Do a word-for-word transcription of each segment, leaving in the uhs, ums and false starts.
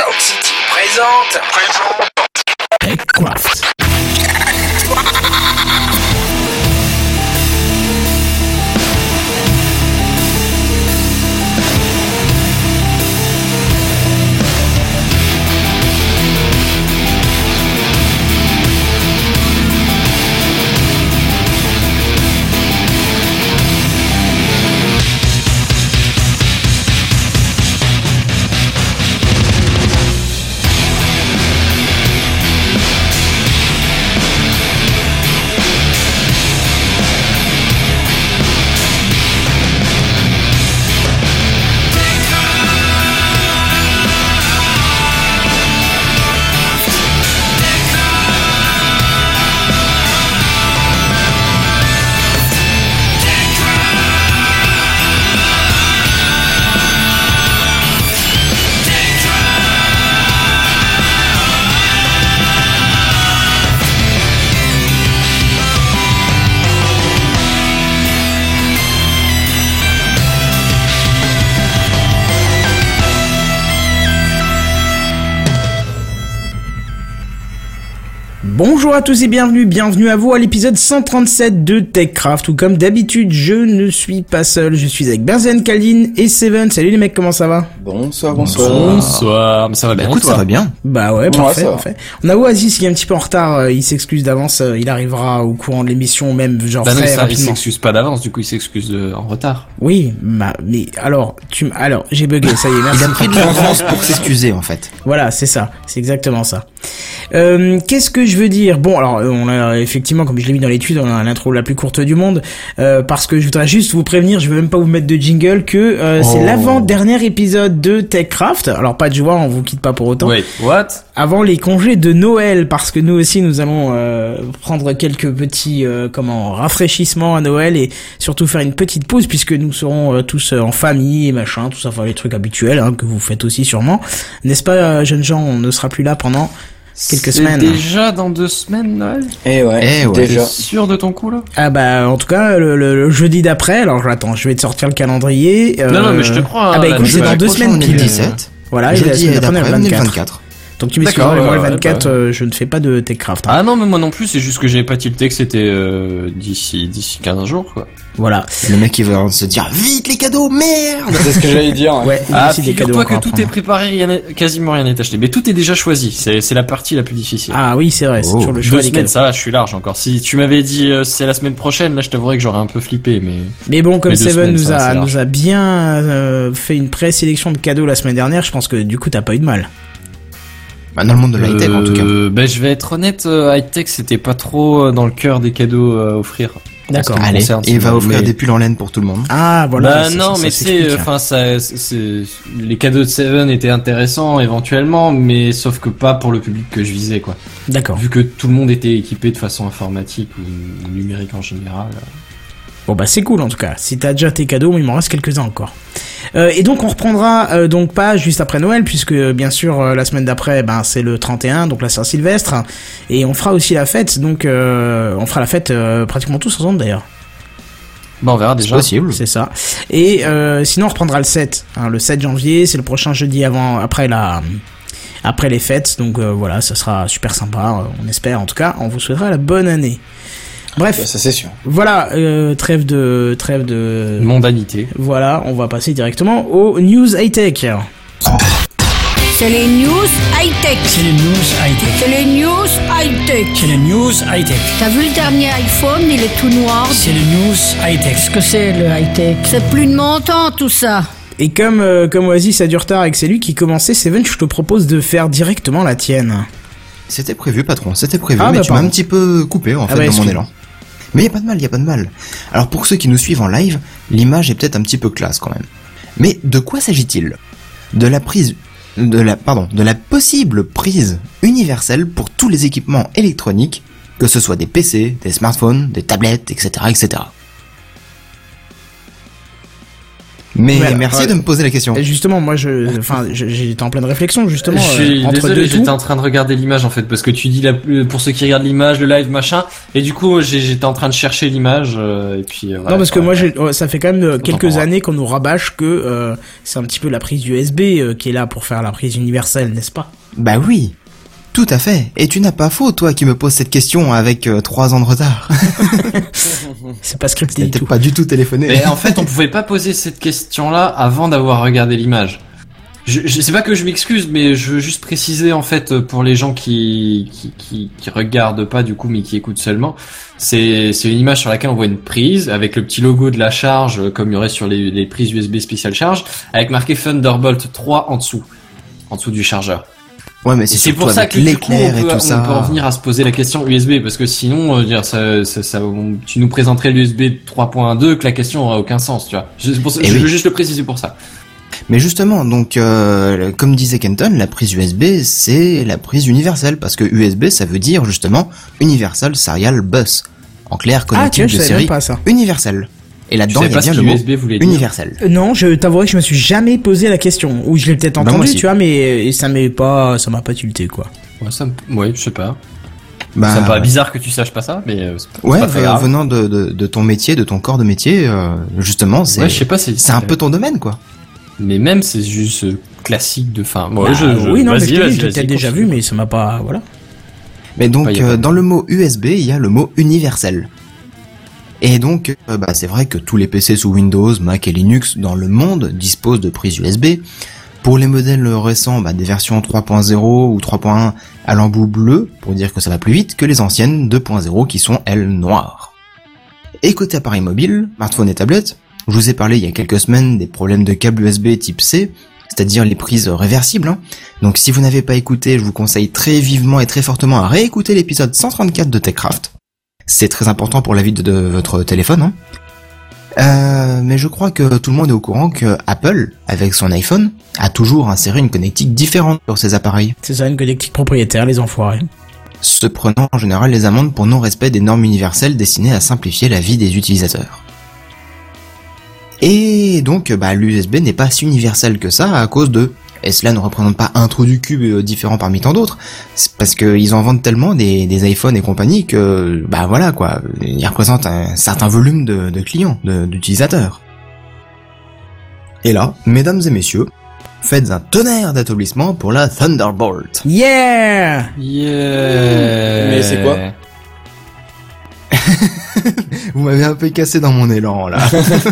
Sound City présente. Présente. TechCraft. Bonjour à tous et bienvenue, bienvenue à vous à l'épisode cent trente-sept de TechCraft, où comme d'habitude, je ne suis pas seul, je suis avec Benzen, Kaline et Seven. Salut les mecs, comment ça va? Bonsoir, bonsoir. Bonsoir, mais ça va bien. Écoute, ça va bien. Bah ouais, parfait, ouais, parfait. On a Oasis qui est un petit peu en retard, il s'excuse d'avance, il arrivera au courant de l'émission, même genre bah non, très ça, rapidement. Il s'excuse pas d'avance, du coup il s'excuse de... en retard. Oui, bah, mais alors, tu, alors, j'ai bugué, ça y est, merci. Il a pris de l'avance pour s'excuser, en fait. Voilà, c'est ça, c'est exactement ça. Euh, qu'est-ce que je veux dire? Bon, alors, on a effectivement, comme je l'ai mis dans l'étude, on a l'intro la plus courte du monde, euh, parce que je voudrais juste vous prévenir, je vais même pas vous mettre de jingle, que euh, oh. c'est l'avant-dernier épisode de TechCraft. Alors pas de joie, on vous quitte pas pour autant. Wait, what? Avant les congés de Noël, parce que nous aussi nous allons euh, prendre quelques petits euh, comment rafraîchissements à Noël et surtout faire une petite pause puisque nous serons euh, tous euh, en famille et machin, tout ça, enfin les trucs habituels hein, que vous faites aussi sûrement, n'est-ce pas, euh, jeunes gens? On ne sera plus là pendant quelques c'est semaines. Déjà dans deux semaines, Noël? Eh ouais, eh ouais. déjà. T'es sûr de ton coup, là? Ah bah, en tout cas, le, le, le jeudi d'après, alors attends, je vais te sortir le calendrier. Euh... Non, non, mais je te crois. Ah bah écoute, c'est dans deux semaines pile. dix-sept. Voilà, jeudi et la semaine d'après, d'après, on est le le vingt-quatre. vingt-quatre. Donc tu m'excuses, moi ouais, le vingt-quatre, ouais, bah... euh, je ne fais pas de TechCraft. Hein. Ah non, mais moi non plus, c'est juste que j'avais pas tilté que c'était euh, d'ici d'ici quinze jours, quoi. Voilà. Le mec il va se dire vite les cadeaux, merde. C'est ce que j'allais dire. Ouais. Ah, figure-toi que tout est préparé, rien n'est, quasiment rien n'est acheté, mais tout est déjà choisi. C'est c'est la partie la plus difficile. Ah oui, c'est vrai. C'est oh. toujours le choix Deux des semaines, cadeaux. ça va, je suis large encore. Si tu m'avais dit euh, c'est la semaine prochaine, là, je t'avouerais que j'aurais un peu flippé, mais. Mais bon, comme mais Seven semaines, nous ça, a nous a bien euh, fait une présélection de cadeaux la semaine dernière, je pense que du coup t'as pas eu de mal. Bah dans le monde de l'high-tech euh, en tout cas. Ben je vais être honnête, euh, high-tech c'était pas trop euh, dans le cœur des cadeaux à offrir. D'accord. Allez, concerne, et il va offrir mais... des pulls en laine pour tout le monde. Ah voilà. Bah ça, non, ça, mais ça c'est, enfin ça, c'est, les cadeaux de Seven étaient intéressants éventuellement, mais sauf que pas pour le public que je visais quoi. D'accord. Vu que tout le monde était équipé de façon informatique ou numérique en général. Bon bah c'est cool en tout cas. Si t'as déjà tes cadeaux, il m'en reste quelques-uns encore. Euh, et donc on reprendra euh, donc pas juste après Noël, puisque bien sûr euh, la semaine d'après, ben c'est le trente et un, donc la Saint-Sylvestre, et on fera aussi la fête. Donc euh, on fera la fête euh, pratiquement tous ensemble d'ailleurs. Bah on verra déjà. C'est possible. C'est ça. Et euh, sinon on reprendra le sept, hein, le sept janvier, c'est le prochain jeudi avant après la après les fêtes. Donc euh, voilà, ça sera super sympa. On espère en tout cas. On vous souhaitera la bonne année. Bref, bah, ça c'est sûr. Voilà, euh, trêve de trêve de mondanité. Voilà, on va passer directement aux news high-tech. C'est les news high-tech. C'est les news high-tech. C'est les news high-tech. C'est les news high-tech. T'as vu le dernier iPhone, il est tout noir. C'est les news high-tech. Qu'est-ce que c'est le high-tech? C'est plus de mon temps tout ça. Et comme euh, comme Oasis a du retard et que c'est lui qui commençait, Seven, je te propose de faire directement la tienne. C'était prévu, patron, c'était prévu, ah, mais bah, tu m'as un petit peu coupé en ah, fait bah, dans mon élan. Mais y a pas de mal, y a pas de mal. Alors pour ceux qui nous suivent en live, l'image est peut-être un petit peu classe quand même. Mais de quoi s'agit-il? De la prise, de la, pardon, de la possible prise universelle pour tous les équipements électroniques, que ce soit des P C, des smartphones, des tablettes, et cetera, et cetera. Mais Ouais, merci ouais. de me poser la question. Et justement, moi, je, enfin, je- j'étais en pleine réflexion justement Je suis euh, entre désolé, deux j'étais tout. en train de regarder l'image en fait parce que tu dis la, pour ceux qui regardent l'image, le live machin, et du coup j'ai- j'étais en train de chercher l'image euh, et puis. Euh, voilà, Non, parce que quoi. moi, j'ai, ouais, ça fait quand même euh, Autant quelques pour moi. années qu'on nous rabâche que euh, c'est un petit peu la prise U S B euh, qui est là pour faire la prise universelle, n'est-ce pas? Bah oui, tout à fait. Et tu n'as pas faux, toi qui me poses cette question avec euh, trois ans de retard. C'est pas scripté du T'es tout. pas du tout téléphoné. Mais en fait, on pouvait pas poser cette question-là avant d'avoir regardé l'image. Je, je sais pas que je m'excuse, mais je veux juste préciser en fait pour les gens qui qui qui, qui regardent pas du coup, mais qui écoutent seulement. C'est c'est une image sur laquelle on voit une prise avec le petit logo de la charge, euh, comme il y aurait sur les les prises U S B spécial charge, avec marqué Thunderbolt trois en dessous, en dessous du chargeur. Ouais, mais c'est C'est surtout pour ça avec que du coup on l'éclair et peut, tout on ça. peut en venir à se poser la question U S B parce que sinon, euh, dire ça, ça, ça, on- tu nous présenterais l'U S B trois point deux que la question aurait aucun sens, tu vois. Je, c'est pour ça- Eh je oui. veux juste le préciser pour ça. Mais justement, donc, euh, comme disait Kenton, la prise U S B, c'est la prise universelle, parce que U S B, ça veut dire justement Universal Serial Bus. En clair, Ah, tiens, connectique je de savais série même pas ça. universelle. Et Je là-dedans, savais il y a pas ce bien que le mot U S B voulait dire. universel. Euh, Non, je t'avouerai que je me suis jamais posé la question. Ou je l'ai peut-être Bah, moi entendu, aussi. tu vois, mais et ça m'est pas, ça m'a pas tilté, quoi. Ouais, ça me... ouais, je sais pas. Bah, Ça me paraît bizarre que tu saches pas ça, mais euh, c'est pas, ouais, c'est pas très ve- grave. venant de, de, de ton métier, de ton corps de métier, euh, justement, c'est Ouais, je sais pas, c'est c'est un peu ton domaine, quoi. Mais même c'est juste euh, classique de fin. Bah, Ouais, je, je... oui, non, mais vas-y, je te vas-y, dis, je l'ai vas-y, peut-être déjà continue. vu, mais ça m'a pas, voilà. Mais donc, Bah, y a pas euh, de- dans le mot U S B, il y a le mot universel. Et donc, euh, bah, c'est vrai que tous les P C sous Windows, Mac et Linux dans le monde disposent de prises U S B. Pour les modèles récents, bah, des versions trois point zéro ou trois point un à l'embout bleu, pour dire que ça va plus vite que les anciennes deux point zéro qui sont, elles, noires. Et côté appareil mobile, smartphone et tablette, je vous ai parlé il y a quelques semaines des problèmes de câble U S B type C, c'est-à-dire les prises réversibles. Hein. Donc si vous n'avez pas écouté, je vous conseille très vivement et très fortement à réécouter l'épisode cent trente-quatre de TechCraft. C'est très important pour la vie de, de votre téléphone. Hein. Euh, mais je crois que tout le monde est au courant que Apple, avec son iPhone, a toujours inséré une connectique différente sur ses appareils, C'est ça, une connectique propriétaire, les enfoirés. se prenant en général les amendes pour non-respect des normes universelles destinées à simplifier la vie des utilisateurs. Et donc, bah, l'U S B n'est pas si universel que ça à cause de... Et cela ne représente pas un trou du cube euh, différent parmi tant d'autres, c'est parce qu'ils en vendent tellement des, des iPhones et compagnie que, bah voilà quoi, ils représentent un certain volume de, de clients, de- d'utilisateurs. Et là, mesdames et messieurs, faites un tonnerre d'applaudissements pour la Thunderbolt. Yeah! Yeah. Mais c'est quoi Vous m'avez un peu cassé dans mon élan là.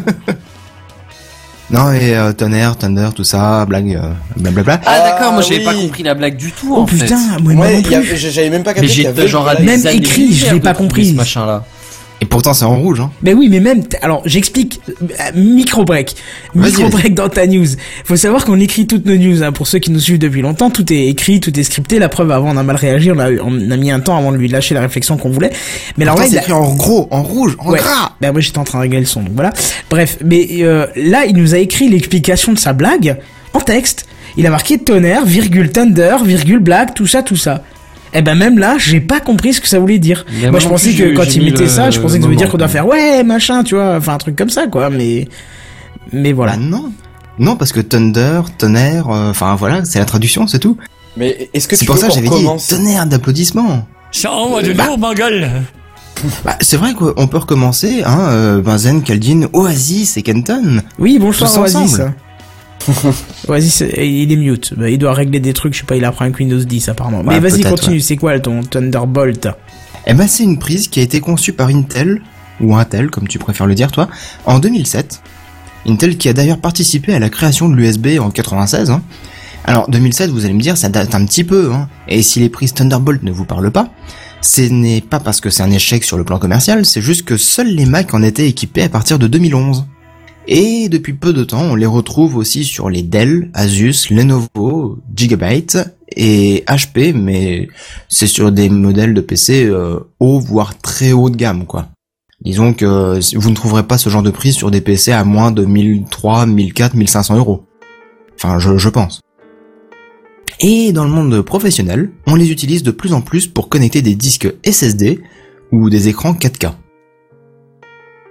Non et euh, tonnerre, thunder, tout ça, blague, euh, blablabla. Ah d'accord, moi Ah, j'avais oui. pas compris la blague du tout Oh en putain, fait. moi, moi Ouais, non y a- plus. j'avais même pas Mais capté qu'il y j'étais avait genre à de des la- Même écrit, je l'ai pas compris. Ce machin là. Et pourtant c'est en rouge, hein. Mais oui, mais même, t- alors j'explique, euh, micro break, Vas-y, micro vas-y. break dans ta news. Faut savoir qu'on écrit toutes nos news, hein, pour ceux qui nous suivent depuis longtemps, tout est écrit, tout est scripté. La preuve, avant on a mal réagi, on a, eu- on a mis un temps avant de lui lâcher la réflexion qu'on voulait. Mais alors Pourtant, là, il c'est a- écrit en gros, en rouge, en Ouais. gras. Ben moi j'étais en train de régler le son, donc voilà. Bref, mais euh, là il nous a écrit l'explication de sa blague en texte. Il a marqué tonnerre, virgule thunder, virgule blague, tout ça, tout ça. Et ben même là, j'ai pas compris ce que ça voulait dire. Mais moi moi je non pensais plus, que j'ai- quand j'ai il mis mettait le- ça, je pensais que ça le veut dire moment. qu'on doit faire ouais machin, tu vois, enfin un truc comme ça quoi. Mais mais voilà. Bah non. Non, parce que thunder, tonnerre, euh, enfin voilà, c'est la traduction, c'est tout. Mais est-ce que C'est tu pour veux ça que qu'on j'avais dit commence tonnerre d'applaudissements. Chant de l'eau, ma gueule. Bah, c'est vrai qu'on peut recommencer, hein, euh, Benzen, Caldine, Oasis et Kenton. Oui, bonsoir Tous Oasis. ensemble. Oasis, euh, il est mute. Bah, il doit régler des trucs, je sais pas, il apprend avec Windows dix apparemment. Mais Ouais, vas-y, peut-être, continue, ouais. c'est quoi ton Thunderbolt? Eh ben, c'est une prise qui a été conçue par Intel, ou Intel, comme tu préfères le dire toi, en deux mille sept. Intel qui a d'ailleurs participé à la création de l'U S B en quatre-vingt-seize, hein. Alors, deux mille sept, vous allez me dire, ça date un petit peu, hein. Et si les prises Thunderbolt ne vous parlent pas, ce n'est pas parce que c'est un échec sur le plan commercial, c'est juste que seuls les Mac en étaient équipés à partir de deux mille onze. Et depuis peu de temps, on les retrouve aussi sur les Dell, Asus, Lenovo, Gigabyte et H P, mais c'est sur des modèles de P C euh, haut, voire très haut de gamme, quoi. Disons que euh, vous ne trouverez pas ce genre de prix sur des P C à moins de mille trois, mille quatre, mille cinq cents euros. Enfin, je, je pense. Et dans le monde professionnel, on les utilise de plus en plus pour connecter des disques S S D ou des écrans quatre K.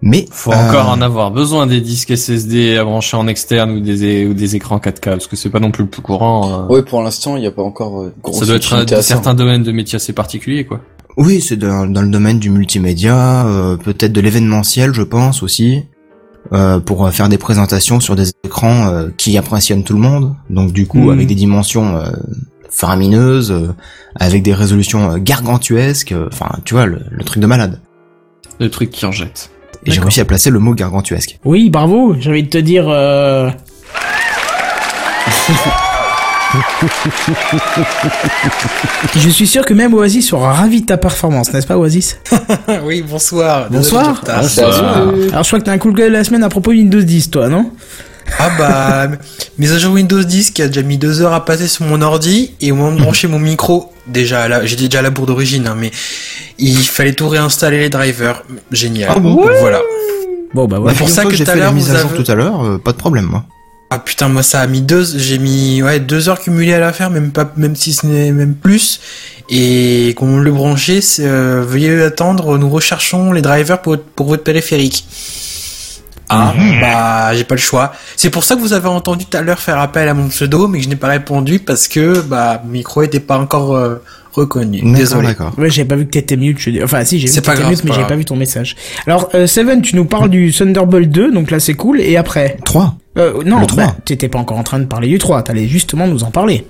Mais Faut euh, encore en avoir besoin des disques S S D à brancher en externe ou des ou des écrans quatre K parce que c'est pas non plus le plus courant. Euh... Ouais, pour l'instant, il n'y a pas encore euh, grosse Ça doit être utilité un, à ça. certains domaines de métiers assez particuliers, quoi. oui, c'est dans, dans le domaine du multimédia, euh, peut-être de l'événementiel, je pense aussi, euh, pour faire des présentations sur des écrans euh, qui impressionnent tout le monde. Donc du coup, Mhm. avec des dimensions euh, faramineuses, euh, avec des résolutions euh, gargantuesques. Enfin, tu vois, le, le truc de malade. Le truc qui en jette. Et j'ai D'accord. réussi à placer le mot gargantuesque. Oui, bravo. J'ai envie de te dire. Euh... Je suis sûr que même Oasis sera ravi de ta performance, n'est-ce pas Oasis? Oui, bonsoir. Bonsoir. Désolé du retard. Bonsoir. Alors je crois que t'as un coup de gueule la semaine à propos de Windows dix, toi, non? Ah bah, mise à jour Windows dix qui a déjà mis deux heures à passer sur mon ordi, et au moment de brancher mon micro, déjà là, j'ai déjà la bourre d'origine, hein, mais il fallait tout réinstaller les drivers. Génial. Ah bon Donc voilà. Bon bah Bah, voilà. pour ça figure-toi que j'ai tout à fait la l'heure, mise vous à jour avez- tout à l'heure, euh, pas de problème, moi. Ah putain, moi ça a mis deux, j'ai mis ouais deux heures cumulées à la faire, même pas, même si ce n'est même plus. Et quand on le branchait, c'est, euh, veuillez attendre, nous recherchons les drivers pour, pour votre périphérique. Ah, bah j'ai pas le choix. C'est pour ça que vous avez entendu tout à l'heure faire appel à mon pseudo, mais que je n'ai pas répondu parce que bah mon micro était pas encore euh, reconnu. D'accord, Désolé. d'accord. Ouais, j'avais pas vu que t'étais mute. Je... Enfin, si, j'ai vu C'est que pas t'étais grave, mute, mais pas j'avais grave. pas vu ton message. Alors, euh, Seven, tu nous parles du Thunderbolt deux, donc là c'est cool. Et après trois. euh, Non, Le trois. bah, t'étais pas encore en train de parler du trois. T'allais justement nous en parler.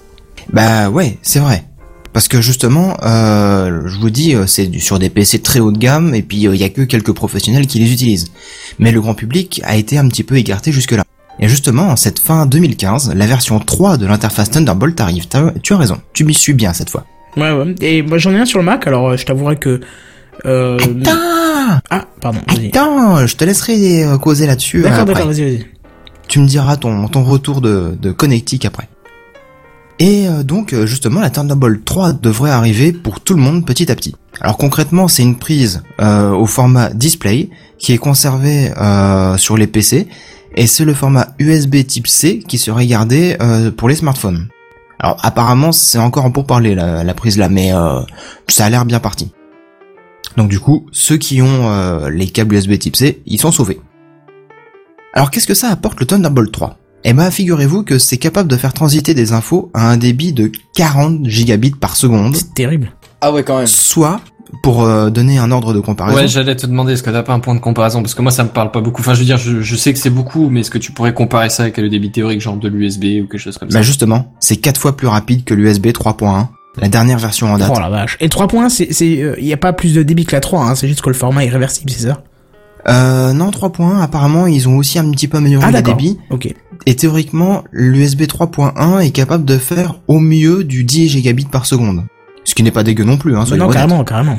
Bah ouais, c'est vrai. Parce que justement, euh, je vous dis, euh, c'est du- sur des P C très haut de gamme, et puis il y a que quelques professionnels qui les utilisent. Mais le grand public a été un petit peu écarté jusque-là. Et justement, en cette fin deux mille quinze, la version trois de l'interface Thunderbolt arrive. T'as- tu as raison, tu m'y suis bien cette fois. Ouais, ouais. Et moi j'en ai un sur le Mac, alors euh, je t'avouerai que. Euh... Attends, Ah, pardon. Vas-y. attends, je te laisserai euh, causer là-dessus. euh, D'accord, après. d'accord, vas-y, vas-y. Tu me diras ton, ton retour de, de connectique après. Et euh, donc euh, justement la Thunderbolt trois devrait arriver pour tout le monde petit à petit. Alors concrètement c'est une prise euh, au format display qui est conservé euh, sur les P C et c'est le format U S B type C qui serait gardé euh, pour les smartphones. Alors apparemment c'est encore en pourparler la, la prise là mais euh, ça a l'air bien parti. Donc du coup ceux qui ont euh, les câbles U S B type C ils sont sauvés. Alors qu'est-ce que ça apporte le Thunderbolt trois ? Eh ben, figurez-vous que c'est capable de faire transiter des infos à un débit de quarante gigabits par seconde, C'est terrible. Ah ouais, quand même. soit, pour euh, donner un ordre de comparaison, Ouais, j'allais te demander, est-ce que t'as pas un point de comparaison? Parce que moi, ça me parle pas beaucoup. Enfin, je veux dire, je, je sais que c'est beaucoup, mais est-ce que tu pourrais comparer ça avec le débit théorique, genre de l'U S B ou quelque chose comme ça? bah justement, c'est quatre fois plus rapide que l'U S B trois point un, la dernière version en date. Oh la vache. Et trois points, c'est, c'est, il euh, y a pas plus de débit que la trois, hein. C'est juste que le format est réversible, c'est ça? Euh, non, trois point un, apparemment, ils ont aussi un petit peu amélioré Ah le d'accord. débit, Ok. et théoriquement, l'U S B trois point un est capable de faire au mieux du dix gigabits par seconde. Ce qui n'est pas dégueu non plus, hein, Bah soyons non, honnêtes. carrément, carrément.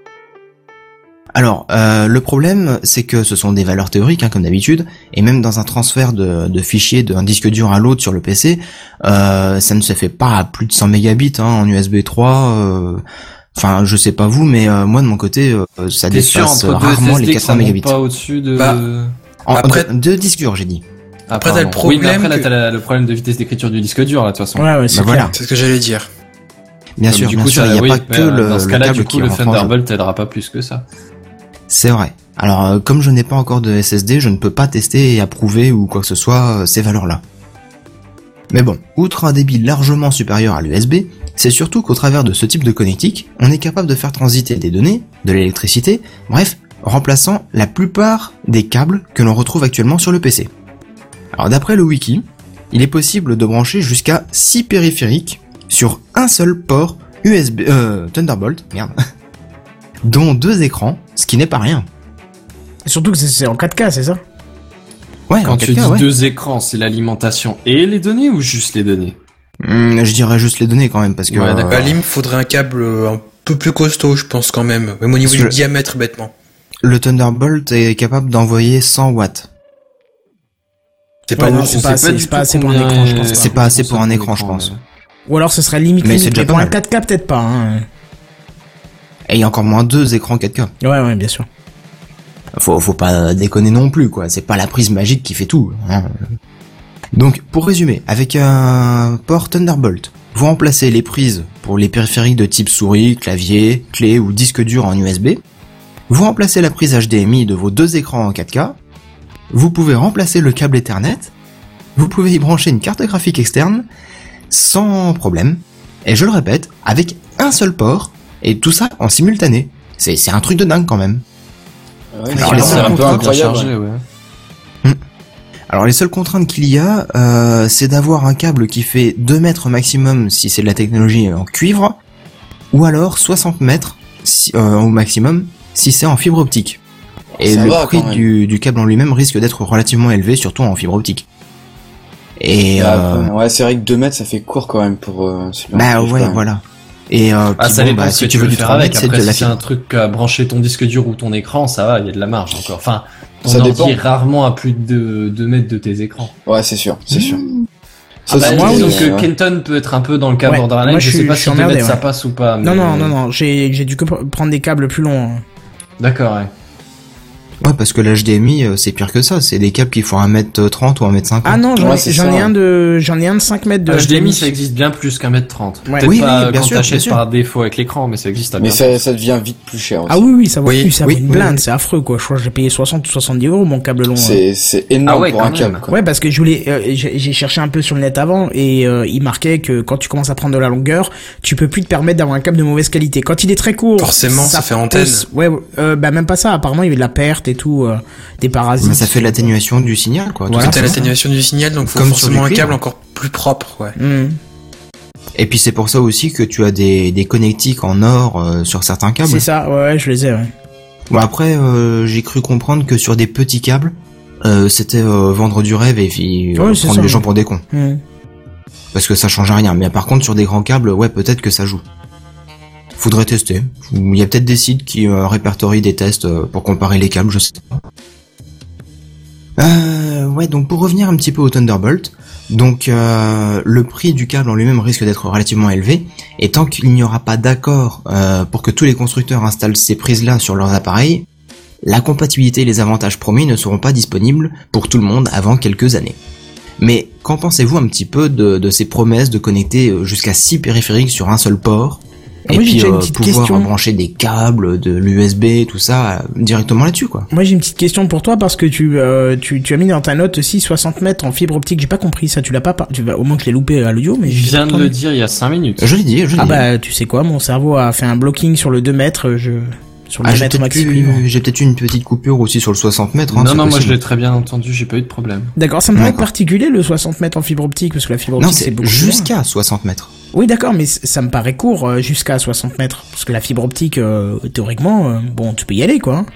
Alors, euh, le problème, c'est que ce sont des valeurs théoriques, hein, comme d'habitude, et même dans un transfert de, de fichiers d'un disque dur à l'autre sur le P C, euh, ça ne se fait pas à plus de cent mégabits hein, en U S B trois. euh, Enfin, je sais pas vous, mais euh, moi de mon côté, euh, ça T'es sûr dépasse entre deux rarement S S D les que quatre ça cents monte mégabits. pas au-dessus de... Bah, En, Après- de, de disques durs, j'ai dit. Ah, après, t'as pardon. le Oui, mais problème après, là, que- t'as la- le problème de vitesse d'écriture du disque dur, là, de toute façon. Ouais, ouais, c'est Bah clair. voilà. C'est ce que j'allais dire. Bien Donc, sûr, du bien coup, sûr, ça- il n'y a oui, pas mais, que euh, le, dans ce le cas-là, câble du qui coup, le rentre en jeu. Thunderbolt t'aidera pas plus que ça. C'est vrai. Alors, euh, comme je n'ai pas encore de S S D, je ne peux pas tester et approuver ou quoi que ce soit euh, ces valeurs-là. Mais bon, outre un débit largement supérieur à l'U S B, c'est surtout qu'au travers de ce type de connectique, on est capable de faire transiter des données, de l'électricité, bref, remplaçant la plupart des câbles que l'on retrouve actuellement sur le P C. Alors d'après le wiki, il est possible de brancher jusqu'à six périphériques sur un seul port U S B, euh, Thunderbolt, merde, dont deux écrans, ce qui n'est pas rien. Surtout que c'est, c'est en quatre K, c'est ça? Ouais, Quand en tu quatre K, dis ouais. deux écrans, c'est l'alimentation et les données ou juste les données? Hmm, je dirais juste les données quand même parce que Ouais, d'accord. Bah, il me faudrait un câble euh, un peu plus costaud, je pense quand même. Même au niveau Parce du que- diamètre, bêtement. le Thunderbolt est capable d'envoyer cent watts. C'est Ouais, pas non, ouf. c'est pas assez, du c'est pas tout assez pour un combien écran, je pense est- pas. C'est pas assez pour un consomme écran, je pense. mais- Ou alors ce serait limite Mais limite, c'est déjà mais pas pour un mal. quatre K peut-être pas, hein. Et il y a encore moins deux écrans quatre K. Ouais, ouais, bien sûr. Faut, faut pas déconner non plus, quoi. C'est pas la prise magique qui fait tout. Hein. Donc, pour résumer, avec un port Thunderbolt, vous remplacez les prises pour les périphériques de type souris, clavier, clé ou disque dur en U S B, Vous remplacez la prise H D M I de vos deux écrans en quatre K. Vous pouvez remplacer le câble Ethernet. Vous pouvez y brancher une carte graphique externe sans problème. Et je le répète, avec un seul port, et tout ça en simultané. C'est, c'est un truc de dingue quand même. Ouais, Alors, c'est les c'est seules un peu contraintes- incroyable. chargé, ouais. Alors les seules contraintes qu'il y a, euh, c'est d'avoir un câble qui fait deux mètres maximum si c'est de la technologie en cuivre, ou alors soixante mètres si, euh, au maximum si c'est en fibre optique. Et Ça le va, prix quand même. du, du câble en lui-même risque d'être relativement élevé, surtout en fibre optique. Et Et euh, après, ouais, c'est vrai que deux mètres, ça fait court quand même pour euh, celui-là. bah Je trouve, ouais, quand même. voilà. Et euh, Ah, puis ça bon, dépend bah, ce si que tu veux du faire trois avec. mètres, c'est Après, de la si c'est fibre. un truc à brancher ton disque dur ou ton écran, ça va, il y a de la marge encore. Enfin, ton Ça ordi dépend. est rarement à plus de deux mètres de tes écrans. Ouais, c'est sûr, c'est sûr. Ah bah, c'est- moi, disons oui, que ouais. Kenton peut être un peu dans le cas Ouais, borderline. moi, Je je sais suis- pas je si suis deux emmerdé, mètres ça ouais. passe ou pas. Non, mais- non, non, non, j'ai, j'ai dû que pr- prendre des câbles plus longs. hein. D'accord, ouais. Ouais, parce que l'H D M I, euh, c'est pire que ça. C'est des câbles qui font un mètre trente ou un mètre cinquante. Ah non, j'en, Ouais, ai, c'est j'en ça, ai ouais. un de, j'en ai un de cinq mètres de H D M I, ça existe bien plus qu'un mètre trente. Ouais. Peut-être Oui, pas oui, bien quand sûr, t'achètes bien sûr. par défaut avec l'écran, mais ça existe à Mais bien. ça, ça devient vite plus cher aussi. Ah oui, oui, ça vaut Oui, plus, ça oui, vaut une oui, blinde, oui. c'est affreux, quoi. Je crois que j'ai payé soixante ou soixante-dix euros mon câble long. hein. C'est, c'est énorme Ah ouais, pour quand un câble, même. quoi. Ouais, parce que je voulais, euh, j'ai, j'ai cherché un peu sur le net avant et euh, il marquait que quand tu commences à prendre de la longueur, tu peux plus te permettre d'avoir un câble de mauvaise qualité. Quand il est très court, Forcément, ça fait antenne. pose- Ouais, euh, bah même pas ça. Apparemment, il y avait de la perte et tout, euh, des parasites. Mais ça fait l'atténuation du signal, quoi. tout Voilà. T'as simplement. l'atténuation du signal, donc faut Comme sur forcément du un câble cuivre. encore plus propre, ouais. Mmh. Et puis c'est pour ça aussi que tu as des, des connectiques en or euh, sur certains câbles. C'est ça, ouais, ouais, je les ai. Ouais. Bon après, euh, j'ai cru comprendre que sur des petits câbles, euh, c'était euh, vendre du rêve et puis euh, Ouais, c'est prendre ça, les ouais. gens pour des cons. Mmh. Parce que ça change rien. Mais par contre, sur des grands câbles, ouais, peut-être que ça joue. Faudrait tester. Il y a peut-être des sites qui euh, répertorient des tests euh, pour comparer les câbles, je sais pas. Euh, ouais, donc pour revenir un petit peu au Thunderbolt, donc euh, le prix du câble en lui-même risque d'être relativement élevé, et tant qu'il n'y aura pas d'accord euh, pour que tous les constructeurs installent ces prises-là sur leurs appareils, la compatibilité et les avantages promis ne seront pas disponibles pour tout le monde avant quelques années. Mais qu'en pensez-vous un petit peu de, de ces promesses de connecter euh, jusqu'à six périphériques sur un seul port, Ah, et moi, j'ai puis déjà une euh, petite pouvoir question. brancher des câbles, de l'U S B, tout ça, euh, directement là-dessus, quoi. Moi, j'ai une petite question pour toi parce que tu, euh, tu, tu as mis dans ta note aussi soixante mètres en fibre optique. J'ai pas compris ça. Tu l'as pas, par... tu vas au moins que je l'ai loupé à l'audio, mais Je j'ai viens pas de entendu. le dire il y a cinq minutes. Je l'ai dit, je l'ai Ah dit. bah, tu sais quoi, mon cerveau a fait un blocking sur le deux mètres. Je sur le Ah, deux j'ai mètres peut-être maxi eu, cuivre. j'ai peut-être eu une petite coupure aussi sur le soixante mètres. Hein, non, c'est non, moi je possible. l'ai très bien entendu, j'ai pas eu de problème. D'accord, ça me paraît D'accord. particulier le soixante mètres en fibre optique parce que la fibre Non, optique c'est c'est beaucoup plus jusqu'à soixante mètres. loin. Oui, d'accord, mais c- ça me paraît court euh, jusqu'à soixante mètres parce que la fibre optique, euh, théoriquement, euh, bon, tu peux y aller quoi. hein.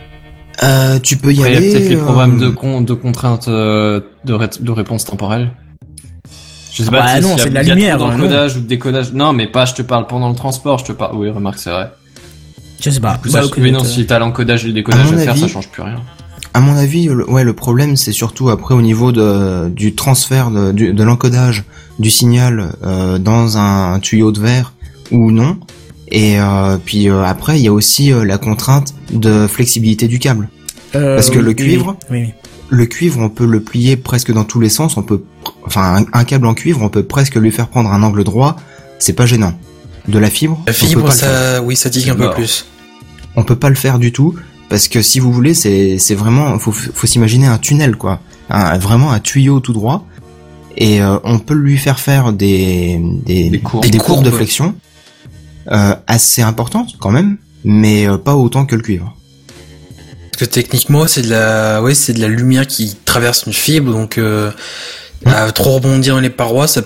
Euh, tu peux y Après, il y a aller. peut-être les euh, problèmes de, con, de contraintes euh, de, ré- de réponse temporelle. Je sais Ah pas bah si non, s'il y a- c'est de la il y a lumière, trop hein, d'encodage ou de décodage. Non, mais pas, je te parle pendant le transport, je te parle. Oui, remarque, c'est vrai. Je sais pas. Du coup, Bah, ça, ok, oui, non, euh, si t'as l'encodage et le À décodage mon à faire, avis- ça change plus rien. À mon avis, le, ouais, le problème, c'est surtout après au niveau de, du transfert de, du- de l'encodage du signal euh, dans un, un tuyau de verre ou non. Et euh, puis euh, après, il y a aussi euh, la contrainte de flexibilité du câble. euh, parce que oui, le oui, cuivre- Oui, oui. Le cuivre, on peut le plier presque dans tous les sens. On peut, enfin, un, un câble en cuivre, on peut presque lui faire prendre un angle droit. C'est pas gênant. De la fibre, La on peut fibre, pas le faire. ça, oui, ça digue C'est un peu mort. plus. On peut pas le faire du tout parce que si vous voulez, c'est c'est vraiment, faut faut s'imaginer un tunnel quoi, un, vraiment un tuyau tout droit. Et euh, on peut lui faire faire des des, Des courbes. des Des courbes de courbes. flexion euh, assez importantes quand même, mais euh, pas autant que le cuivre. Parce que techniquement, c'est de la, ouais, c'est de la lumière qui traverse une fibre, donc euh, Hum. à trop rebondir dans les parois, ça,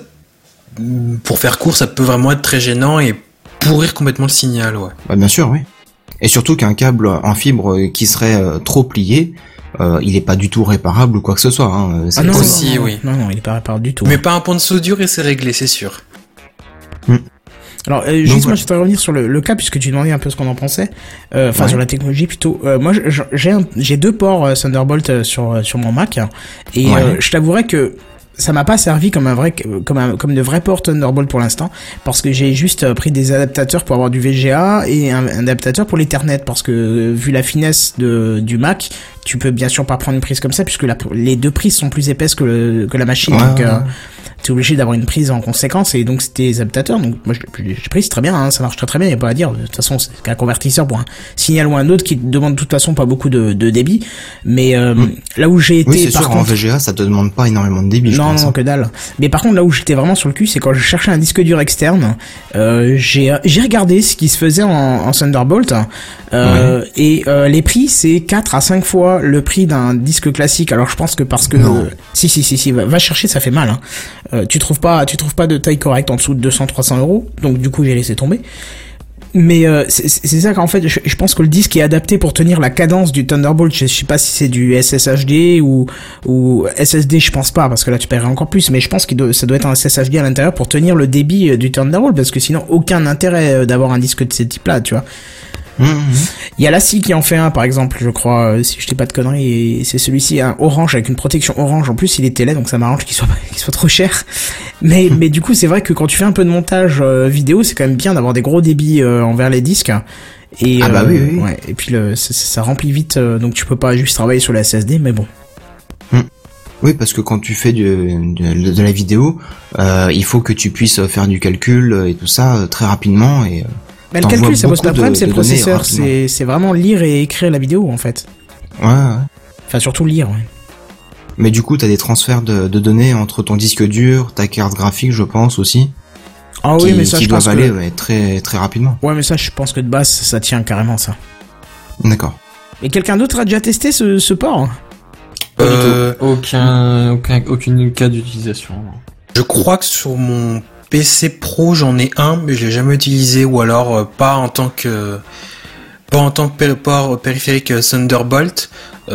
pour faire court, ça peut vraiment être très gênant et pourrir complètement le signal, ouais. Bah, bien sûr, oui. Et surtout qu'un câble en fibre qui serait euh, trop plié, euh, il est pas du tout réparable ou quoi que ce soit. Hein. C'est Ah non, non, aussi, non, non, oui. non, non, il est pas réparable du tout. Mais pas un point de soudure et c'est réglé, c'est sûr. Alors, euh, juste Donc, moi, voilà. je voudrais revenir sur le, le cas, puisque tu demandais un peu ce qu'on en pensait. Euh, Enfin, Ouais. sur la technologie, plutôt. Euh, moi, je- je- j'ai un- j'ai deux ports euh, Thunderbolt euh, sur euh, sur mon Mac, hein, et Ouais. euh, je t'avouerais que ça m'a pas servi comme un vrai, comme un, comme de vrais ports Thunderbolt pour l'instant, parce que j'ai juste euh, pris des adaptateurs pour avoir du V G A et un, un adaptateur pour l'Ethernet, parce que euh, vu la finesse de du Mac, tu peux bien sûr pas prendre une prise comme ça, puisque la, les deux prises sont plus épaisses que le, que la machine. Ouais, donc, ouais, euh, ouais. t'es obligé d'avoir une prise en conséquence, et donc c'était des adaptateurs, donc moi je l'ai j'ai pris, c'est très bien, hein, ça marche très très bien, y a pas à dire, de toute façon c'est qu'un convertisseur pour un signal ou un autre qui te demande de toute façon pas beaucoup de, de débit, mais euh, mmh. là où j'ai été, oui, c'est par sûr, contre... en V G A ça te demande pas énormément de débit, je non, pense. non, que dalle. Mais par contre, là où j'étais vraiment sur le cul, c'est quand je cherchais un disque dur externe, euh, j'ai j'ai regardé ce qui se faisait en, en Thunderbolt, euh, ouais. et euh, les prix, c'est quatre à cinq fois le prix d'un disque classique. Alors je pense que parce que... Euh, si, si, si, si, va, va chercher, ça fait mal, hein. Euh, tu trouves pas, tu trouves pas de taille correcte en dessous de deux cents à trois cents euros, donc du coup j'ai laissé tomber. Mais euh, c'est, c'est ça qu'en fait, je, je pense que le disque est adapté pour tenir la cadence du Thunderbolt. Je, je sais pas si c'est du S S H D ou ou S S D, je pense pas, parce que là tu paierais encore plus. Mais je pense que doit, ça doit être un S S H D à l'intérieur pour tenir le débit du Thunderbolt, parce que sinon aucun intérêt d'avoir un disque de ce type-là, tu vois. Mmh. Il y a la scie qui en fait un, par exemple, je crois, euh, si je dis pas de conneries, et c'est celui-ci, un orange avec une protection orange. En plus, il est télé, donc ça m'arrange qu'il soit qu'il soit trop cher. Mais mais du coup, c'est vrai que quand tu fais un peu de montage euh, vidéo, c'est quand même bien d'avoir des gros débits euh, envers les disques. Et ah bah euh, oui, oui. Ouais. Et puis le, ça, ça remplit vite, euh, donc tu peux pas juste travailler sur la S S D, mais bon. Mmh. Oui, parce que quand tu fais du, de, de la vidéo, euh, il faut que tu puisses faire du calcul et tout ça euh, très rapidement et. Euh... Mais le calcul, ça pose pas de problème, c'est le processeur, c'est, c'est vraiment lire et écrire la vidéo, en fait. Ouais, ouais. Enfin, surtout lire, ouais. Mais du coup, t'as des transferts de, de données entre ton disque dur, ta carte graphique, je pense, aussi. Ah qui, oui, mais ça, qui je doivent pense aller que... ouais, très, très rapidement. Ouais, mais ça, je pense que de base, ça tient carrément, ça. D'accord. Et quelqu'un d'autre a déjà testé ce, ce port? Pas euh... du tout. Aucun, aucun, aucune cas d'utilisation. Je crois que sur mon P C Pro, j'en ai un, mais je l'ai jamais utilisé, ou alors euh, pas en tant que pas en tant que port périphérique Thunderbolt.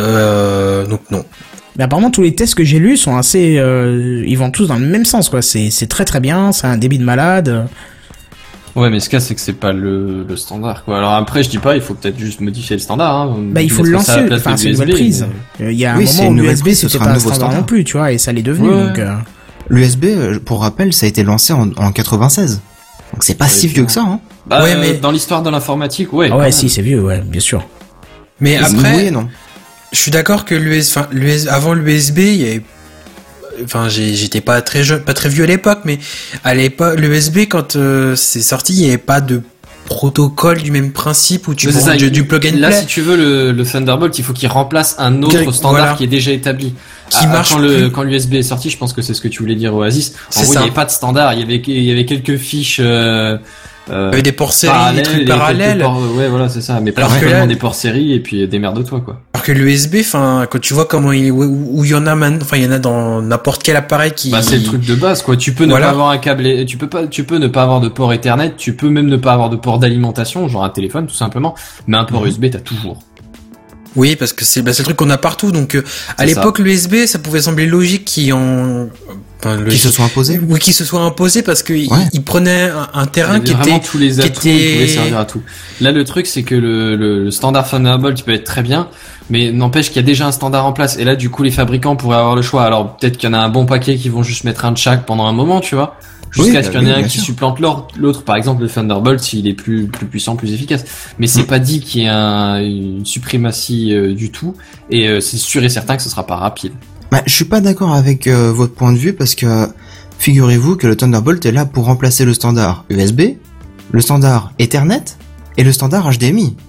Euh, donc non. Mais apparemment, tous les tests que j'ai lus sont assez, euh, ils vont tous dans le même sens, quoi. C'est c'est très très bien, c'est un débit de malade. Ouais, mais ce cas, c'est que c'est pas le, le standard, quoi. Alors après, je dis pas, il faut peut-être juste modifier le standard, hein. Bah, il faut le lancer, enfin, c'est une nouvelle prise. Il y a un oui, moment où l'U S B, prise, c'était pas un standard, standard non plus, tu vois, et ça l'est devenu, ouais. donc. Euh... L'U S B, pour rappel, ça a été lancé en, en quatre-vingt-seize. Donc c'est pas ouais, si vieux que ça, hein. Bah, ouais, mais dans l'histoire de l'informatique, ouais. Ah ouais, si, c'est vieux, ouais, bien sûr. Mais après, oui et non. Je suis d'accord que l'U S B, enfin, l'U S B, avant l'U S B, il y avait, enfin, j'ai, j'étais pas très jeune, pas très vieux à l'époque, mais à l'époque, l'U S B, quand euh, c'est sorti, il y avait pas de protocole du même principe où tu peux ça, du, du plug and play. Là, si tu veux le, le Thunderbolt, il faut qu'il remplace un autre Qui, standard voilà. qui est déjà établi. Qui ah, marche quand plus. le quand l'U S B est sorti, je pense que c'est ce que tu voulais dire, Oasis. En c'est gros, ça. il n'y avait pas de standard, il y avait il y avait quelques fiches. Euh, Euh, il y avait des ports série, des trucs parallèles. Ports, ouais, voilà, c'est ça. Mais pas vraiment des ports série et puis démerde-toi, quoi. Alors que l'U S B, enfin, quand tu vois comment il, où il y en a maintenant, enfin, il y en a dans n'importe quel appareil qui. Bah, c'est le truc de base, quoi. Tu peux ne voilà. pas avoir un câble, tu peux pas, tu peux ne pas avoir de port Ethernet, tu peux même ne pas avoir de port d'alimentation, genre un téléphone, tout simplement. Mais un port mmh. U S B, t'as toujours. Oui, parce que c'est, bah, c'est le truc qu'on a partout. Donc, euh, à l'époque, ça. L'U S B, ça pouvait sembler logique qu'ils en, enfin, le... qui se soit imposé. Oui, qui se soit imposé parce que ouais. il, il prenait un, un terrain qui vraiment était, tous les atouts, qui était... il pouvait servir à tout. Là, le truc, c'est que le, le, le standard Thunderbolt, il peut être très bien, mais n'empêche qu'il y a déjà un standard en place. Et là, du coup, les fabricants pourraient avoir le choix. Alors, peut-être qu'il y en a un bon paquet qui vont juste mettre un de chaque pendant un moment, tu vois. Jusqu'à oui, ce qu'il y en ait oui, un qui sûr. supplante l'autre. Par exemple, le Thunderbolt, s'il est plus, plus puissant, plus efficace. Mais c'est mmh. pas dit qu'il y ait un, une suprématie euh, du tout. Et euh, c'est sûr et certain que ce sera pas rapide. Bah, je suis pas d'accord avec euh, votre point de vue parce que figurez-vous que le Thunderbolt est là pour remplacer le standard U S B, le standard Ethernet et le standard H D M I.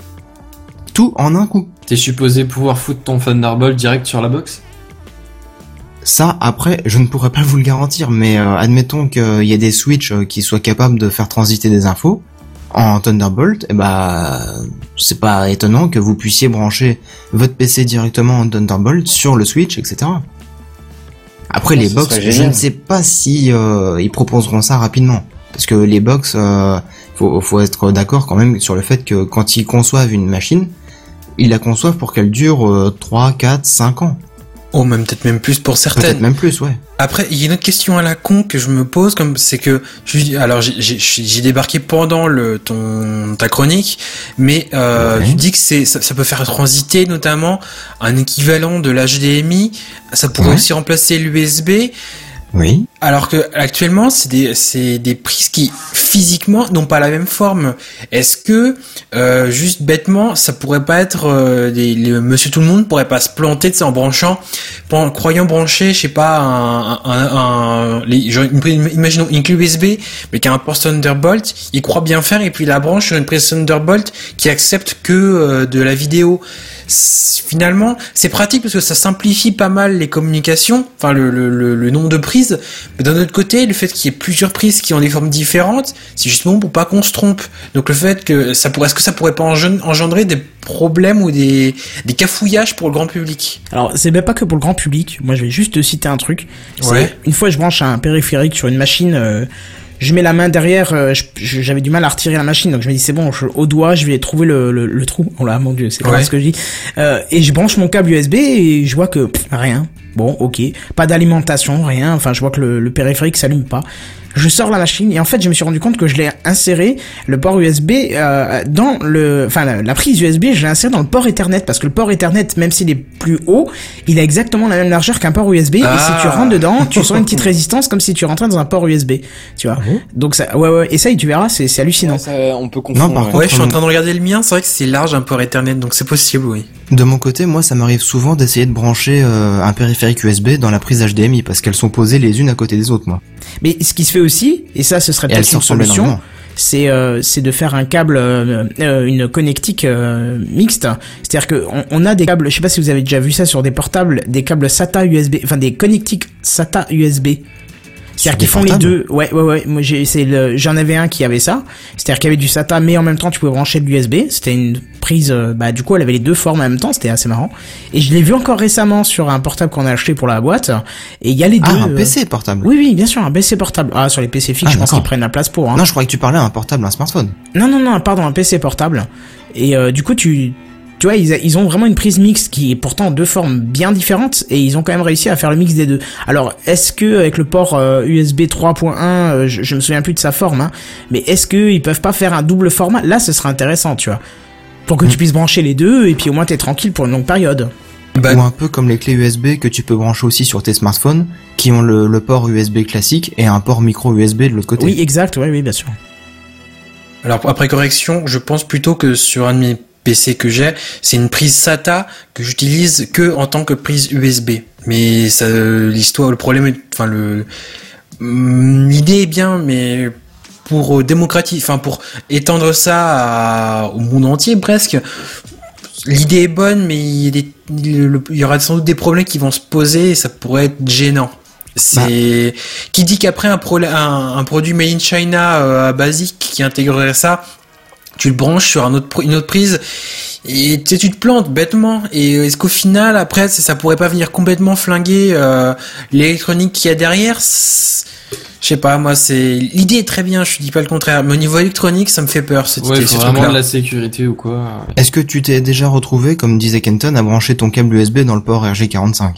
Tout en un coup. T'es supposé pouvoir foutre ton Thunderbolt direct sur la box ? Ça, après, je ne pourrais pas vous le garantir, mais euh, admettons qu'il y ait des switches euh, qui soient capables de faire transiter des infos en Thunderbolt, et bah, c'est pas étonnant que vous puissiez brancher votre P C directement en Thunderbolt sur le switch, et cetera. Après, ça, les box, je ne sais pas si euh, ils proposeront ça rapidement, parce que les box, euh, faut, faut être d'accord quand même sur le fait que quand ils conçoivent une machine, ils la conçoivent pour qu'elle dure euh, trois, quatre, cinq ans. Oh, même peut-être même plus pour certaines. Peut-être même plus, ouais. Après, il y a une autre question à la con que je me pose, comme c'est que je, alors j'ai, j'ai, j'ai débarqué pendant le ton ta chronique, mais euh, ouais. tu dis que c'est ça, ça peut faire transiter notamment un équivalent de l'H D M I, ça pourrait ouais. aussi remplacer l'U S B. Oui. Alors que actuellement, c'est des c'est des prises qui physiquement n'ont pas la même forme. Est-ce que euh, juste bêtement, ça pourrait pas être euh, des les, Monsieur Tout le Monde pourrait pas se planter de ça en branchant, en croyant brancher, je sais pas, un, un, un, un les, genre, une, imaginons une clé U S B, mais qui a un port Thunderbolt, il croit bien faire et puis il la branche sur une prise Thunderbolt qui accepte que euh, de la vidéo. C'est, finalement, c'est pratique parce que ça simplifie pas mal les communications, enfin le le le, le nombre de prises. Mais d'un autre côté, le fait qu'il y ait plusieurs prises qui ont des formes différentes, c'est justement pour pas qu'on se trompe. Donc le fait que ça pourrait, est-ce que ça pourrait pas engendrer des problèmes ou des, des cafouillages pour le grand public? Alors, c'est même pas que pour le grand public. Moi, je vais juste te citer un truc. C'est, ouais. Une fois, je branche un périphérique sur une machine, euh, je mets la main derrière, euh, je, j'avais du mal à retirer la machine, donc je me dis c'est bon, je, au doigt, je vais trouver le, le, le trou. Oh là, mon Dieu, c'est pas ouais. ce que je dis. Euh, et je branche mon câble U S B et je vois que pff, rien. Bon, ok, pas d'alimentation, rien. Enfin, je vois que le, le périphérique s'allume pas. Je sors la machine et en fait, je me suis rendu compte que je l'ai inséré le port U S B euh, dans le, enfin la, la prise U S B, je l'ai inséré dans le port Ethernet parce que le port Ethernet, même s'il est plus haut, il a exactement la même largeur qu'un port U S B ah. et si tu rentres dedans, tu sens une petite résistance comme si tu rentrais dans un port U S B, tu vois. Ah bon Donc ça, ouais ouais, essaye, tu verras, c'est c'est hallucinant. Ouais, ça, on peut confondre. Non, par ouais. contre, ouais, je suis en train de regarder le mien, c'est vrai que c'est large un port Ethernet, donc c'est possible, oui. De mon côté, moi, ça m'arrive souvent d'essayer de brancher euh, un périphérique U S B dans la prise H D M I parce qu'elles sont posées les unes à côté des autres, moi. Mais ce qui se fait aussi, et ça, ce serait Et peut-être une solution, c'est euh, c'est de faire un câble, euh, euh, une connectique euh, mixte. C'est-à-dire que on, on a des câbles, je sais pas si vous avez déjà vu ça sur des portables, des câbles SATA U S B, enfin des connectiques SATA U S B. C'est-à-dire qu'ils font les deux. Ouais, ouais, ouais. Moi, j'ai, c'est le, j'en avais un qui avait ça. C'est-à-dire qu'il y avait du SATA, mais en même temps, tu pouvais brancher de l'U S B. C'était une prise, euh, bah, du coup, elle avait les deux formes en même temps. C'était assez marrant. Et je l'ai vu encore récemment sur un portable qu'on a acheté pour la boîte. Et il y a les deux. Ah, un P C portable. Oui, oui, bien sûr, un P C portable. Ah, sur les P C fixes, ah, je pense d'accord. qu'ils prennent la place pour, hein. Non, je croyais que tu parlais à un portable, un smartphone. Non, non, non, pardon, un P C portable. Et, euh, du coup, tu, tu vois, ils, ils ont vraiment une prise mixte qui est pourtant deux formes bien différentes et ils ont quand même réussi à faire le mix des deux. Alors, est-ce que avec le port euh, U S B trois point un, euh, je, je me souviens plus de sa forme, hein, mais est-ce que ils peuvent pas faire un double format? Là, ce serait intéressant, tu vois, pour que mmh. tu puisses brancher les deux et puis au moins t'es tranquille pour une longue période. Bah, ou un peu comme les clés U S B que tu peux brancher aussi sur tes smartphones, qui ont le, le port U S B classique et un port micro U S B de l'autre côté. Oui, exact, oui, oui, bien sûr. Alors après correction, je pense plutôt que sur un de mes P C que j'ai, c'est une prise SATA que j'utilise que en tant que prise U S B. Mais ça, l'histoire, le problème, est, enfin le, l'idée est bien, mais pour démocratiser, enfin pour étendre ça à, au monde entier presque, l'idée est bonne, mais il y, a des, il y aura sans doute des problèmes qui vont se poser et ça pourrait être gênant. C'est bah. Qui dit qu'après un, pro... un, un produit made in China euh, basique qui intégrerait ça, tu le branches sur un autre, une autre prise et tu, tu te plantes bêtement. Et est-ce qu'au final, après, ça pourrait pas venir complètement flinguer euh, l'électronique qu'il y a derrière? Je sais pas, moi, c'est l'idée est très bien, je dis pas le contraire, mais au niveau électronique, ça me fait peur. Cette ouais, idée, faut vraiment de la sécurité ou quoi. Est-ce que tu t'es déjà retrouvé, comme disait Kenton, à brancher ton câble U S B dans le port R J quarante-cinq?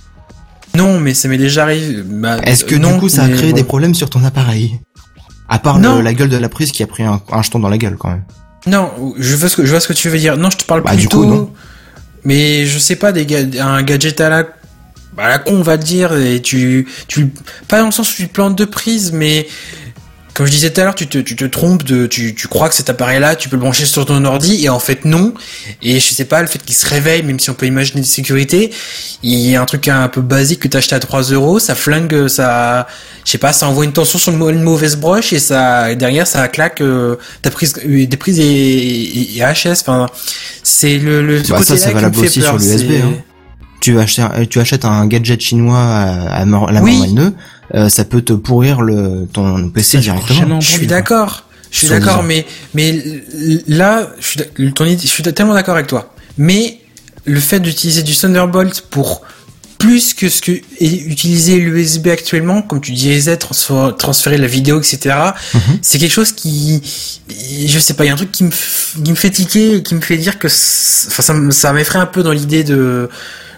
Non, mais ça m'est déjà arrivé. Bah, Est-ce que euh, non, du coup, ça a créé bon. des problèmes sur ton appareil? À part le, la gueule de la prise qui a pris un, un jeton dans la gueule, quand même. Non, je vois ce que je vois ce que tu veux dire. Non, je te parle bah, plutôt. Du coup, non. Mais je sais pas, des ga- un gadget à la, à la con, on va te dire, et tu, tu, pas dans le sens où tu te plantes de prise, mais comme je disais tout à l'heure, tu te, tu te trompes de, tu, tu crois que cet appareil-là, tu peux le brancher sur ton ordi, et en fait non. Et je sais pas, le fait qu'il se réveille, même si on peut imaginer des sécurités, il y a un truc un peu basique que t'as acheté à trois euros, ça flingue, ça, je sais pas, ça envoie une tension sur une mauvaise broche, et ça, derrière, ça claque, euh, ta prise, des prises et, et, et H S, enfin, c'est le, le, bah, ça, c'est valable aussi sur l'U S B, hein. Tu achètes, tu achètes un gadget chinois à, à mort, la oui. mort nœud, euh, ça peut te pourrir le, ton P C ça, directement. Je suis d'accord. Je suis d'accord, mais, mais là, je suis, ton idée, je suis tellement d'accord avec toi. Mais, le fait d'utiliser du Thunderbolt pour plus que ce que est utilisé l'U S B actuellement, comme tu disais, transférer, transférer la vidéo, et cetera, mm-hmm. c'est quelque chose qui, je sais pas, il y a un truc qui me, qui me fait tiquer et qui me fait dire que, enfin, ça, ça m'effraie un peu dans l'idée de,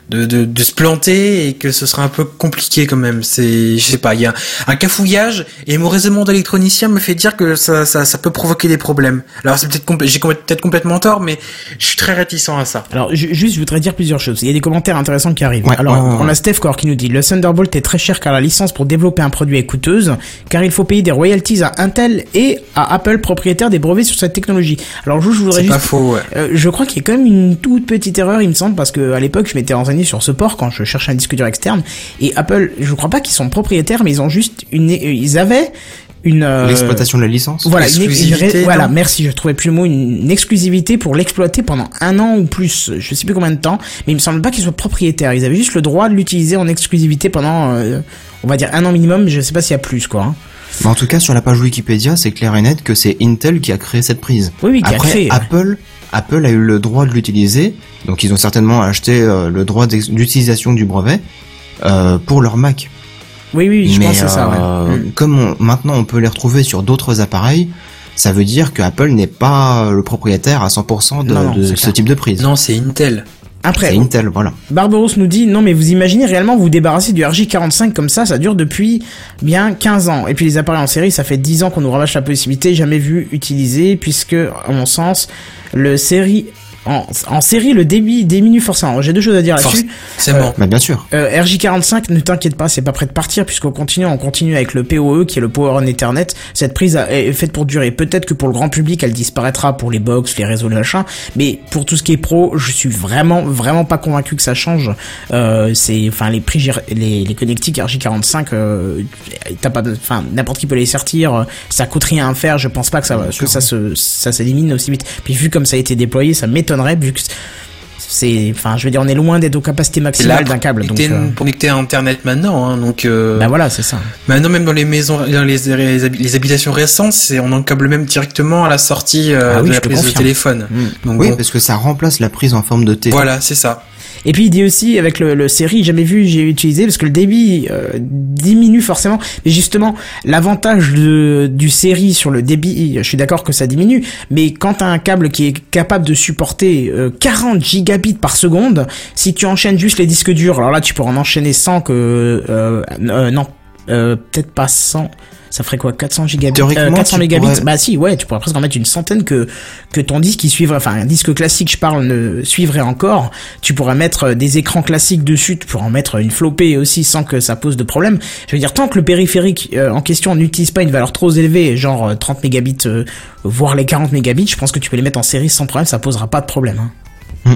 de, de, de se planter et que ce sera un peu compliqué quand même. C'est, je sais pas, il y a un cafouillage et mon raisonnement d'électronicien me fait dire que ça, ça, ça peut provoquer des problèmes. Alors c'est peut-être, compl- j'ai peut-être complètement tort, mais je suis très réticent à ça. Alors ju- juste, je voudrais dire plusieurs choses. Il y a des commentaires intéressants qui arrivent. Ouais, Alors, ouais, ouais, on a ouais. Steph Core qui nous dit le Thunderbolt est très cher car la licence pour développer un produit est coûteuse, car il faut payer des royalties à Intel et à Apple, propriétaires des brevets sur cette technologie. Alors je, je voudrais C'est juste pas faux, ouais. Euh, je crois qu'il y a quand même une toute petite erreur, il me semble, parce que à l'époque, je m'étais renseigné sur ce port quand je cherchais un disque dur externe. Et Apple, je crois pas qu'ils sont propriétaires, mais ils ont juste une, ils avaient une euh, L'exploitation de la licence. voilà, une, une, Exclusivité, une- voilà, non merci, je trouvais plus le mot, une, une exclusivité pour l'exploiter pendant un an ou plus, je sais plus combien de temps, mais il me semble pas qu'ils soient propriétaires. Ils avaient juste le droit de l'utiliser en exclusivité pendant, euh, on va dire un an minimum, mais je sais pas s'il y a plus, quoi. Hein. Mais en tout cas, sur la page Wikipédia, c'est clair et net que c'est Intel qui a créé cette prise. Oui, oui, qui a Après, créé, ouais. Apple, Apple a eu le droit de l'utiliser, donc ils ont certainement acheté euh, le droit d'ex- d'utilisation du brevet euh, pour leur Mac. Oui, oui, je Mais pense que c'est ça, ouais. euh, Mm. comme on- maintenant on peut les retrouver sur d'autres appareils, ça veut dire que Apple n'est pas le propriétaire à cent pour cent de, Non, non, de c'est ce clair. type de prise. Non, c'est Intel. Après, C'est Intel, voilà. Barbaros nous dit, non mais vous imaginez réellement vous débarrasser du R J quarante-cinq comme ça, ça dure depuis bien quinze ans. Et puis les appareils en série, ça fait dix ans qu'on nous rabâche la possibilité, jamais vu utilisé, puisque, à mon sens, le série... En, en série, le débit diminue forcément. Alors, j'ai deux choses à dire là-dessus. C'est Euh, bon. Bah bien sûr. Euh, R J quarante-cinq, ne t'inquiète pas, c'est pas prêt de partir, puisqu'on continue, on continue avec le P O E, qui est le Power on Ethernet. Cette prise a- est faite pour durer. Peut-être que pour le grand public, elle disparaîtra pour les box, les réseaux, le machin. Mais pour tout ce qui est pro, je suis vraiment, vraiment pas convaincu que ça change. Euh, c'est, enfin, les prix, les, les connectiques R J quarante-cinq, euh, t'as pas, enfin, n'importe qui peut les sortir. Ça coûte rien à faire. Je pense pas que ça, que ça se, ça s'élimine aussi vite. Puis vu comme ça a été déployé, ça m'étonnerait, vu que c'est, enfin, je veux dire, on est loin d'être aux capacités maximales d'un câble. Donc, Connecté, euh, connecté à Internet maintenant, hein, donc. Euh, bah voilà, c'est ça. Maintenant, même dans les maisons, dans les, les, habi- les habitations récentes, c'est on encable même directement à la sortie euh, Ah oui, de je la te prise de confirme. téléphone. Mm. Donc Oui, bon, parce que ça remplace la prise en forme de T. voilà, c'est ça. Et puis il dit aussi avec le, le série, jamais vu, j'ai utilisé parce que le débit euh, diminue forcément. Mais justement, l'avantage de, du série sur le débit, je suis d'accord que ça diminue, mais quand t'as un câble qui est capable de supporter euh, quarante gigabits par seconde, si tu enchaînes juste les disques durs, alors là tu pourras en enchaîner cent que euh, euh, non, euh, peut-être pas cent. Ça ferait quoi, quatre cents gigabits, Théoriquement, euh, quatre cents tu mégabits. pourrais- Bah si, ouais, tu pourrais presque en mettre une centaine que que ton disque qui suivrait, enfin un disque classique, je parle, ne suivrait encore. Tu pourrais mettre des écrans classiques dessus, tu pourrais en mettre une flopée aussi sans que ça pose de problème. Je veux dire, tant que le périphérique euh, en question n'utilise pas une valeur trop élevée, genre euh, trente mégabits, euh, voire les quarante mégabits, je pense que tu peux les mettre en série sans problème, ça posera pas de problème. Hein.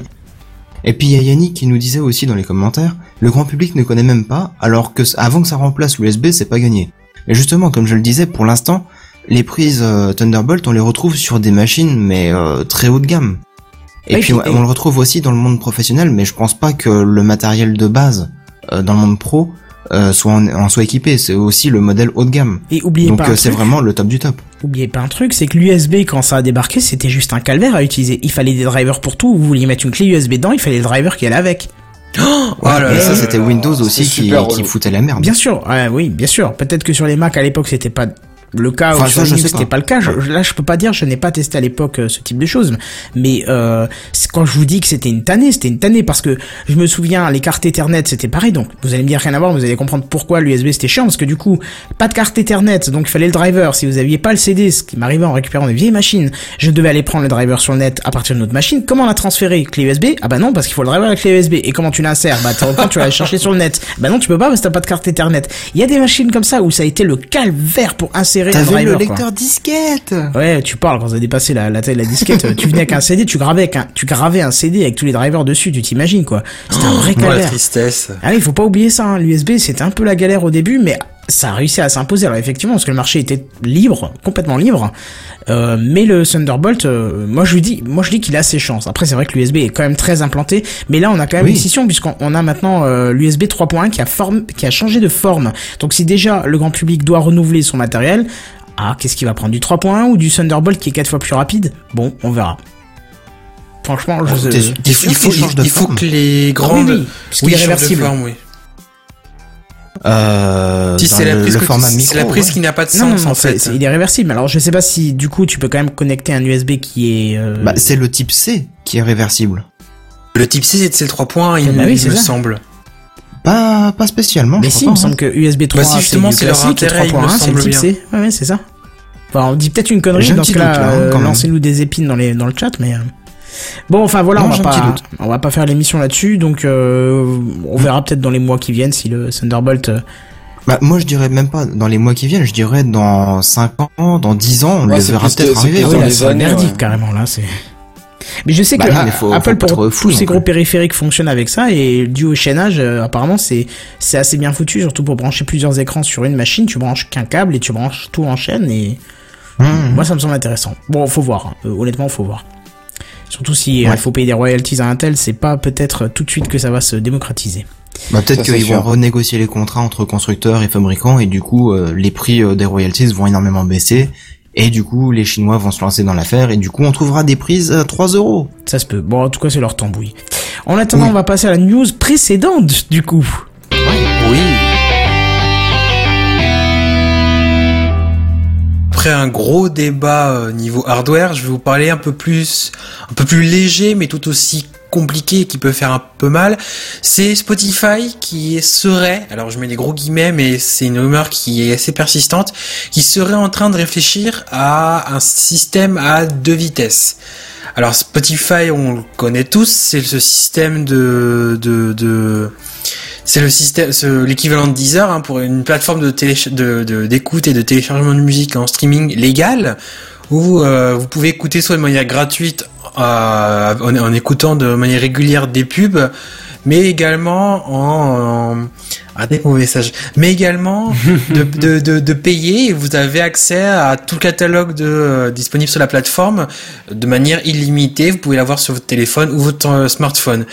Et puis il y a Yannick qui nous disait aussi dans les commentaires, le grand public ne connaît même pas, alors que c- avant que ça remplace l'U S B, c'est pas gagné. Et justement, comme je le disais, pour l'instant, les prises euh, Thunderbolt, on les retrouve sur des machines, mais euh, très haut de gamme. Et Oui, puis puis- on, on le retrouve aussi dans le monde professionnel, mais je pense pas que le matériel de base euh, dans le monde pro euh, soit en, en soit équipé. C'est aussi le modèle haut de gamme. Et oubliez Donc pas un euh, c'est truc. vraiment le top du top. Oubliez pas un truc, c'est que l'U S B, quand ça a débarqué, c'était juste un calvaire à utiliser. Il fallait des drivers pour tout. Vous vouliez mettre une clé U S B dedans, il fallait le driver qui allait avec. Oh là Et là ça, là c'était là. Windows aussi c'est qui, super qui relou. foutait la merde. Bien sûr, ouais, oui, bien sûr. Peut-être que sur les Mac à l'époque c'était pas le cas, Enfin, ou sur ça, je Linux sais pas. c'était pas le cas. Je- je- là, je peux pas dire, je n'ai pas testé à l'époque euh, ce type de choses. Mais euh, c'est- quand je vous dis que c'était une tannée, c'était une tannée parce que je me souviens, les cartes Ethernet c'était pareil. Donc vous allez me dire rien à voir, vous allez comprendre pourquoi l'U S B c'était chiant parce que du coup pas de carte Ethernet, donc il fallait le driver. Si vous aviez pas le C D, ce qui m'arrivait en récupérant des vieilles machines, je devais aller prendre le driver sur le net à partir de notre machine. Comment la transférer? Clé U S B? Ah bah non, parce qu'il faut le driver avec clé U S B. Et comment tu l'insères? Bah t'as- quand tu vas aller chercher sur le net. Bah non, tu peux pas parce que t'as pas de carte Ethernet. Il y a des machines comme ça où ça a été le calvaire pour insérer un T'avais driver. le quoi. lecteur disquette. Ouais, tu parles quand ça a dépassé la, la taille de la disquette. Tu venais avec un C D, tu gravais avec un, tu gravais un C D avec tous les drivers dessus, tu t'imagines quoi. C'était un vrai Oh, la calvaire. tristesse. Ah oui, il faut pas oublier ça, hein. L'U S B c'était un peu la galère au début, mais ça a réussi à s'imposer. Alors effectivement, parce que le marché était libre, complètement libre. Euh, mais le Thunderbolt, euh, moi je lui dis, moi je dis qu'il a ses chances. Après c'est vrai que l'U S B est quand même très implanté, mais là on a quand même Oui. une scission puisqu'on on a maintenant euh, l'U S B trois point un qui a forme, qui a changé de forme. Donc si déjà le grand public doit renouveler son matériel, ah qu'est-ce qu'il va prendre, du trois point un ou du Thunderbolt qui est quatre fois plus rapide? Bon, on verra. Franchement, je T'es sûr- Il t'es faut, sûr il faut, qu'il change de il faut forme que les grandes. oui, oui, puisqu'il Oui, est change de réversible. forme, oui. Euh, Si dans c'est la le, prise, le que- format c'est micro. la prise ouais. qui n'a pas de Non, non, sens non, en c'est- fait. c'est- il est réversible. Alors je sais pas si du coup tu peux quand même connecter un U S B qui est. Euh... Bah, c'est le type C qui est réversible. Le type C, c'est le trois points, il, Eh ben oui, il c'est me ça. semble. Pas, pas spécialement. Mais je si, il crois me pas, semble hein. que U S B trois, Bah si, justement, c'est c'est du leur classique, et intérêt, il me trois point un, c'est le semble type bien. C. Ouais, ouais, c'est ça. Enfin, on dit peut-être une connerie, J'ai un dans ce petit cas, doute, là, hein, euh, quand même. lancez-nous des épines dans les, dans le chat, mais, euh, bon, enfin, voilà, Non, on va j'ai un petit pas, doute. on va pas faire l'émission là-dessus, donc, euh, on verra peut-être dans les mois qui viennent si le Thunderbolt, euh, Bah, moi, je dirais même pas dans les mois qui viennent, je dirais dans cinq ans, dans dix ans, on Ouais, les c'est verra plus peut-être de- c'est arriver. plus oui, dans quoi. là, les c'est années, merdique, ouais. carrément, là, c'est... Mais je sais Bah que non, a- mais faut- Apple, faut pas pour trop fou tous non ces gros plus. périphériques fonctionnent avec ça, et dû au chaînage, euh, apparemment, c'est, c'est assez bien foutu, surtout pour brancher plusieurs écrans sur une machine, tu branches qu'un câble et tu branches tout en chaîne, et Mmh. moi, ça me semble intéressant. Bon, faut voir, hein. Euh, honnêtement, faut voir. Surtout si il Ouais. faut payer des royalties à Intel, c'est pas peut-être tout de suite que ça va se démocratiser. Bah, peut-être Ça, c'est qu'ils vont sûr. renégocier les contrats entre constructeurs et fabricants et du coup, euh, les prix euh, des royalties vont énormément baisser. Et du coup, les Chinois vont se lancer dans l'affaire et du coup, on trouvera des prises à trois euros. Ça se peut. Bon, en tout cas, c'est leur tambouille. En attendant, Oui. on va passer à la news précédente, du coup. Oui. Après un gros débat euh, niveau hardware, je vais vous parler un peu plus, un peu plus léger, mais tout aussi compliqué et qui peut faire un peu mal. C'est Spotify qui serait, alors je mets des gros guillemets, mais c'est une rumeur qui est assez persistante, qui serait en train de réfléchir à un système à deux vitesses. Alors Spotify, on le connaît tous, c'est ce système de de, de c'est le système, ce, l'équivalent de Deezer hein, pour une plateforme de télé, de, de d'écoute et de téléchargement de musique en streaming légal, où euh, vous pouvez écouter soit de manière gratuite euh, en, en écoutant de manière régulière des pubs, mais également en, en arrêtez mon message, mais également de, de, de, de payer, et vous avez accès à tout le catalogue de, euh, disponible sur la plateforme de manière illimitée. Vous pouvez l'avoir sur votre téléphone ou votre euh, smartphone.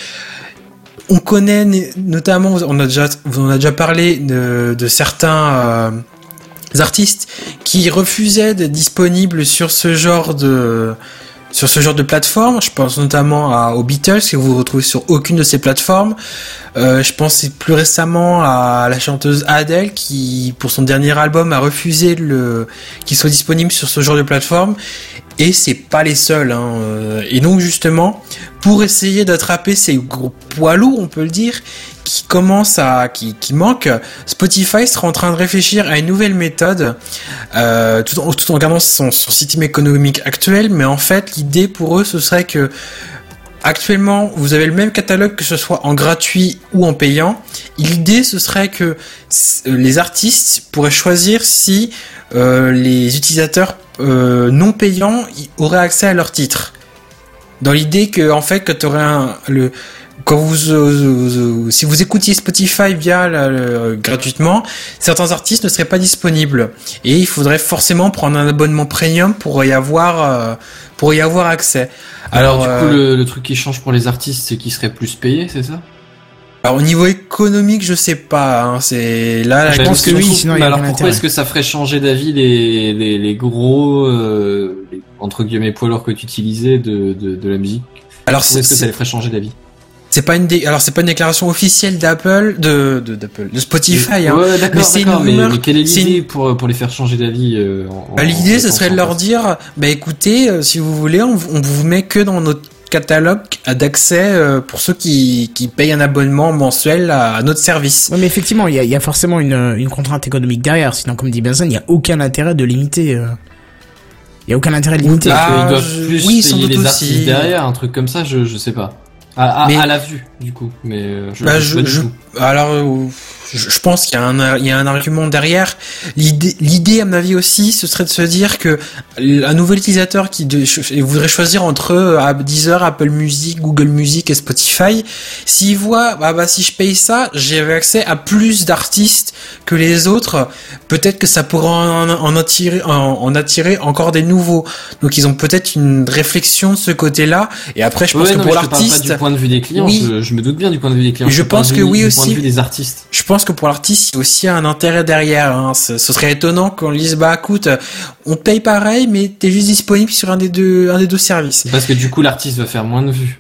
On connaît notamment, on a déjà, on a déjà parlé de, de certains euh, artistes qui refusaient d'être disponibles sur ce genre de sur ce genre de plateforme. Je pense notamment à, aux Beatles que vous retrouvez sur aucune de ces plateformes. Euh, je pense plus récemment à la chanteuse Adele qui, pour son dernier album, a refusé le qu'il soit disponible sur ce genre de plateforme. Et c'est pas les seuls. Hein. Et donc justement, pour essayer d'attraper ces gros poids lourds, on peut le dire, qui commencent à, qui, qui manquent, Spotify sera en train de réfléchir à une nouvelle méthode, euh, tout en, tout en gardant son, son système économique actuel. Mais en fait, l'idée pour eux, ce serait que actuellement, vous avez le même catalogue que ce soit en gratuit ou en payant. L'idée, ce serait que les artistes pourraient choisir si euh, les utilisateurs euh, non payants auraient accès à leurs titres. Dans l'idée que, en fait, que tu aurais un, le, quand vous, euh, euh, si vous écoutiez Spotify via la, le, gratuitement, certains artistes ne seraient pas disponibles. Et il faudrait forcément prendre un abonnement premium pour y avoir, euh, pour y avoir accès. Alors, Alors, du coup, euh, le, le truc qui change pour les artistes, c'est qu'ils seraient plus payés, c'est ça? alors au niveau économique, je sais pas. Hein, c'est là, là Je Bah, pense que surtout- oui, sinon il y mais a alors aucun pourquoi intérêt. est-ce que ça ferait changer d'avis les, les, les gros, euh, les, entre guillemets, poids lourds que tu utilisais de, de, de la musique? alors Pourquoi c'est, est-ce que ça c'est, les ferait changer d'avis? c'est pas une dé... alors c'est pas une déclaration officielle d'Apple, de, de d'Apple, de Spotify. Hein. Ouais, d'accord, Mais c'est d'accord, une mais, rumeur- mais quelle est c'est l'idée une- pour, pour les faire changer d'avis euh, en, Bah, en- l'idée, en ce serait de mettant leur ça dire, bah écoutez, euh, si vous voulez, on, on vous met que dans notre catalogue d'accès euh, pour ceux qui, qui payent un abonnement mensuel à, à notre service. Ouais, mais effectivement, il y a, il y a forcément une, une contrainte économique derrière. Sinon, comme dit Benson, il y a aucun intérêt de limiter. euh, Il y a aucun intérêt de limiter. Ah, Parce qu'ils doivent je- plus oui, sans payer doute les aussi. artistes derrière, un truc comme ça, je, je sais pas. À, à, Mais- à la vue, du coup, mais euh, je, Bah, je, sais je, pas du je- tout. alors, euh, je, je pense qu'il y a un, il y a un argument derrière. L'idée, l'idée, à mon avis aussi, ce serait de se dire que un nouvel utilisateur qui de, ch- voudrait choisir entre euh, Deezer, Apple Music, Google Music et Spotify, s'il voit, bah, bah, si je paye ça, j'ai accès à plus d'artistes que les autres. Peut-être que ça pourrait en, en attirer, en, en attirer encore des nouveaux. Donc, ils ont peut-être une réflexion de ce côté-là. Et après, je pense Ouais, que non, pour mais je te parle l'artiste, pas du point de vue des clients, oui. je, je me doute bien du point de vue des clients. Je te parle pense du- que oui du aussi. point de vue des artistes. je pense que pour l'artiste, il y a aussi un intérêt derrière. Hein. Ce, ce serait étonnant qu'on dise, bah écoute, on te paye pareil, mais t'es juste disponible sur un des deux, un des deux services. Parce que du coup, l'artiste va faire moins de vues.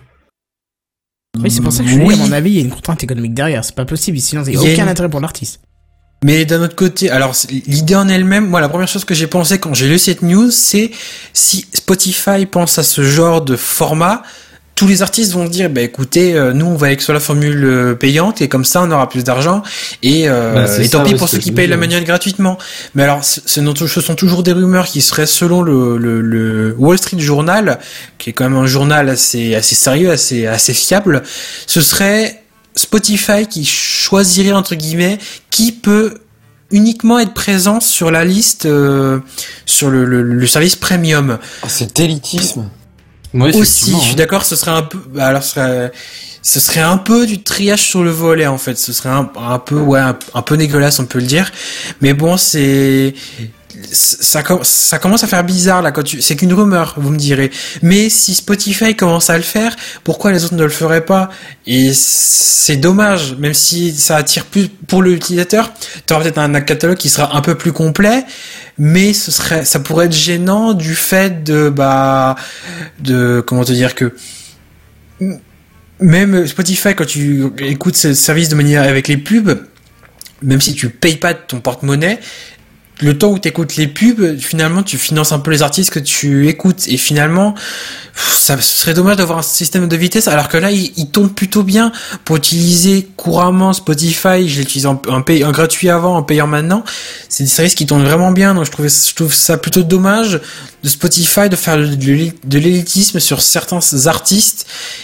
Oui, c'est pour ça que je dis, Oui. à mon avis, il y a une contrainte économique derrière. C'est pas possible. Sinon, il y a Il y a aucun une- intérêt pour l'artiste. Mais d'un autre côté, alors c'est- l'idée en elle-même, moi la première chose que j'ai pensé quand j'ai lu cette news, c'est si Spotify pense à ce genre de format, tous les artistes vont dire, bah écoutez, euh, nous on va aller sur la formule euh, payante et comme ça on aura plus d'argent et, euh, Bah, c'est et tant ça, pis ouais, pour c'est ceux qui ce que payent je la veux dire. manuelle gratuitement. Mais alors, ce, ce sont toujours des rumeurs qui seraient selon le, le, le Wall Street Journal, qui est quand même un journal assez assez sérieux, assez assez fiable. Ce serait Spotify qui choisirait entre guillemets qui peut uniquement être présent sur la liste euh, sur le, le, le service premium. Ah, c'est élitisme. Ouais, Aussi, effectivement, je suis hein. d'accord, ce serait un peu, bah, alors ce serait, ce serait un peu du triage sur le volet en fait. Ce serait un, un peu, ouais, un, un peu dégueulasse, on peut le dire. Mais bon, c'est, ça, ça commence à faire bizarre là quand tu, c'est qu'une rumeur, vous me direz. Mais si Spotify commence à le faire, pourquoi les autres ne le feraient pas? Et c'est dommage, même si ça attire plus pour l'utilisateur. Tu auras peut-être un catalogue qui sera un peu plus complet. Mais ce serait, ça pourrait être gênant du fait de, bah, de, comment te dire que, même Spotify, quand tu écoutes ce service de manière avec les pubs, même si tu payes pas de ton porte-monnaie, le temps où tu écoutes les pubs, finalement, tu finances un peu les artistes que tu écoutes. Et finalement, ça ce serait dommage d'avoir un système de vitesse, alors que là, il, il tourne plutôt bien pour utiliser couramment Spotify. Je l'utilise en, en, pay, en gratuit avant, en payant maintenant. C'est des services qui tournent vraiment bien. Donc, je trouve, je trouve ça plutôt dommage de Spotify de faire de, de l'élitisme sur certains artistes.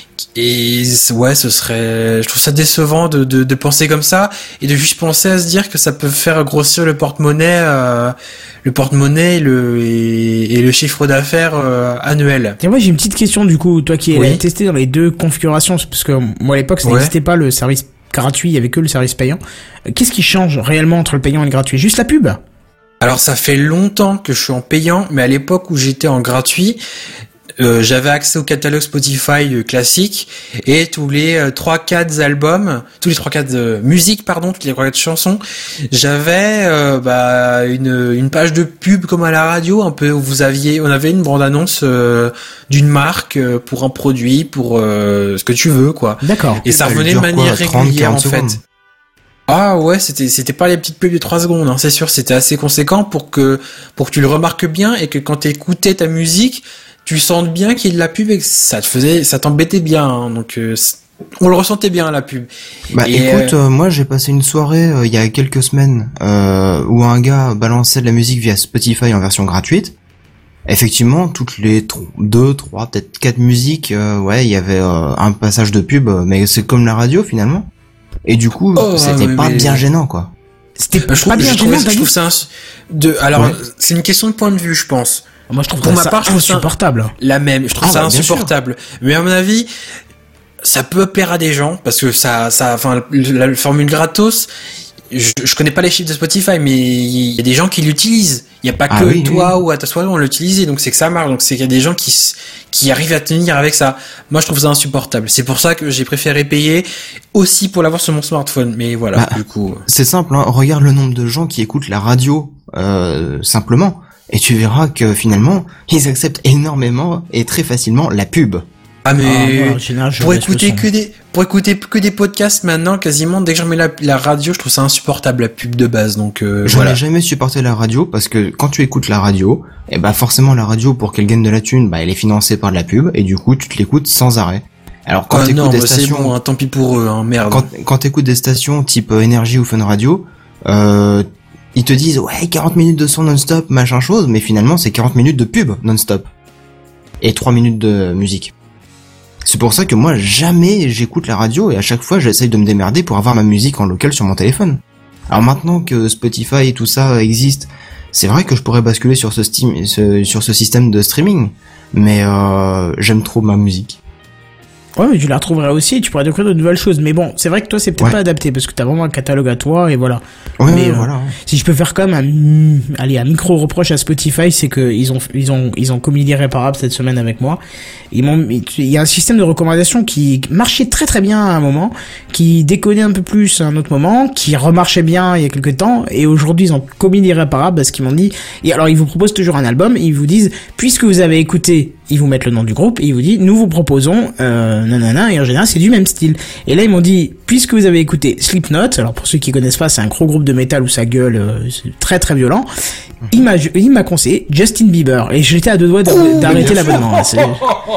Et ouais, ce serait, je trouve ça décevant de, de, de penser comme ça et de juste penser à se dire que ça peut faire grossir le porte-monnaie, euh, le porte-monnaie et le, et, et le chiffre d'affaires euh, annuel. Et moi j'ai une petite question du coup, toi qui Oui. as testé dans les deux configurations, parce que moi à l'époque ça Ouais. n'existait pas le service gratuit, il y avait que le service payant. Qu'est-ce qui change réellement entre le payant et le gratuit? Juste la pub? Alors ça fait longtemps que je suis en payant, mais à l'époque où j'étais en gratuit, Euh, j'avais accès au catalogue Spotify euh, classique et tous les euh, trois quatre albums, tous les trois quatre euh, musiques pardon, toutes les trois quatre chansons, j'avais euh, bah une une page de pub comme à la radio un peu où vous aviez on avait une bande annonce euh, d'une marque euh, pour un produit, pour euh, ce que tu veux quoi. D'accord. Et ça Elle revenait de dure quoi, manière trente, régulière en quarante fait. secondes Ah ouais, c'était c'était pas les petites pubs de trois secondes, hein, c'est sûr, c'était assez conséquent pour que pour que tu le remarques bien et que quand t'écoutais ta musique, tu sentes bien qu'il y ait de la pub et que ça te faisait, ça t'embêtait bien, hein, donc euh, on le ressentait bien la pub. Bah Et, écoute, euh, euh, moi j'ai passé une soirée euh, il y a quelques semaines euh, où un gars balançait de la musique via Spotify en version gratuite. Effectivement, toutes les tr- deux, trois, peut-être quatre musiques, euh, ouais, il y avait euh, un passage de pub, euh, mais c'est comme la radio finalement. Et du coup, Oh, c'était ouais, pas mais- bien gênant quoi. C'était je trouve, pas bien je trouve, gênant, je t'as trouve dit? ça ins- de alors Ouais. c'est une question de point de vue, je pense. Moi je trouve Pour ma ça part, je trouve ça- insupportable. La même, je trouve Ah, ça bah, bien insupportable. Mais à mon avis, ça peut plaire à des gens parce que ça, ça, enfin, la, la formule gratos. Je, je connais pas les chiffres de Spotify, mais il y a des gens qui l'utilisent. Il y a pas Ah que oui, toi ou à ta soirée on l'utilisait, donc c'est que ça marche. Donc c'est qu'il y a des gens qui s- qui arrivent à tenir avec ça. Moi, je trouve ça insupportable. C'est pour ça que j'ai préféré payer aussi pour l'avoir sur mon smartphone. Mais voilà, Bah, du coup. C'est simple, hein, regarde le nombre de gens qui écoutent la radio euh, simplement, et tu verras que finalement, ils acceptent énormément et très facilement la pub. Ah mais Ah, moi, en général, je pour laisse le écouter son. que des pour écouter que des podcasts maintenant, quasiment dès que je remets la, la radio, je trouve ça insupportable la pub de base. Donc euh, Je voilà. n'ai jamais supporté la radio parce que quand tu écoutes la radio, eh ben forcément la radio pour qu'elle gagne de la thune, bah elle est financée par de la pub et du coup tu te l'écoutes sans arrêt. Alors quand Ah t'écoutes non, des bah, c'est stations, bon, hein, tant pis pour eux, hein, merde. quand quand t'écoutes des stations type euh, Énergie ou Fun Radio, euh, ils te disent ouais quarante minutes de son non-stop machin chose, mais finalement c'est quarante minutes de pub non-stop et trois minutes de musique. C'est pour ça que moi jamais j'écoute la radio et à chaque fois j'essaye de me démerder pour avoir ma musique en local sur mon téléphone. Alors maintenant que Spotify et tout ça existe, c'est vrai que je pourrais basculer sur ce, Steam, ce sur ce système de streaming, mais euh, j'aime trop ma musique. Ouais, mais tu la retrouverais aussi et tu pourrais découvrir de nouvelles choses. Mais bon, c'est vrai que toi, c'est peut-être Ouais. pas adapté parce que t'as vraiment un catalogue à toi et voilà. Ouais, Mais, ouais, euh, voilà. Si je peux faire comme un, mm, allez, un micro reproche à Spotify, c'est que ils ont, ils ont, ils ont commis l'irréparable cette semaine avec moi. Ils m'ont, il y a un système de recommandation qui marchait très très bien à un moment, qui déconnait un peu plus à un autre moment, qui remarchait bien il y a quelques temps, et aujourd'hui ils ont commis l'irréparable parce qu'ils m'ont dit, et alors ils vous proposent toujours un album, et ils vous disent, puisque vous avez écouté, ils vous mettent le nom du groupe, et ils vous disent, nous vous proposons, euh, nanana, et en général c'est du même style. Et là ils m'ont dit, puisque vous avez écouté Slipknot, alors pour ceux qui connaissent pas, c'est un gros groupe de métal où ça gueule, euh, c'est très très violent, il m'a, il m'a conseillé Justin Bieber, et j'étais à deux doigts d'ar- d'arrêter l'abonnement. C'est,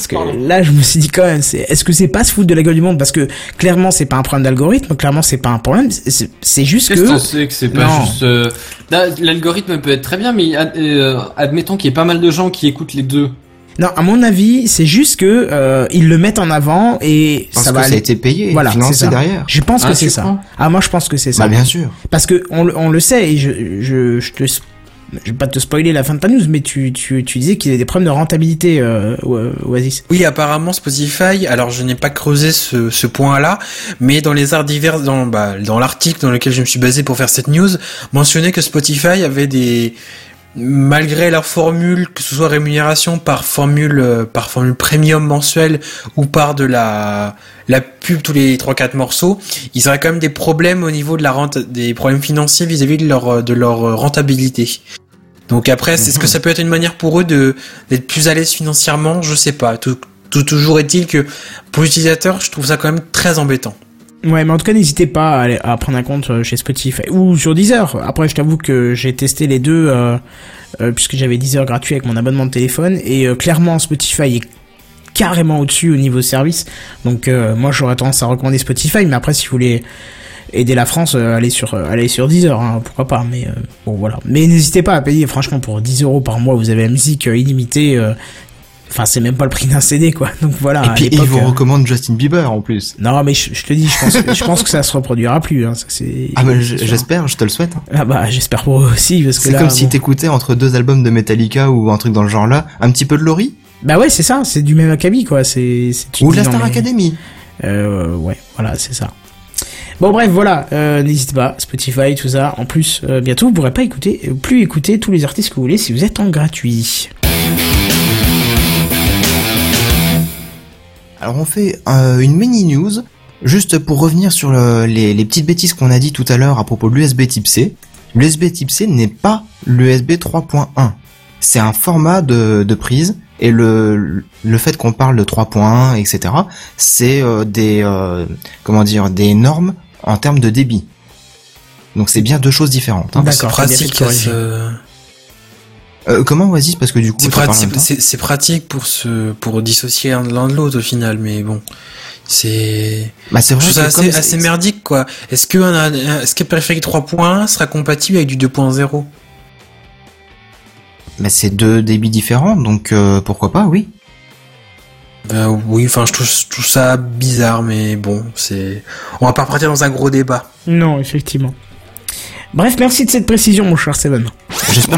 Parce que là, je me suis dit quand même, c'est, est-ce que c'est pas se foutre de la gueule du monde? Parce que clairement, c'est pas un problème d'algorithme, clairement, c'est pas un problème, c'est, c'est juste Qu'est-ce que... qu'on sait que c'est pas Non. juste... euh, là, l'algorithme peut être très bien, mais ad- euh, admettons qu'il y ait pas mal de gens qui écoutent les deux. Non, à mon avis, c'est juste que euh, ils le mettent en avant et Parce ça que va ça aller... a été payé, Voilà, c'est financé ça. derrière. Je pense Ah, que c'est tu ça. crois Ah, moi, je pense que c'est ça. Bah bien sûr. Parce que on, le- on le sait, et je, je, je te, je vais pas te spoiler la fin de ta news, mais tu, tu, tu disais qu'il y a des problèmes de rentabilité, euh, Oasis. Oui, apparemment Spotify. Alors, je n'ai pas creusé ce, ce point-là, mais dans les arts divers, dans bah, dans l'article dans lequel je me suis basé pour faire cette news, mentionnait que Spotify avait des, malgré leur formule, que ce soit rémunération par formule, euh, par formule premium mensuelle ou par de la la pub tous les trois quatre morceaux, ils auraient quand même des problèmes au niveau de la rente, des problèmes financiers vis-à-vis de leur de leur rentabilité. Donc après, c'est ce que ça peut être une manière pour eux de d'être plus à l'aise financièrement, je sais pas. Tout, tout toujours est-il que pour l'utilisateur, je trouve ça quand même très embêtant. Ouais, mais en tout cas, n'hésitez pas à, aller- à prendre un compte chez Spotify ou sur Deezer. Après, je t'avoue que j'ai testé les deux euh, euh, puisque j'avais Deezer gratuit avec mon abonnement de téléphone et euh, clairement Spotify est carrément au-dessus au niveau service. Donc euh, moi, j'aurais tendance à recommander Spotify, mais après, si vous voulez aider la France, euh, allez sur euh, allez sur Deezer, hein, pourquoi pas. Mais euh, bon, voilà. Mais n'hésitez pas à payer. Franchement, pour dix euros par mois, vous avez la musique euh, illimitée. Euh, Enfin, c'est même pas le prix d'un C D, quoi. Donc voilà. Et à puis ils l'époque, vous euh, recommandent Justin Bieber en plus. Non, mais je, je te dis, je pense, je pense que ça se reproduira plus. Hein. Ça, c'est. Ah bah j- j'espère, je te le souhaite. Ah bah j'espère pour eux aussi parce que C'est là, comme bon. si t'écoutais entre deux albums de Metallica ou un truc dans le genre là, un petit peu de Laurie Bah ouais, c'est ça, c'est du même acabit quoi, c'est c'est tu ou te la dis, non, Star mais- Academy. Euh ouais, voilà, c'est ça. Bon bref, voilà, euh, n'hésitez pas, Spotify, tout ça. En plus, euh, bientôt vous pourrez pas écouter, euh, plus écouter tous les artistes que vous voulez si vous êtes en gratuit. Alors on fait euh, une mini news, juste pour revenir sur le- les, les petites bêtises qu'on a dit tout à l'heure à propos de l'U S B type C. L'U S B type C n'est pas l'U S B trois point un. C'est un format de, de prise, et le, le fait qu'on parle de trois point un, et cetera, c'est euh, des, euh, comment dire, des normes en termes de débit. Donc c'est bien deux choses différentes. Hein. C'est D'accord, c'est bien pratique. fait de à corriger. ce- Euh, comment Oasis, parce que du coup C'est ça parle en pratique, même temps. c'est, c'est pratique pour se, pour dissocier l'un de l'autre au final, mais bon, c'est, Bah c'est je vrai trouve ça que assez, comme assez c'est- merdique quoi. Est-ce que un, un- est-ce que Périphérique trois point un sera compatible avec du deux point zéro? bah, c'est deux débits différents, donc euh, pourquoi pas, oui. Ben oui, enfin je trouve, je trouve ça bizarre, mais bon, c'est, on va pas partir dans un gros débat. Non, effectivement. Bref, merci de cette précision, mon cher Seven. J'espère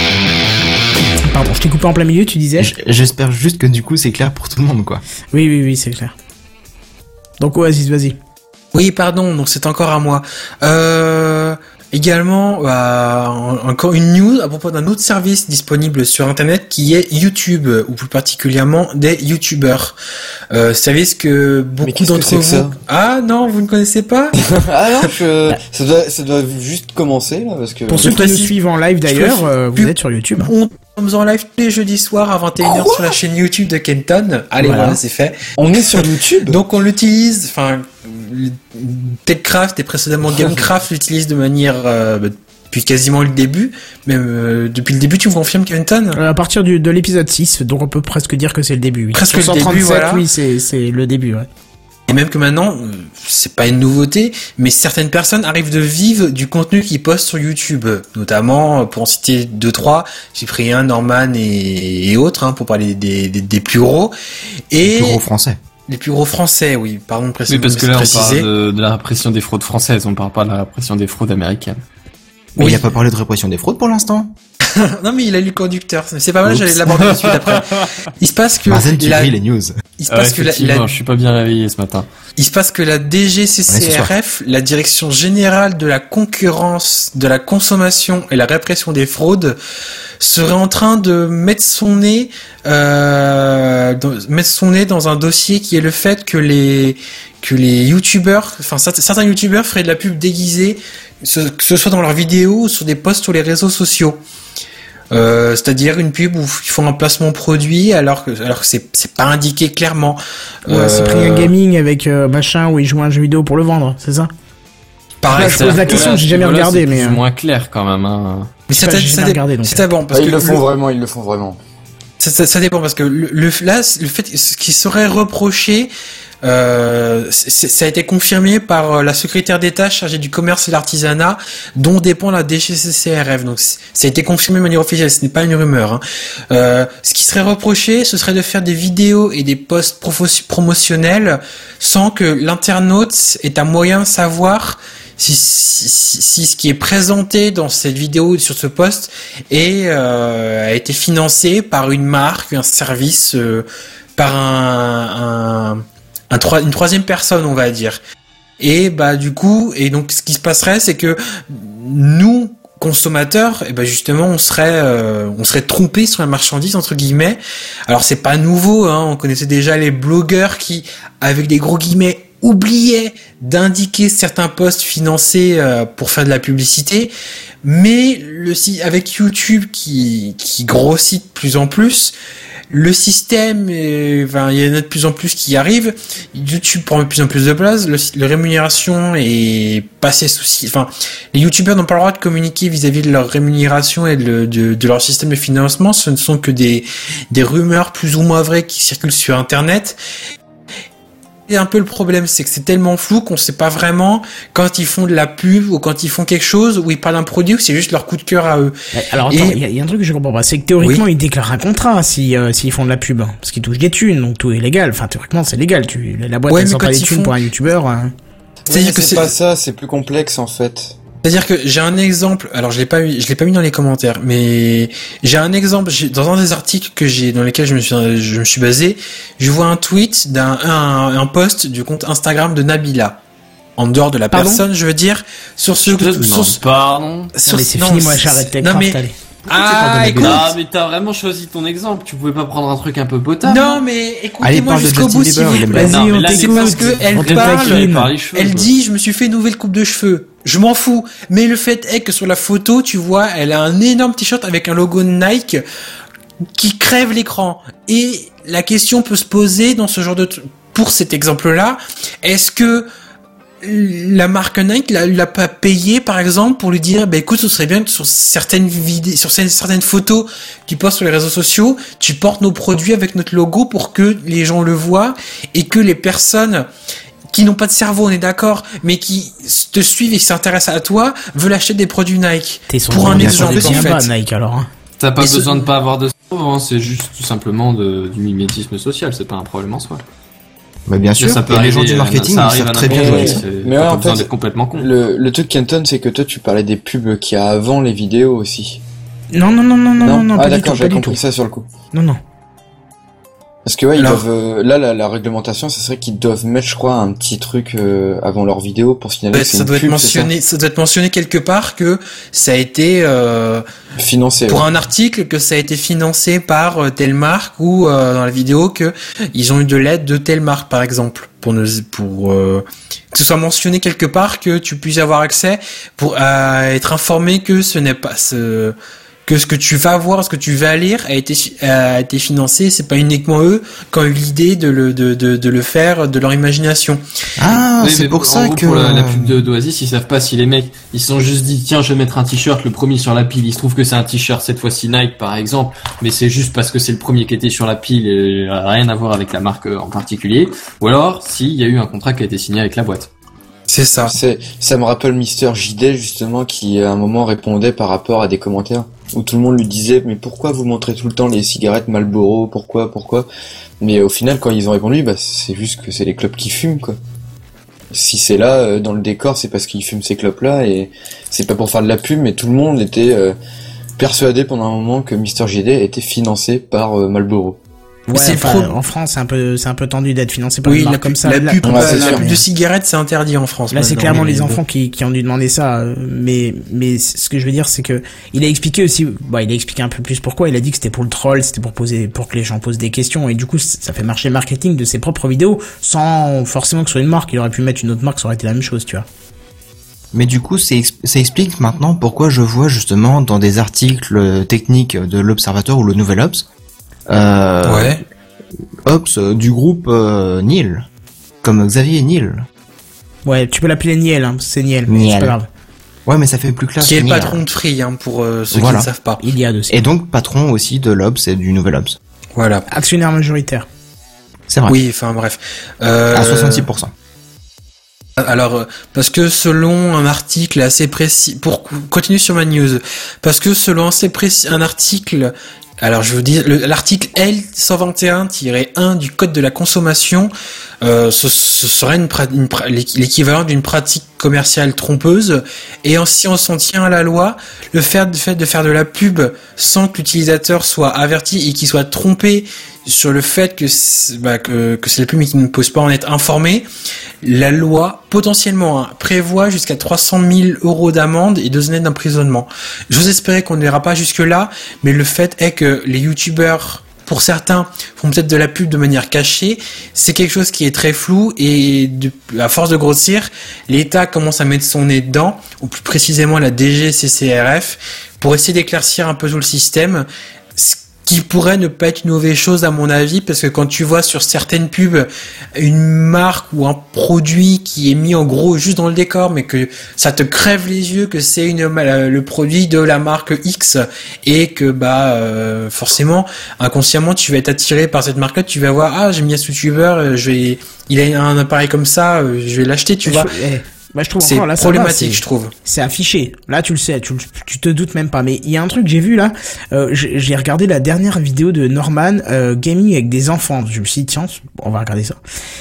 que... Pardon, je t'ai coupé en plein milieu, tu disais. J- J'espère juste que du coup c'est clair pour tout le monde, quoi. Oui, oui, oui, c'est clair. Donc Oasis, vas-y. Oui, pardon, donc c'est encore à moi. Euh, également, bah, en- encore une news à propos d'un autre service disponible sur Internet qui est YouTube, ou plus particulièrement des YouTubers. Euh, service que beaucoup qu'est-ce que d'entre c'est vous... que ça Ah non, vous ne connaissez pas? Ah non, je... ça, doit, ça doit juste commencer là parce que. Pour ceux qui nous précise- suivent en live d'ailleurs, précise- euh, vous plus- êtes sur YouTube. hein. On sommes en live tous les jeudis soirs à vingt et une heures sur la chaîne YouTube de Kenton. Allez, Voilà. voilà, c'est fait. On est sur YouTube. Donc on l'utilise, enfin, le- TechCraft et précédemment Gamecraft l'utilisent de manière euh, bah, depuis quasiment le début, même euh, depuis le début, tu me confirmes, Kenton? Euh, à partir du, de l'épisode six, donc on peut presque dire que c'est le début. Oui. Presque Sur le début, cent trente-sept, voilà. oui, c'est, c'est le début, ouais. Et même que maintenant, euh, c'est pas une nouveauté, mais certaines personnes arrivent de vivre du contenu qu'ils postent sur YouTube. Notamment, euh, pour en citer deux, trois, j'ai pris un, Norman et, et autres, hein, pour parler des, des, des plus gros. Et Plus gros français. les plus gros français, oui, pardon de préciser. Oui, parce que là, on préciser. parle de, de la répression des fraudes françaises, on parle pas de la répression des fraudes américaines. Mais Oui. il a pas parlé de répression des fraudes pour l'instant. Non, mais il a lu le conducteur. C'est pas mal, Oups. j'allais l'aborder tout de suite après. Il se passe que Marzen, tu la, brilles les news. il se Ah, passe que la, effectivement, la- je suis pas bien réveillé ce matin. il se passe que la D G C C R F, la Direction Générale de la Concurrence, de la Consommation et la Répression des Fraudes, serait en train de mettre son nez, euh, dans, mettre son nez dans un dossier qui est le fait que les, que les youtubeurs, enfin, certains certains youtubeurs feraient de la pub déguisée, ce- que ce soit dans leurs vidéos ou sur des posts sur les réseaux sociaux. Euh, c'est-à-dire une pub où ils font un placement produit alors que alors que c'est c'est pas indiqué clairement. Ouais, c'est pris un gaming avec euh, machin où il joue à un jeu vidéo pour le vendre, c'est ça? Pareil, Là, je pose la question, j'ai jamais regardé, mais, C'est euh, moins clair quand même, hein. mais je sais ça pas, t'a- j'ai ça jamais t'a- regardé, donc. c'était bon parce Ah, que ils le font le- vraiment, ils le font vraiment. Ça, ça, ça dépend parce que le, le là, le fait, ce qui serait reproché, euh, c'est, ça a été confirmé par la secrétaire d'État chargée du commerce et l'artisanat, dont dépend la D G C C R F. Donc, ça a été confirmé de manière officielle. Ce n'est pas une rumeur. Hein. Euh, ce qui serait reproché, ce serait de faire des vidéos et des posts profo- promotionnels sans que l'internaute ait un moyen de savoir Si, si, si, si ce qui est présenté dans cette vidéo sur ce post est, euh, a été financé par une marque, un service, euh, par un, un, un troi- une troisième personne, on va dire. Et bah du coup, et donc ce qui se passerait, c'est que nous, consommateurs, et ben justement, on serait, euh, on serait trompé sur la marchandise entre guillemets. Alors c'est pas nouveau, hein, on connaissait déjà les blogueurs qui, avec des gros guillemets, oubliait d'indiquer certains posts financés euh, pour faire de la publicité, mais le avec YouTube qui qui grossit de plus en plus, le système, euh, enfin il y en a de plus en plus qui arrivent, YouTube prend de plus en plus de place, le, le rémunération est passé sous, enfin les YouTubeurs n'ont pas le droit de communiquer vis-à-vis de leur rémunération et de, de, de leur système de financement, ce ne sont que des des rumeurs plus ou moins vraies qui circulent sur Internet. Et un peu le problème, c'est que c'est tellement flou qu'on sait pas vraiment quand ils font de la pub ou quand ils font quelque chose où ils parlent d'un produit ou c'est juste leur coup de cœur à eux. Alors attends, il y, y a un truc que je comprends pas, c'est que théoriquement oui. Ils déclarent un contrat si euh, s'ils font de la pub, parce qu'ils touchent des thunes, donc tout est légal. Enfin théoriquement c'est légal. Tu la boîte ouais, elle sort pas des thunes font... pour un youtubeur. Hein. C'est-à-dire que c'est pas ça, c'est plus complexe en fait. C'est-à-dire que j'ai un exemple, alors je l'ai pas mis, je l'ai pas mis dans les commentaires, mais j'ai un exemple, j'ai, dans un des articles que j'ai, dans lesquels je me suis, je me suis basé, je vois un tweet d'un, un, un post du compte Instagram de Nabila. En dehors de la pardon personne, je veux dire, sur ce, je sur ce, pardon. Sur, non, mais c'est non, fini, moi j'arrête tes non, mais, allez. Ah, écoute. Non, mais t'as vraiment choisi ton exemple. Tu pouvais pas prendre un truc un peu potable. Non, mais écoutez-moi jusqu'au bout, si vous plaît. Vas-y, on t'écoute. Parce que elle parle, elle dit, je me suis fait une nouvelle coupe de cheveux. Je m'en fous. Mais le fait est que sur la photo, tu vois, elle a un énorme t-shirt avec un logo Nike qui crève l'écran. Et la question peut se poser dans ce genre de, pour cet exemple-là, est-ce que la marque Nike l'a, l'a pas payé par exemple pour lui dire bah écoute ce serait bien que sur certaines vidéos, sur certaines photos que tu postes sur les réseaux sociaux, tu portes nos produits avec notre logo pour que les gens le voient et que les personnes qui n'ont pas de cerveau, on est d'accord, mais qui te suivent et qui s'intéressent à toi veulent acheter des produits Nike. T'es pour un exemple en fait. Bas, Nike alors. Hein. T'as pas et besoin ce... de pas avoir de cerveau, hein, c'est juste tout simplement de, du mimétisme social, c'est pas un problème en soi. Bah bien sûr, ça peut et arriver, les gens du marketing ça ils savent très bien jouer ça. Mais ouais, en fait, complètement con. Le, le truc Kenton, c'est que toi tu parlais des pubs qu'il y a avant les vidéos aussi. Non, non, non, non, non, non, non, ah, pas d'accord, du tout, j'avais pas compris du tout. ça sur le coup. Non, non. Parce que ouais, ils Alors... doivent, euh, là, la, la réglementation, ce serait qu'ils doivent mettre, je crois, un petit truc euh, avant leur vidéo pour signaler ouais, que c'est ça une doit pub, être mentionné, ça. ça doit être mentionné quelque part que ça a été euh, financé pour ouais. un article que ça a été financé par euh, telle marque ou euh, dans la vidéo que ils ont eu de l'aide de telle marque par exemple pour ne pour euh, que ce soit mentionné quelque part que tu puisses avoir accès pour à être informé que ce n'est pas ce que ce que tu vas voir, ce que tu vas lire a été a été financé, c'est pas uniquement eux qui ont eu l'idée de le de de de le faire de leur imagination. Ah, oui, c'est pour ça gros, que pour la, la pub de d'Oasis, ils savent pas si les mecs ils se sont juste dit tiens, je vais mettre un t-shirt le premier sur la pile, il se trouve que c'est un t-shirt cette fois-ci Nike par exemple, mais c'est juste parce que c'est le premier qui était sur la pile et rien à voir avec la marque en particulier, ou alors s'il y a eu un contrat qui a été signé avec la boîte. C'est ça. C'est, ça me rappelle Mister J D justement qui à un moment répondait par rapport à des commentaires où tout le monde lui disait mais pourquoi vous montrez tout le temps les cigarettes Marlboro, pourquoi, pourquoi. Mais au final quand ils ont répondu bah c'est juste que c'est les clopes qui fument quoi. Si c'est là euh, dans le décor c'est parce qu'ils fument ces clopes là et c'est pas pour faire de la pub mais tout le monde était euh, persuadé pendant un moment que Mister J D était financé par euh, Marlboro. Ouais, c'est enfin, pro... en France, c'est un peu, c'est un peu tendu d'être financé par oui, une marque la, comme ça. La là, pub, ouais, la, la pub de cigarettes, c'est interdit en France. Là, c'est clairement les bon. enfants qui, qui ont dû demander ça. Mais, mais ce que je veux dire, c'est que il a expliqué aussi, bah, il a expliqué un peu plus pourquoi. Il a dit que c'était pour le troll, c'était pour poser, pour que les gens posent des questions. Et du coup, ça fait marcher le marketing de ses propres vidéos, sans forcément que ce soit une marque. Il aurait pu mettre une autre marque, ça aurait été la même chose, tu vois. Mais du coup, c'est, ça explique maintenant pourquoi je vois justement dans des articles techniques de l'Observateur ou le Nouvel Obs, euh, ouais. Ops du groupe euh, Niel, comme Xavier Niel. Ouais, tu peux l'appeler Niel, hein, c'est Niel, mais Niel. c'est pas grave. Ouais, mais ça fait plus classe. Qui est le Niel. patron de Free, hein, pour euh, ceux voilà. qui ne savent pas. Il y a de ça. Et donc patron aussi de l'Obs et du Nouvel Obs. Voilà. Actionnaire majoritaire. C'est vrai. Oui, enfin bref. Euh, À soixante-six pour cent. Alors, parce que selon un article assez précis, pour continuer sur ma news, parce que selon assez précis, un article, alors je vous dis, le, l'article L cent vingt et un tiret un du Code de la consommation, euh, ce, ce serait une, une, l'équivalent d'une pratique commerciale trompeuse, et en, si on s'en tient à la loi, le fait de, fait de faire de la pub sans que l'utilisateur soit averti et qu'il soit trompé sur le fait que c'est, bah, que, que c'est la pub mais qu'il ne pose pas en être informé, la loi potentiellement hein, prévoit jusqu'à trois cent mille euros d'amende et deux années d'emprisonnement. J'ose espérer qu'on ne verra pas jusque là, mais le fait est que les youtubeurs, pour certains, font peut-être de la pub de manière cachée. C'est quelque chose qui est très flou et de, à force de grossir, l'État commence à mettre son nez dedans, ou plus précisément la D G C C R F, pour essayer d'éclaircir un peu tout le système. Qui pourrait ne pas être une mauvaise chose à mon avis, parce que quand tu vois sur certaines pubs une marque ou un produit qui est mis en gros juste dans le décor, mais que ça te crève les yeux que c'est une le produit de la marque X, et que bah euh, forcément inconsciemment tu vas être attiré par cette marque-là, tu vas voir ah j'aime bien ce youtubeur, je vais il a un appareil comme ça, je vais l'acheter, tu vois. Je, eh. Bah, je trouve c'est encore, là, problématique, va, je trouve. C'est affiché. Là, tu le sais, tu, tu te doutes même pas. Mais il y a un truc que j'ai vu là. Euh, j'ai, j'ai regardé la dernière vidéo de Norman euh, gaming avec des enfants. Je me suis dit tiens, on va regarder ça.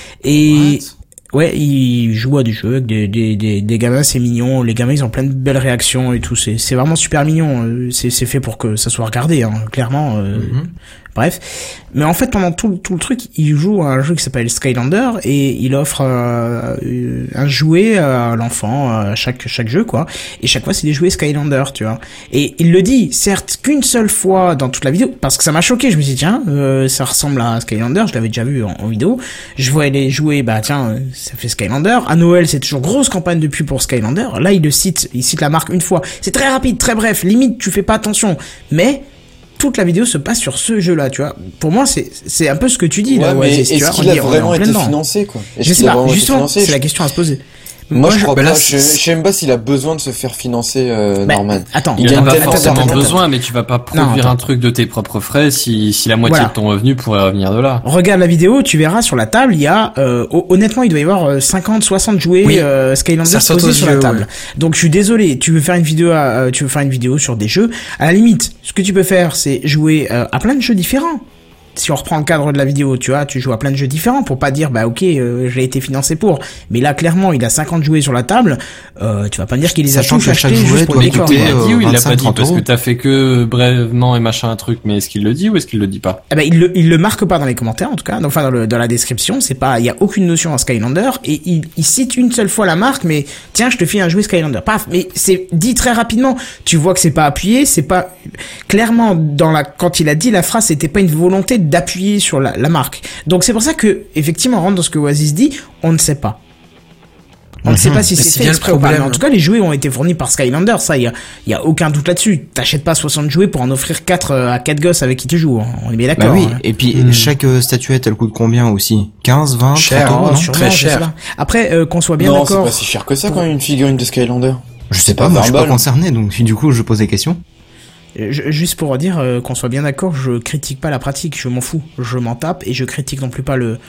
Et What? Ouais, il joue à des jeux avec des, des, des, des gamins, c'est mignon. Les gamins, ils ont plein de belles réactions et tout. C'est, c'est vraiment super mignon. C'est, c'est fait pour que ça soit regardé, hein, clairement. Euh, mm-hmm. Bref. Mais en fait, pendant tout, tout le truc, il joue à un jeu qui s'appelle Skylander et il offre euh, un jouet à l'enfant à chaque, chaque jeu, quoi. Et chaque fois, c'est des jouets Skylander, tu vois. Et il le dit, certes, qu'une seule fois dans toute la vidéo, parce que ça m'a choqué. Je me suis dit, tiens, euh, ça ressemble à Skylander. Je l'avais déjà vu en, en vidéo. Je voyais les jouets, bah tiens, ça fait Skylander. À Noël, c'est toujours grosse campagne de pub pour Skylander. Là, il le cite, il cite la marque une fois. C'est très rapide, très bref. Limite, tu fais pas attention. Mais toute la vidéo se passe sur ce jeu-là, tu vois. Pour moi, c'est c'est un peu ce que tu dis ouais, là. Mais Oasis, est-ce tu vois, qu'il on a dit, vraiment été dedans. financé, quoi? Est-ce Je sais pas. Justement, financé, c'est je... la question à se poser. Moi, Moi, je crois bah pas. là, je, je sais même pas s'il a besoin de se faire financer, euh, bah, Norman. Attends, il a en a pas tellement forcément d'argent. besoin, mais tu vas pas produire non, un truc de tes propres frais si, si la moitié voilà. de ton revenu pourrait revenir de là. Regarde la vidéo, tu verras sur la table, il y a, euh, honnêtement, il doit y avoir cinquante, soixante jouets oui, euh, Skylander posés sur la yeux, table. Ouais. Donc, je suis désolé, tu veux faire une vidéo, à, tu veux faire une vidéo sur des jeux. À la limite, ce que tu peux faire, c'est jouer euh, à plein de jeux différents. Si on reprend le cadre de la vidéo, tu vois, tu joues à plein de jeux différents pour pas dire, bah ok, euh, j'ai été financé pour. Mais là, clairement, il a cinquante jouets sur la table, euh, tu vas pas me dire qu'il les a tous achetés juste pour le décor. Il l'a dit ou il l'a pas dit? vingt-cinq, Parce que t'as fait que brièvement et machin un truc, mais est-ce qu'il le dit ou est-ce qu'il le dit pas? Eh ben, il le, il le marque pas dans les commentaires, en tout cas, donc, enfin, dans le, dans la description, c'est pas, il y a aucune notion en Skylander, et il, il cite une seule fois la marque, mais tiens, je te file un jouet Skylander. Paf, mais c'est dit très rapidement. Tu vois que c'est pas appuyé, c'est pas, clairement, dans la, quand il a dit la phrase, c'était pas une volonté d'appuyer sur la La, la marque. Donc c'est pour ça que effectivement on rentre dans ce que Oasis dit, on ne sait pas. On ne sait pas si c'est, c'est fait exprès ou pas. Mais en tout cas, les jouets ont été fournis par Skylander, ça, il y a, y a aucun doute là-dessus. T'achètes pas soixante jouets pour en offrir quatre à quatre gosses avec qui tu joues. On est bien d'accord. Bah oui. Hein. Et puis, mmh. chaque euh, statuette, elle coûte combien aussi? quinze, vingt, cher, trente euros, oh, non? sûrement, très cher. Après, euh, qu'on soit bien non, d'accord. Non, c'est pas si cher que ça quand même une figurine de Skylander. Je sais pas, moi, je suis pas concerné, donc du coup, je pose des questions. Je, juste pour dire euh, qu'on soit bien d'accord, je critique pas la pratique, je m'en fous, je m'en tape et je critique non plus pas le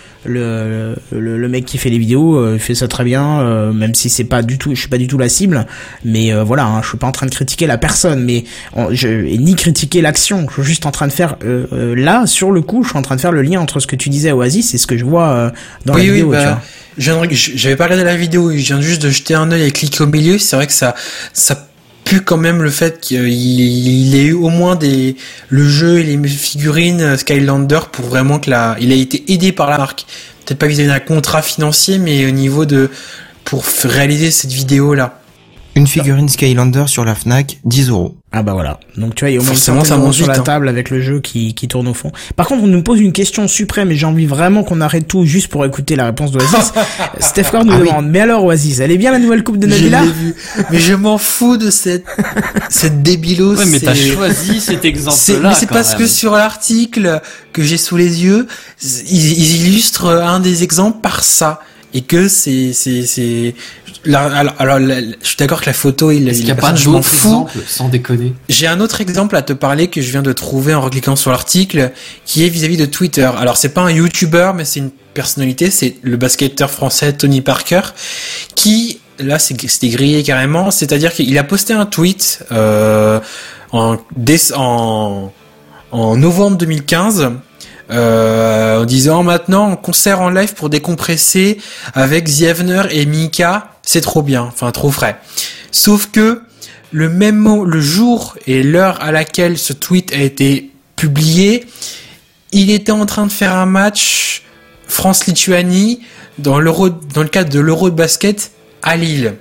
le le, le mec qui fait les vidéos, euh, il fait ça très bien, euh, même si c'est pas du tout, je suis pas du tout la cible, mais euh, voilà, hein, je suis pas en train de critiquer la personne, mais on, je et ni critiquer l'action, je suis juste en train de faire euh, euh, là sur le coup, je suis en train de faire le lien entre ce que tu disais Oasis et ce que je vois euh, dans oui, la vidéo. Oui, tu bah... vois. Je viens de, j'avais pas regardé la vidéo, je viens juste de jeter un œil et cliquer au milieu. C'est vrai que ça, ça pue quand même le fait qu'il il ait eu au moins des, le jeu et les figurines Skylander pour vraiment que la, il a été aidé par la marque. Peut-être pas vis-à-vis d'un contrat financier, mais au niveau de, pour réaliser cette vidéo-là. Une figurine Skylander sur la Fnac, dix euros. Ah bah voilà. Donc tu vois, il y a au moins forcément ça monte sur la hein. table avec le jeu qui, qui tourne au fond. Par contre, on nous pose une question suprême et j'ai envie vraiment qu'on arrête tout juste pour écouter la réponse d'Oasis. Steph Core nous ah demande, oui. mais alors Oasis, elle est bien la nouvelle coupe de Nabila? Mais je m'en fous de cette, cette débilos. Ouais, mais c'est... t'as choisi cet exemple-là. C'est... Mais c'est parce même. que sur l'article que j'ai sous les yeux, ils, ils illustrent un des exemples par ça. Et que c'est, c'est, c'est, la, alors, alors la, la, je suis d'accord que la photo, il, Est-ce il qu'il n'y a pas je m'en d'autres fous. exemples, sans déconner? J'ai un autre exemple à te parler que je viens de trouver en recliquant sur l'article, qui est vis-à-vis de Twitter. Alors c'est pas un YouTuber, mais c'est une personnalité, c'est le basketteur français Tony Parker, qui, là c'est, c'était grillé carrément, c'est-à-dire qu'il a posté un tweet euh, en, déce- en, en novembre deux mille quinze, Euh, en disant maintenant concert en live pour décompresser avec The Avener et Mika, c'est trop bien, enfin trop frais. Sauf que le même mot, le jour et l'heure à laquelle ce tweet a été publié, il était en train de faire un match France-Lituanie dans l'Euro, dans le cadre de l'Euro de basket à Lille.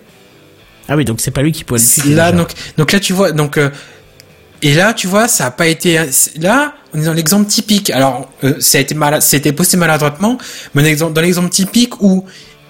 Ah oui, donc c'est pas lui qui pouvait le C'est tweeter, là, déjà. donc, donc là tu vois, donc euh, et là tu vois, ça a pas été là. On est dans l'exemple typique. Alors, euh, ça a été mal, ça a été posté maladroitement, mais dans l'exemple, dans l'exemple typique où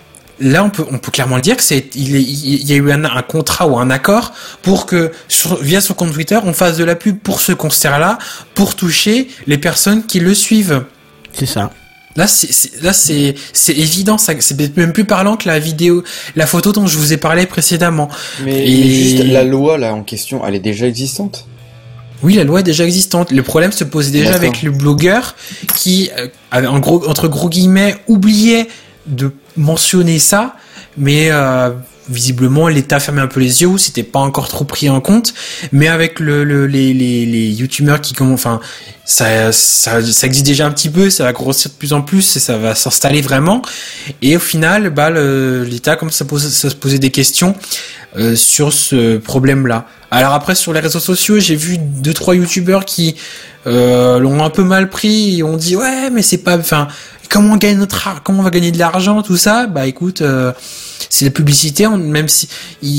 là, on peut, on peut clairement le dire que c'est, il, est, il y a eu un, un contrat ou un accord pour que sur, via son compte Twitter, on fasse de la pub pour ce concert-là, pour toucher les personnes qui le suivent. C'est ça. Là, c'est, c'est là, c'est, c'est évident. Ça, c'est même plus parlant que la vidéo, la photo dont je vous ai parlé précédemment. Mais, Et- mais juste, la loi, là, en question, elle est déjà existante. Oui, la loi est déjà existante. Le problème se posait déjà D'accord. avec le blogueur qui, euh, avait, en gros, entre gros guillemets, oubliait de mentionner ça, mais euh, visiblement l'État fermait un peu les yeux ou c'était pas encore trop pris en compte. Mais avec le, le les les les youtubeurs qui commencent, enfin, ça ça ça existe déjà un petit peu, ça va grossir de plus en plus et ça va s'installer vraiment. Et au final, bah le, l'État commence à, poser, à se poser des questions euh, sur ce problème-là. Alors après sur les réseaux sociaux, j'ai vu deux trois youtubeurs qui euh, l'ont un peu mal pris et ont dit ouais mais c'est pas, enfin comment on gagne notre ar- comment on va gagner de l'argent tout ça. Bah écoute, euh, c'est la publicité, on, même si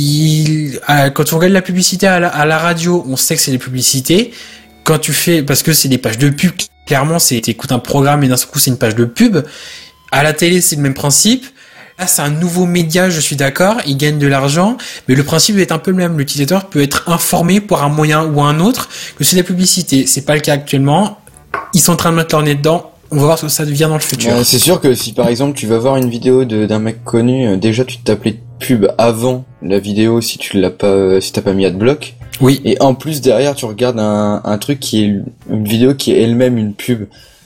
il, euh, quand on regarde la publicité à la, à la radio, on sait que c'est des publicités. Quand tu fais, parce que c'est des pages de pub, clairement c'est t'écoutes un programme et d'un seul coup c'est une page de pub. À la télé c'est le même principe. Là, c'est un nouveau média, je suis d'accord, ils gagnent de l'argent, mais le principe est un peu le même. L'utilisateur peut être informé par un moyen ou un autre que c'est la publicité. C'est pas le cas actuellement. Ils sont en train de mettre leur nez dedans. On va voir ce que ça devient dans le futur. Ouais, c'est sûr que si par exemple tu vas voir une vidéo de, d'un mec connu, euh, déjà tu t'appelais pub avant la vidéo si tu l'as pas, euh, si t'as pas mis adblock. Oui. Et en plus derrière tu regardes un, un truc qui est une vidéo qui est elle-même une pub.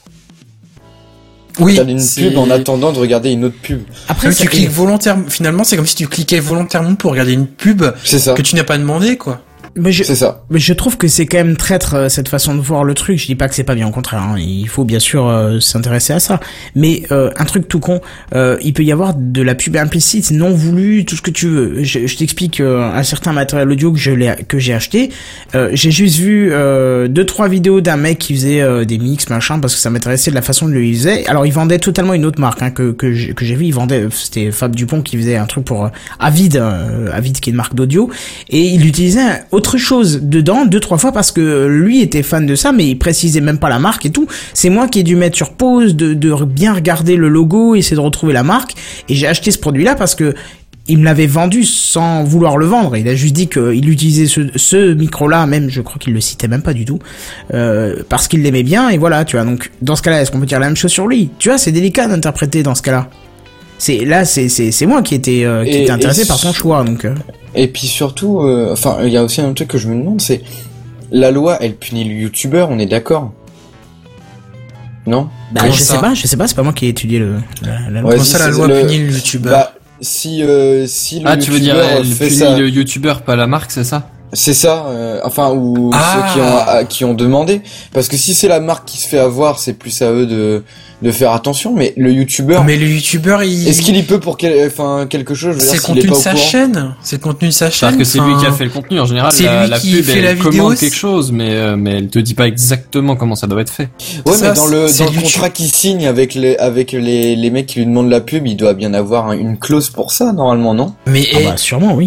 Oui. T'as une c'est- pub en attendant de regarder une autre pub. Après, Même ça- tu cliques volontairement. Finalement, c'est comme si tu cliquais volontairement pour regarder une pub C'est ça. que tu n'as pas demandé, quoi. mais je, C'est ça. mais je trouve que c'est quand même traître euh, cette façon de voir le truc. Je dis pas que c'est pas bien, au contraire. Hein. Il faut bien sûr euh, s'intéresser à ça. Mais euh, un truc tout con, euh, il peut y avoir de la pub implicite, non voulue, tout ce que tu veux. Je, je t'explique euh, un certain matériel audio que je l'ai, que j'ai acheté. Euh, j'ai juste vu euh, deux trois vidéos d'un mec qui faisait euh, des mix machin parce que ça m'intéressait de la façon dont il faisait. Alors il vendait totalement une autre marque hein, que que j'ai, que j'ai vu. Il vendait, c'était Fab Dupont qui faisait un truc pour euh, Avid, euh, Avid qui est une marque d'audio, et il utilisait autre chose dedans deux trois fois parce que lui était fan de ça, mais il précisait même pas la marque et tout. C'est moi qui ai dû mettre sur pause, de, de bien regarder le logo, essayer de retrouver la marque, et j'ai acheté ce produit-là parce que il me l'avait vendu sans vouloir le vendre. Il a juste dit qu'il utilisait ce, ce micro-là, même je crois qu'il le citait même pas du tout, euh, parce qu'il l'aimait bien, et voilà, tu vois. Donc dans ce cas-là, est-ce qu'on peut dire la même chose sur lui? Tu vois, c'est délicat d'interpréter dans ce cas-là. C'est là, c'est c'est c'est moi qui était euh, qui Et- était intéressé et par son choix, donc. Euh... Et puis surtout, euh, enfin, il y a aussi un truc que je me demande, c'est la loi, elle punit le youtubeur, on est d'accord? Non? Bah, Comment je ça sais pas, je sais pas, c'est pas moi qui ai étudié le la, la loi. Ouais, Comment si ça, la c'est loi le- punit le youtubeur? Bah, si euh, si le Ah, tu veux dire, youtubeur elle fait punit ça, le youtubeur, pas la marque, c'est ça? c'est ça. euh, enfin, ou Ah. ceux qui ont ah, qui ont demandé, parce que si c'est la marque qui se fait avoir, c'est plus à eux de de faire attention. Mais le youtubeur, Mais le youtubeur, il... est-ce qu'il y peut pour quel, enfin quelque chose? Je veux c'est dire, le s'il est contenu pas de au sa courant. chaîne. C'est le contenu de sa chaîne. C'est-à-dire que c'est lui enfin, qui a fait le contenu. En général, c'est la, lui la qui pub, fait elle la vidéo, commande c'est- quelque chose, mais, euh, mais elle te dit pas exactement comment ça doit être fait. Ouais, Ça, mais dans le c'est dans le YouTube. contrat qu'il signe avec les avec les les mecs qui lui demandent la pub, il doit bien avoir un- une clause pour ça normalement, non? Mais Ah eh, bah sûrement oui.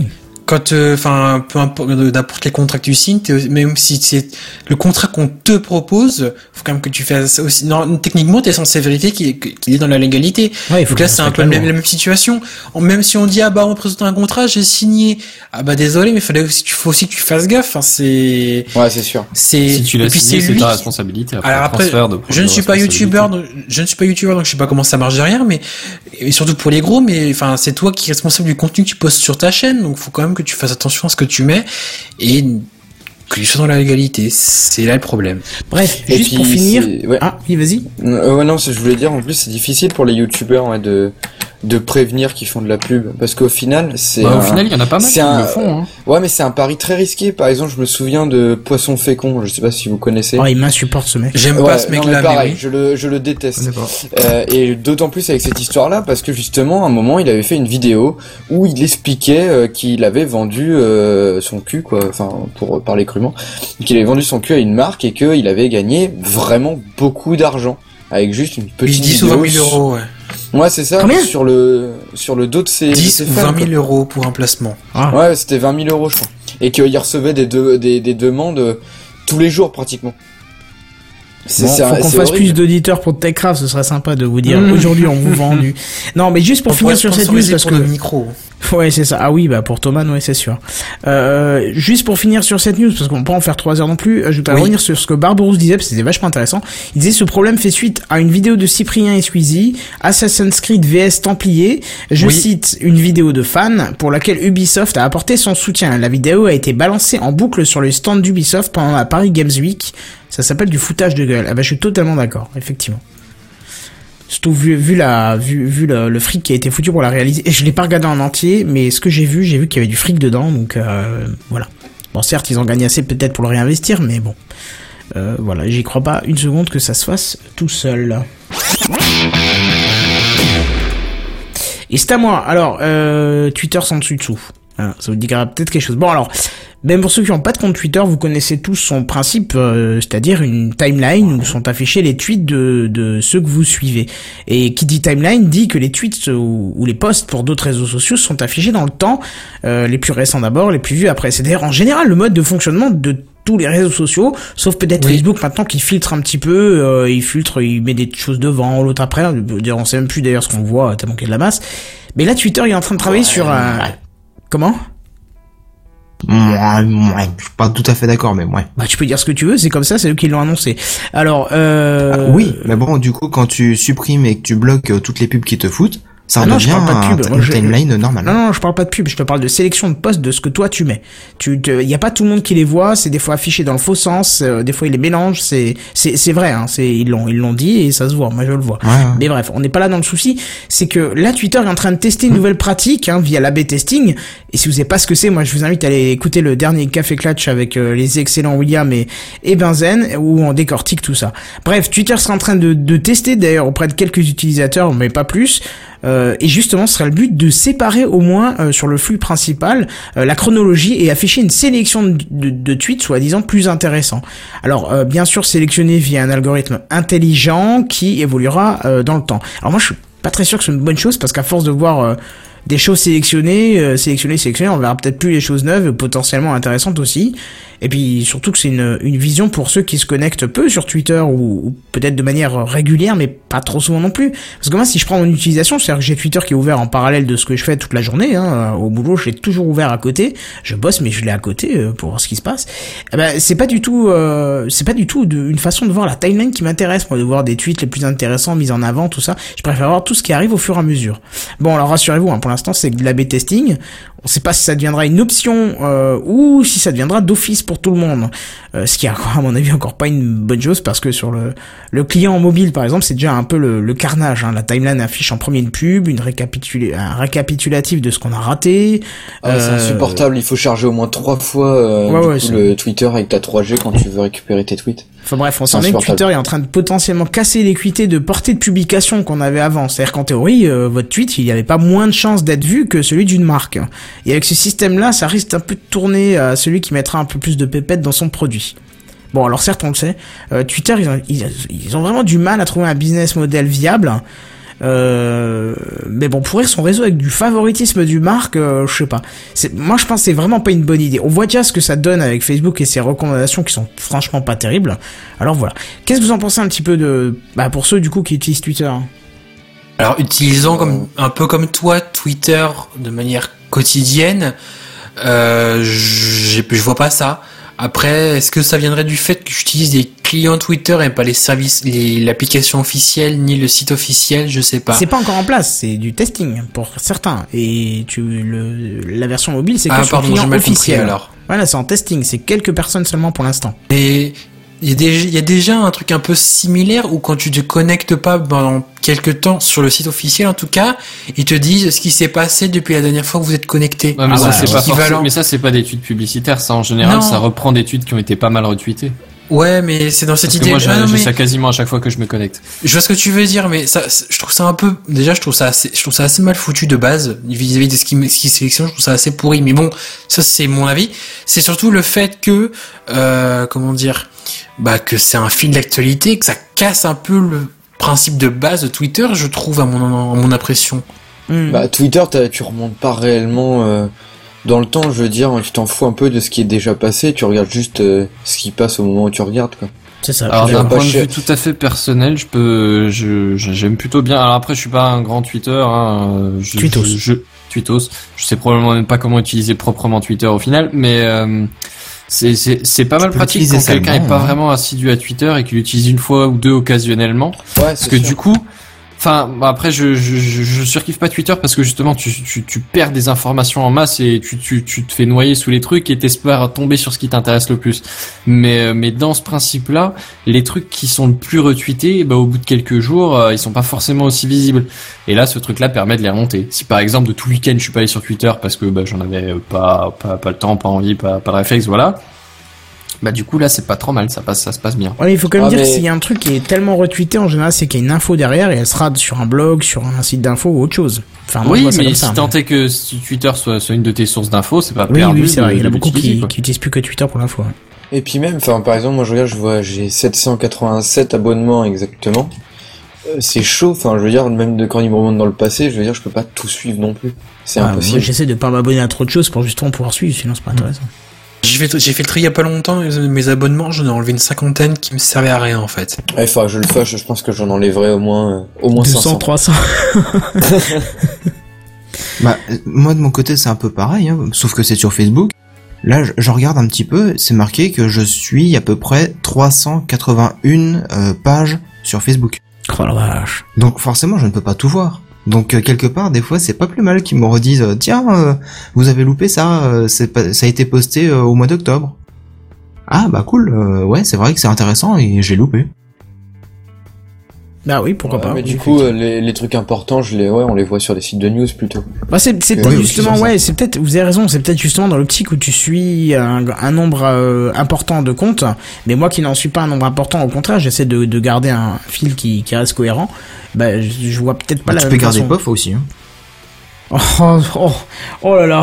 quand, enfin, peu importe, n'importe quel contrat que tu signes, même si c'est le contrat qu'on te propose, faut quand même que tu fasses aussi. Non, techniquement, t'es censé vérifier qu'il, qu'il est dans la légalité. Ouais, il faut Donc là, c'est un peu la même, la même situation. Même si on dit ah bah on présente un contrat, j'ai signé. Ah bah désolé, mais fallait aussi, faut aussi que tu fasses gaffe. Enfin, c'est. Ouais, c'est sûr. C'est. Si tu l'as signé, c'est lui ta qui... responsabilité. Après, Alors après, de je ne suis pas youtubeur, je ne suis pas youtubeur, donc je sais pas comment ça marche derrière, mais et surtout pour les gros, mais enfin, c'est toi qui es responsable du contenu que tu postes sur ta chaîne, donc faut quand même que tu fasses attention à ce que tu mets et que tu sois dans la légalité. C'est là le problème. Bref, et juste puis, pour finir. Ouais. Ah, oui, vas-y. Euh, ouais, non, je voulais dire, en plus, c'est difficile pour les youtubeurs ouais, de de prévenir qu'ils font de la pub, parce qu'au final, c'est. Bah, un... au final, il y en a pas mal qui un... le font. Hein. Ouais, mais c'est un pari très risqué. Par exemple, je me souviens de Poisson Fécond. Je sais pas si vous connaissez. Oh, il m'insupporte ce mec. J'aime ouais, pas ce mec-là. Non, mais pareil, mais oui. je le je le déteste. Euh, et d'autant plus avec cette histoire-là, parce que justement, à un moment, il avait fait une vidéo où il expliquait euh, qu'il avait vendu euh, son cul, quoi. Enfin, pour parler crûment, qu'il avait vendu son cul à une marque et qu'il avait gagné vraiment beaucoup d'argent avec juste une petite dix vidéo. ou vingt mille euros, ouais. Ouais, c'est ça. Combien sur le sur le dos de ses dix de ses ou fans, vingt mille quoi. euros pour un placement. Ah. Ouais, c'était vingt mille euros, je crois. Et qu'il recevait des, de, des des demandes euh, tous les jours pratiquement. C'est, bon, c'est, faut qu'on fasse horrible. Plus d'auditeurs pour TechCraft, ce serait sympa de vous dire mmh. aujourd'hui on vous vend du. Non, mais juste pour on finir sur cette news parce que le micro. Ouais, c'est ça. Ah oui, bah pour Thomas, ouais, c'est sûr. Euh, juste pour finir sur cette news parce qu'on peut en faire trois heures non plus. Je voudrais oui. revenir sur ce que Barberousse disait, parce que c'était vachement intéressant. Il disait ce problème fait suite à une vidéo de Cyprien et Squeezie, Assassin's Creed V S Templier. Je oui. cite une vidéo de fans pour laquelle Ubisoft a apporté son soutien. La vidéo a été balancée en boucle sur le stand d'Ubisoft pendant la Paris Games Week. Ça s'appelle du foutage de gueule. Ah bah je suis totalement d'accord, effectivement. Surtout vu, vu la, vu, vu le, le fric qui a été foutu pour la réaliser. Et je l'ai pas regardé en entier, mais ce que j'ai vu, j'ai vu qu'il y avait du fric dedans, donc euh, voilà. Bon, certes, ils ont gagné assez peut-être pour le réinvestir, mais bon. Euh, voilà, j'y crois pas une seconde que ça se fasse tout seul. Et c'est à moi. Alors, euh, Twitter sans dessus dessous. Hein, ça vous dira peut-être quelque chose. Bon alors, même pour ceux qui n'ont pas de compte Twitter, vous connaissez tous son principe, euh, c'est-à-dire une timeline où sont affichés les tweets de, de ceux que vous suivez. Et qui dit timeline dit que les tweets ou, ou les posts pour d'autres réseaux sociaux sont affichés dans le temps, euh, les plus récents d'abord, les plus vus après. C'est d'ailleurs en général le mode de fonctionnement de tous les réseaux sociaux, sauf peut-être oui. Facebook maintenant qui filtre un petit peu, euh, il filtre, il met des choses devant, l'autre après, on sait même plus d'ailleurs ce qu'on voit, tellement qu'il y a de la masse. Mais là Twitter il est en train de travailler ouais, sur un... Ouais. Comment ? Ouais, ouais, je suis pas tout à fait d'accord, mais ouais. Bah, tu peux dire ce que tu veux, c'est comme ça, c'est eux qui l'ont annoncé. Alors, euh... Ah, oui, mais bon, du coup, quand tu supprimes et que tu bloques euh, toutes les pubs qui te foutent, ça ah non, devient un, de une timeline normale. Non, non, je parle pas de pub, je te parle de sélection de posts de ce que toi tu mets. Tu, il y a pas tout le monde qui les voit, c'est des fois affiché dans le faux sens, euh, des fois ils les mélangent, c'est, c'est, c'est vrai, hein, c'est, ils l'ont, ils l'ont dit et ça se voit, moi je le vois. Ouais, ouais. Mais bref, on n'est pas là dans le souci, c'est que là Twitter est en train de tester une mmh. nouvelle pratique, hein, via l'A B testing, et si vous savez pas ce que c'est, moi je vous invite à aller écouter le dernier Café Clutch avec euh, les excellents William et, et Benzen, où on décortique tout ça. Bref, Twitter sera en train de, de tester d'ailleurs auprès de quelques utilisateurs, mais pas plus, Euh, et justement, ce sera le but de séparer au moins euh, sur le flux principal euh, la chronologie et afficher une sélection de, de, de tweets soi-disant plus intéressants. Alors, euh, bien sûr, sélectionné via un algorithme intelligent qui évoluera euh, dans le temps. Alors moi, je suis pas très sûr que c'est une bonne chose parce qu'à force de voir euh, des choses sélectionnées, euh, sélectionnées, sélectionnées, on verra peut-être plus les choses neuves, potentiellement intéressantes aussi. Et puis surtout que c'est une, une vision pour ceux qui se connectent peu sur Twitter ou, ou peut-être de manière régulière, mais pas trop souvent non plus. Parce que moi, si je prends mon utilisation, c'est-à-dire que j'ai Twitter qui est ouvert en parallèle de ce que je fais toute la journée. Hein, au boulot, je l'ai toujours ouvert à côté. Je bosse, mais je l'ai à côté euh, pour voir ce qui se passe. Eh ben, c'est pas du tout, euh, c'est pas du tout de, une façon de voir la timeline qui m'intéresse, moi, de voir des tweets les plus intéressants mis en avant, tout ça. Je préfère voir tout ce qui arrive au fur et à mesure. Bon, alors rassurez-vous, hein, pour l'instant, c'est de l'A B testing. On sait pas si ça deviendra une option euh, ou si ça deviendra d'office pour tout le monde. Euh, ce qui est, à mon avis, encore pas une bonne chose parce que sur le, le client mobile, par exemple, c'est déjà un peu le, le carnage. Hein. La timeline affiche en premier une pub, une récapitula- un récapitulatif de ce qu'on a raté. Ah, euh... C'est insupportable. Il faut charger au moins trois fois euh, ouais, du ouais, coup, le Twitter avec ta trois G quand tu veux récupérer tes tweets. Enfin bref, on s'en est que Twitter est en train de potentiellement casser l'équité de portée de publication qu'on avait avant. C'est-à-dire qu'en théorie, euh, votre tweet, il n'y avait pas moins de chances d'être vu que celui d'une marque. Et avec ce système-là, ça risque un peu de tourner à celui qui mettra un peu plus de pépettes dans son produit. Bon, alors certes, on le sait, euh, Twitter, ils ont, ils, ils ont vraiment du mal à trouver un business model viable. Euh, mais bon, pourrir son réseau avec du favoritisme du marque, euh, je sais pas. C'est, moi, je pense que c'est vraiment pas une bonne idée. On voit déjà ce que ça donne avec Facebook et ses recommandations qui sont franchement pas terribles. Alors voilà. Qu'est-ce que vous en pensez un petit peu de, bah, pour ceux du coup qui utilisent Twitter? Alors, utilisant comme un peu comme toi Twitter de manière quotidienne, euh, je je vois pas ça. Après, est-ce que ça viendrait du fait que j'utilise des clients Twitter et pas les services, les, l'application officielle ni le site officiel, je sais pas. C'est pas encore en place, c'est du testing pour certains. Et tu le la version mobile, c'est que ah, sur pardon, client j'ai mal officiel. compris, alors. Voilà, c'est en testing, c'est quelques personnes seulement pour l'instant. Et il y a déjà, il y a déjà un truc un peu similaire où quand tu te connectes pas pendant quelques temps sur le site officiel en tout cas, ils te disent ce qui s'est passé depuis la dernière fois que vous êtes connecté. Ouais, mais Ah ça ouais, c'est pas équivalent. forcément, mais ça c'est pas d'études publicitaires, ça en général Non. ça reprend d'études qui ont été pas mal retweetées. Ouais, mais c'est dans cette Parce idée. que moi j'ai Ah, non, j'ai mais ça quasiment à chaque fois que je me connecte. je vois ce que tu veux dire, mais ça, c'est- je trouve ça un peu, déjà, je trouve ça assez, je trouve ça assez mal foutu de base vis-à-vis de ce qui, ce qui sélectionne. Je trouve ça assez pourri. Mais bon, ça c'est mon avis. C'est surtout le fait que, euh, comment dire, bah que c'est un fil d'actualité, que ça casse un peu le principe de base de Twitter, je trouve à mon, à mon impression. Hmm. Bah, Twitter, t'as- tu remontes pas réellement euh, dans le temps, je veux dire, tu t'en fous un peu de ce qui est déjà passé, tu regardes juste euh, ce qui passe au moment où tu regardes, quoi. C'est ça. Alors j'ai d'un un point pas de cher. vue tout à fait personnel, je peux, je, je- j'aime plutôt bien. Alors après, je suis pas un grand Twitter. Hein, je, Tweetos. Je, je, Tweetos. Je sais probablement même pas comment utiliser proprement Twitter au final, mais euh, c'est c'est c'est pas mal peux pratique l'utiliser quand quelqu'un seulement, est pas hein. vraiment assidu à Twitter et qu'il l'utilise une fois ou deux occasionnellement. Ouais, Parce que du coup, enfin, bah après, je, je, je, je surkiffe pas Twitter parce que justement, tu, tu, tu perds des informations en masse et tu, tu, tu te fais noyer sous les trucs et t'espères tomber sur ce qui t'intéresse le plus. Mais, mais dans ce principe-là, les trucs qui sont le plus retweetés, bah, au bout de quelques jours, euh, ils sont pas forcément aussi visibles. Et là, ce truc-là permet de les remonter. Si par exemple, de tout le week-end, je suis pas allé sur Twitter parce que, bah, j'en avais pas, pas, pas le temps, pas envie, pas, pas de réflexe, voilà. Bah, du coup, là, c'est pas trop mal, ça passe, ça se passe bien. Ouais, il faut quand même Ah, dire mais- que s'il y a un truc qui est tellement retweeté, en général, c'est qu'il y a une info derrière et elle sera sur un blog, sur un site d'info ou autre chose. Enfin, moi, je Oui, vois ça mais comme si ça, tant est que si Twitter soit, soit une de tes sources d'infos, c'est pas Oui, perdu. oui, c'est vrai. de- Il y en a de beaucoup l'utiliser, qui, quoi. qui utilisent plus que Twitter pour l'info. hein. Et puis même, enfin, par exemple, moi je regarde, je vois, j'ai sept cent quatre-vingt-sept abonnements exactement. Euh, c'est chaud, enfin, je veux dire, même de quand ils me remontent dans le passé, je veux dire, je peux pas tout suivre non plus. C'est Ah, moi, impossible. j'essaie de pas m'abonner à trop de choses pour justement pouvoir suivre, sinon c'est pas intéressant. J'ai fait, j'ai fait le tri il y a pas longtemps, et mes abonnements, j'en ai enlevé une cinquantaine qui me servaient à rien, en fait. Ouais, il faudra que je le fasse, je pense que j'en enlèverai au moins, euh, au moins deux cents, cinq cents. trois cents. Bah, euh, moi de mon côté c'est un peu pareil, hein, sauf que c'est sur Facebook. Là, je, je regarde un petit peu, c'est marqué que je suis à peu près trois cent quatre-vingt-un euh, pages sur Facebook. Oh la vache. Donc forcément, je ne peux pas tout voir. Donc euh, quelque part, des fois, c'est pas plus mal qu'ils me redisent euh, tiens, euh, vous avez loupé ça, euh, c'est pas, ça a été posté euh, au mois d'octobre. Ah bah cool, euh, ouais, c'est vrai que c'est intéressant et j'ai loupé. Bah oui, pourquoi Ouais, pas. mais du oui, coup, euh, les, les trucs importants, je les, ouais, on les voit sur des sites de news plutôt. Bah c'est c'est Oui, peut-être oui, justement c'est ça. ouais c'est peut-être vous avez raison c'est peut-être justement dans l'optique où tu suis un, un nombre euh, important de comptes mais moi qui n'en suis pas un nombre important au contraire j'essaie de, de garder un fil qui, qui reste cohérent bah je, je vois peut-être pas Bah, la tu même peux garder façon. Pof aussi. Hein. oh, oh, oh là là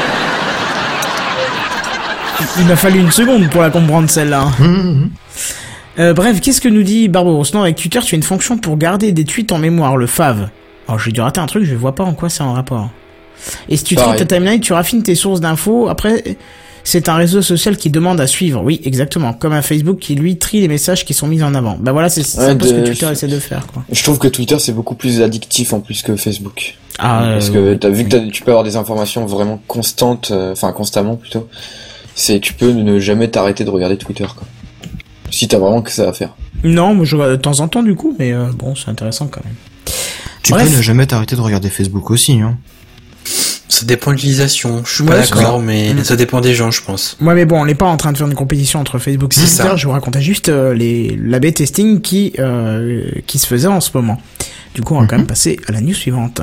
il m'a fallu une seconde pour la comprendre celle-là. Mmh, mmh. Euh, bref, qu'est-ce que nous dit Barbaros? Non, avec Twitter, tu as une fonction pour garder des tweets en mémoire, le Fav. Alors, j'ai dû rater un truc, je vois pas en quoi c'est en rapport. Et si tu traites ta timeline, tu raffines tes sources d'infos. Après, c'est un réseau social qui demande à suivre. Oui, exactement. Comme un Facebook qui, lui, trie les messages qui sont mis en avant. Bah voilà, c'est c'est Ouais, un peu ce que de- Twitter essaie de faire, quoi. Je trouve que Twitter c'est beaucoup plus addictif en plus que Facebook. Ah, Parce que t'as vu que t'as- tu peux avoir des informations vraiment constantes, euh, enfin constamment plutôt. C'est, tu peux ne jamais t'arrêter de regarder Twitter, quoi. Si t'as vraiment que ça à faire. non, moi je regarde de temps en temps, du coup, mais euh, bon, c'est intéressant quand même. Tu Bref. peux ne jamais t'arrêter de regarder Facebook aussi. Hein. Ça dépend de l'utilisation. Je suis Ouais, pas c'est d'accord, ça. mais Mm. ça dépend des gens, je pense. Ouais, mais bon, on n'est pas en train de faire une compétition entre Facebook et C'est Twitter. ça. Je vous racontais juste euh, les l'A B testing qui euh, qui se faisait en ce moment. Du coup, on va quand même passer à la news suivante.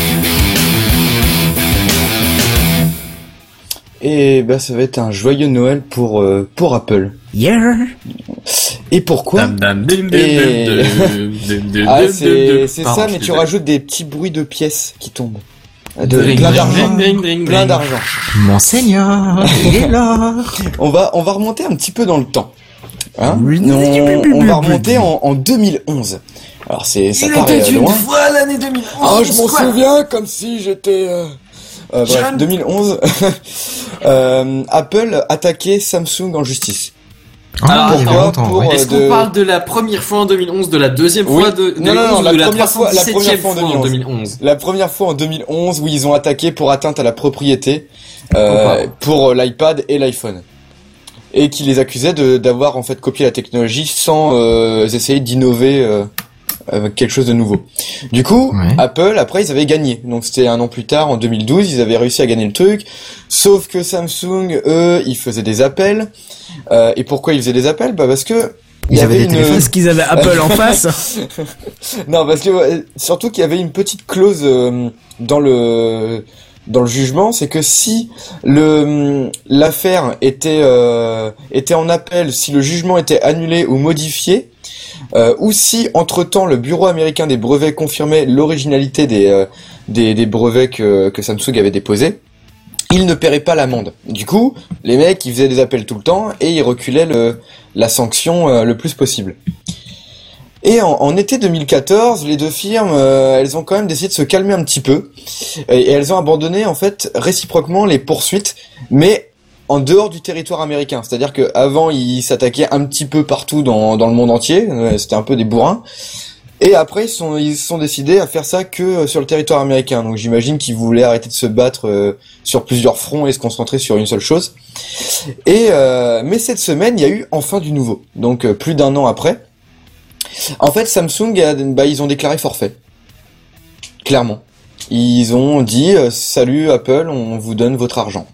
Et bah ça va être un joyeux Noël pour euh, pour Apple. Yeah. Et pourquoi Dam, dam, dim, dim, Et- dim, dim, dim, dim, Ah dim, dim, c'est dim. c'est Pardon, ça, je mais suis tu désolé. rajoutes des petits bruits de pièces qui tombent. De Dring, plein dring, d'argent. dring, dring, Plein dring. d'argent. Monseigneur, il est là. On va on va remonter un petit peu dans le temps. Hein non, on va remonter en, en deux mille onze. Alors c'est ça Il paraît était loin. une fois l'année deux mille onze. Oh, je m'en souviens comme si j'étais. Euh... Euh, bref, deux mille onze. euh, Apple attaquait Samsung en justice. Alors, il y avait pourquoi longtemps, pour, ouais. Est-ce qu'on de- parle de la première fois en deux mille onze, de la deuxième Oui. fois de deux Non, mille non, non, onze, la ou de la première fois- la première trois cent dix-septième fois en fois en deux deux mille mille onze? La première fois en deux mille onze où ils ont attaqué pour atteinte à la propriété euh, pour l'iPad et l'iPhone. Et qui les accusait de d'avoir en fait copié la technologie sans euh, essayer d'innover euh, avec quelque chose de nouveau. Du coup, Ouais. Apple après ils avaient gagné. Donc c'était un an plus tard en deux mille douze, ils avaient réussi à gagner le truc. Sauf que Samsung, eux, ils faisaient des appels. Euh, et pourquoi ils faisaient des appels? Bah parce que il Ils y avaient avait des une... téléphones. Parce qu'ils avaient Apple en face. Non, parce que ouais, surtout qu'il y avait une petite clause euh, dans le dans le jugement, c'est que si le l'affaire était euh, était en appel, si le jugement était annulé ou modifié, euh, ou si entre-temps le bureau américain des brevets confirmait l'originalité des euh, des, des brevets que que Samsung avait déposés, il ne paierait pas l'amende. Du coup, les mecs ils faisaient des appels tout le temps et ils reculaient le la sanction euh, le plus possible. Et en, en été deux mille quatorze, les deux firmes, euh, elles ont quand même décidé de se calmer un petit peu, et, et elles ont abandonné en fait réciproquement les poursuites, mais en dehors du territoire américain. C'est-à-dire que avant ils s'attaquaient un petit peu partout dans, dans le monde entier, euh, c'était un peu des bourrins. Et après ils sont ils se sont décidés à faire ça que sur le territoire américain. Donc j'imagine qu'ils voulaient arrêter de se battre euh, sur plusieurs fronts et se concentrer sur une seule chose. Et euh, mais cette semaine il y a eu enfin du nouveau. Donc euh, plus d'un an après. En fait, Samsung, a, bah, ils ont déclaré forfait. Clairement. Ils ont dit euh, salut Apple, on vous donne votre argent.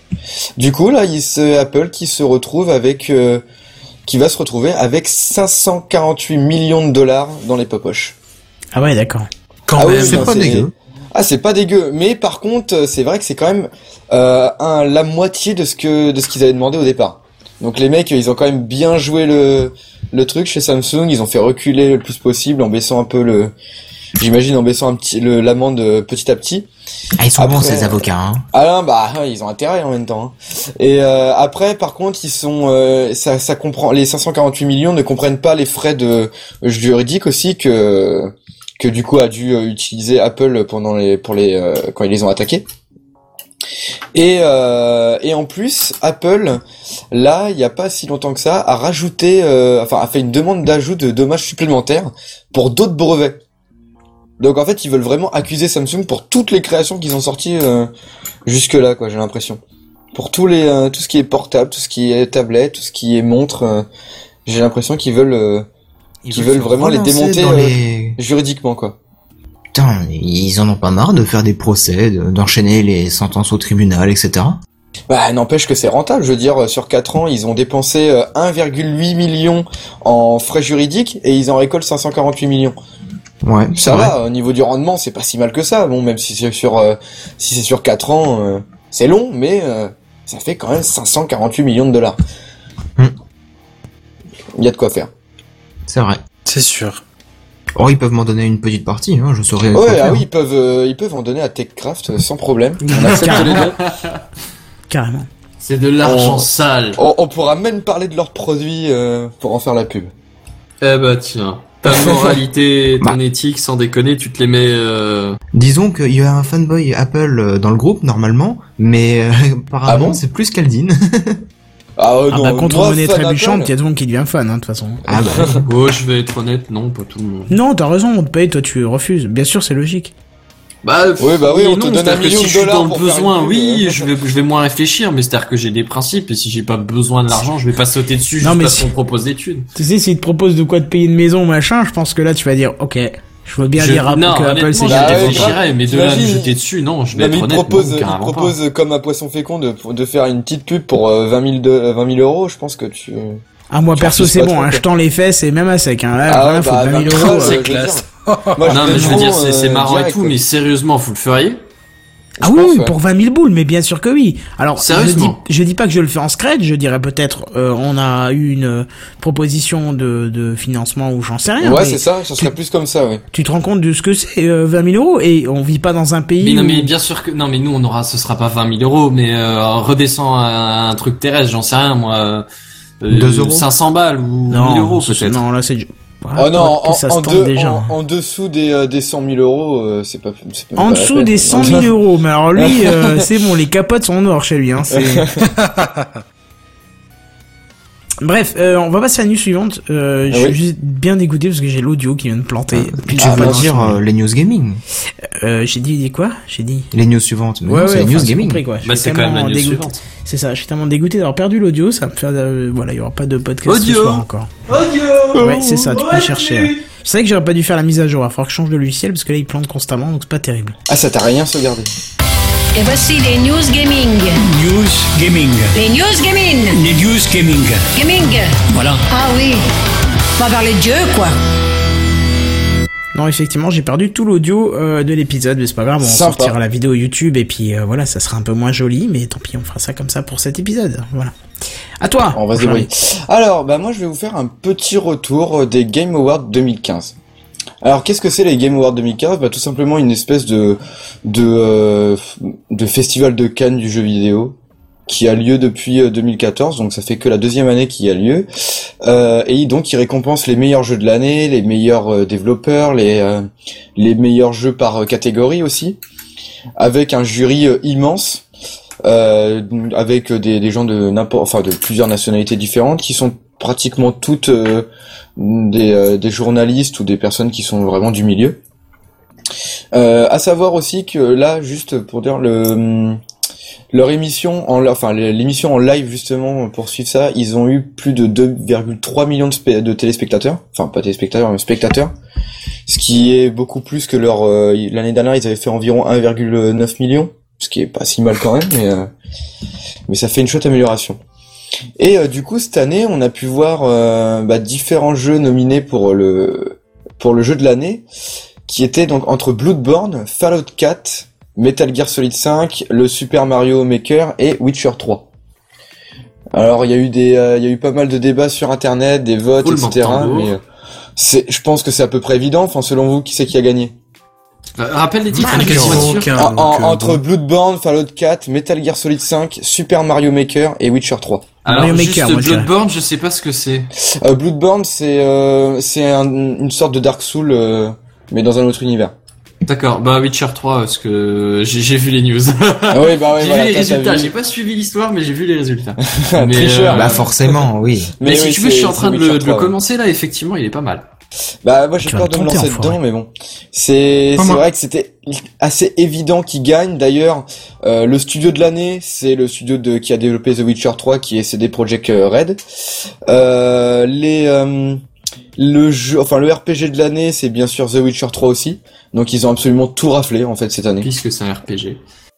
Du coup, là, il c'est Apple qui se retrouve avec, euh, qui va se retrouver avec cinq cent quarante-huit millions de dollars dans les poches. Ah ouais, d'accord. Quand Ah oui, même. c'est non, pas dégueu. Ah, c'est pas dégueu. Mais par contre, c'est vrai que c'est quand même euh, un, la moitié de ce que de ce qu'ils avaient demandé au départ. Donc les mecs, ils ont quand même bien joué le le truc chez Samsung. Ils ont fait reculer le plus possible en baissant un peu le, j'imagine en baissant un petit le l'amende petit à petit. Ah, ils sont bons Après, ces avocats, hein. Ah non, bah ils ont intérêt en même temps. Hein. Et euh, après, par contre, ils sont, euh, ça, ça comprend les cinq cent quarante-huit millions ne comprennent pas les frais de juridiques aussi que que du coup a dû euh, utiliser Apple pendant les pour les euh, quand ils les ont attaqués. Et euh, et en plus, Apple, là, il y a pas si longtemps que ça, a rajouté, euh, enfin, a fait une demande d'ajout de dommages supplémentaires pour d'autres brevets. Donc en fait, ils veulent vraiment accuser Samsung pour toutes les créations qu'ils ont sorties euh, jusque là, quoi. J'ai l'impression. Pour tous les, euh, tout ce qui est portable, tout ce qui est tablette, tout ce qui est montre, euh, j'ai l'impression qu'ils veulent, euh, Ils qu'ils veulent se vraiment les relancer démonter dans euh, les- juridiquement, quoi. Putain, ils en ont pas marre de faire des procès, de- d'enchaîner les sentences au tribunal, et cetera. Bah, n'empêche que c'est rentable. Je veux dire, sur quatre ans, ils ont dépensé euh, un virgule huit million en frais juridiques et ils en récoltent cinq cent quarante-huit millions. Ouais, c'est Ça vrai. va, au niveau du rendement, c'est pas si mal que ça. Bon, même si c'est sur, euh, si c'est sur quatre ans, euh, c'est long, mais euh, ça fait quand même cinq cent quarante-huit millions de dollars. Hmm. Il y a de quoi faire. C'est vrai. C'est sûr. Oh, ils peuvent m'en donner une petite partie, hein, je saurais. quoi Ouais, faire. ah oui, ils peuvent, euh, ils peuvent en donner à TechCraft euh, sans problème. On accepte les dons. Carrément. C'est de l'argent On- sale. On, on pourra même parler de leurs produits euh, pour en faire la pub. Eh bah tiens, ta moralité, ton Bah. éthique, sans déconner, tu te les mets... Euh... Disons qu'il y a un fanboy Apple euh, dans le groupe, normalement, mais euh, apparemment, Ah bon c'est plus Caldine. Ah, euh, Ah non, bah contre moi, monnaie fan trébuchante, Apple, il y a tout le monde qui devient fan, hein, de toute façon. Ah bah, Oh, je vais être honnête, non, pas tout le monde. Non, t'as raison, on te paye, toi tu refuses. Bien sûr, c'est logique. Bah, Oui, bah oui, et on te non, donne c'est-à-dire un que million si de je suis dollars dans le pour faire besoin, une pub, oui, euh. je vais, je vais moins réfléchir, mais c'est-à-dire que j'ai des principes, et si j'ai pas besoin de l'argent, je vais pas sauter dessus Non, juste mais parce si- qu'on me propose des thunes. Tu sais, s'ils te proposent de quoi te payer une maison, machin, je pense que là tu vas dire, ok, je veux bien Je- dire à- non, que Apple honnêtement, c'est je Bah génial. ouais, réfléchirais, mais de là à me t'imagines, jeter dessus, non, je vais Non, mais être il honnête, propose, non, il carrément pas. propose comme à Poisson Fécond de, de faire une petite pub pour euh, vingt mille de, vingt mille euros. Je pense que tu. Ah, moi Je perso refuse c'est pas bon, trop, hein, quoi. je tends les fesses et même à sec, hein. Là, Ah voilà, ouais, faut bah, vingt mille vingt euros. mille, euh, je veux classe. dire. Moi, Non, mais je veux prends, dire, c'est, c'est euh, marrant direct, et tout, quoi. mais sérieusement, vous le feriez? Ah Je oui, pense, oui, ouais. pour vingt mille boules, mais bien sûr que oui. Alors, je dis, Sérieusement. je dis pas que je le fais en scred, je dirais peut-être, euh, on a eu une euh, proposition de, de financement ou j'en sais rien. Ouais, mais c'est ça. Ça serait tu- plus comme ça, oui. Tu te rends compte de ce que c'est, euh, vingt mille euros, et on vit pas dans un pays Mais non, où- mais bien sûr que, non, mais nous, on aura, ce sera pas vingt mille euros, mais, euh, redescend à un truc terrestre, j'en sais rien, moi. Euh, deux euros cinq cents balles ou Non, mille euros c'est- peut-être. Non, là c'est. Oh non, que en, ça en, se tente deux- déjà. en, en dessous des, euh, des cent mille euros, euh, c'est pas, c'est pas En pas la dessous peine. des cent mille euros. Mais alors lui, euh, c'est bon, les capotes sont en or chez lui. Hein, c'est... Bref, euh, on va passer à la news suivante. Euh, Ah je suis oui. juste bien dégoûté parce que j'ai l'audio qui vient de planter. Puis Tu j'ai veux pas pas de dire son. euh, les news gaming, Euh, j'ai dit quoi J'ai dit. les news suivantes. Mais Ouais, non, ouais, c'est les enfin, news j'ai gaming. compris, quoi. Je Bah suis c'est quand même la tellement news dégoûté. suivante. C'est ça, je suis tellement dégoûté d'avoir perdu l'audio, ça me fait, euh, voilà, il y aura pas de podcast Audio. ce soir encore. Audio. Ouais, c'est ça, tu peux chercher. Je savais que j'aurais pas dû faire la mise à jour, il va falloir que je change de logiciel parce que là il plante constamment, donc c'est pas terrible. Ah, ça t'a rien sauvegardé. Et voici les news gaming. News gaming. Les news gaming. Les news gaming. Gaming. Voilà. Ah oui. On va parler de Dieu, quoi. Non, effectivement, j'ai perdu tout l'audio euh, de l'épisode, mais c'est pas grave, on Sympa. sortira la vidéo YouTube et puis euh, voilà, ça sera un peu moins joli, mais tant pis, on fera ça comme ça pour cet épisode. Voilà. À toi. On va se débrouiller. Alors, bah moi je vais vous faire un petit retour des Game Awards deux mille quinze. Alors, qu'est-ce que c'est les Game Awards deux mille quinze? Bah tout simplement une espèce de de euh, de festival de Cannes du jeu vidéo qui a lieu depuis euh, deux mille quatorze, donc ça fait que la deuxième année qu'il a lieu. Euh, et donc il récompense les meilleurs jeux de l'année, les meilleurs euh, développeurs, les euh, les meilleurs jeux par euh, catégorie aussi, avec un jury euh, immense. Euh, avec des, des gens de n'importe, enfin de plusieurs nationalités différentes, qui sont pratiquement toutes euh, des, euh, des journalistes ou des personnes qui sont vraiment du milieu. Euh, à savoir aussi que là, juste pour dire le leur émission en enfin l'émission en live justement pour suivre ça, ils ont eu plus de deux virgule trois millions de, spé- de téléspectateurs, enfin pas téléspectateurs mais spectateurs, ce qui est beaucoup plus que leur euh, l'année dernière ils avaient fait environ un virgule neuf million. Ce qui est pas si mal quand même, mais euh, mais ça fait une chouette amélioration. Et euh, du coup cette année, on a pu voir euh, bah, différents jeux nominés pour le pour le jeu de l'année, qui étaient donc entre Bloodborne, Fallout quatre, Metal Gear Solid cinq, le Super Mario Maker et Witcher trois. Alors il y a eu des euh, il y a eu pas mal de débats sur internet, des votes, Roulement et cetera. de tambour. Mais euh, c'est je pense que c'est à peu près évident. Enfin selon vous, qui c'est qui a gagné? Euh, rappelle les titres, Ah, les quasiment questions. aucun. En- donc, en- euh, entre bon. Bloodborne, Fallout quatre, Metal Gear Solid cinq, Super Mario Maker et Witcher trois. Alors Mario juste Maker, moi, je dirais. Bloodborne, je sais pas ce que c'est. Euh, Bloodborne, c'est euh, c'est un- une sorte de Dark Souls, euh, mais dans un autre univers. D'accord, bah Witcher trois, parce que j'ai j'ai vu les news. Ah oui, bah oui, j'ai voilà, vu les t'as- t'as résultats, vu. j'ai pas suivi l'histoire, mais j'ai vu les résultats. Tricheur. Bah forcément, oui. Mais, si oui, tu veux, je c'est- suis en train c'est de le, Witcher de le trois, ouais. commencer là, effectivement, il est pas mal. Bah moi j'ai Tu vas peur de me tenter, lancer enfoiré. dedans, mais bon. C'est Pas c'est moi. vrai que c'était assez évident qu'il gagne. D'ailleurs, euh, le studio de l'année, c'est le studio de qui a développé The Witcher trois, qui est C D Projekt Red. Euh, les euh, le jeu, enfin le R P G de l'année, c'est bien sûr The Witcher trois aussi. Donc ils ont absolument tout raflé en fait cette année. Puisque c'est un R P G.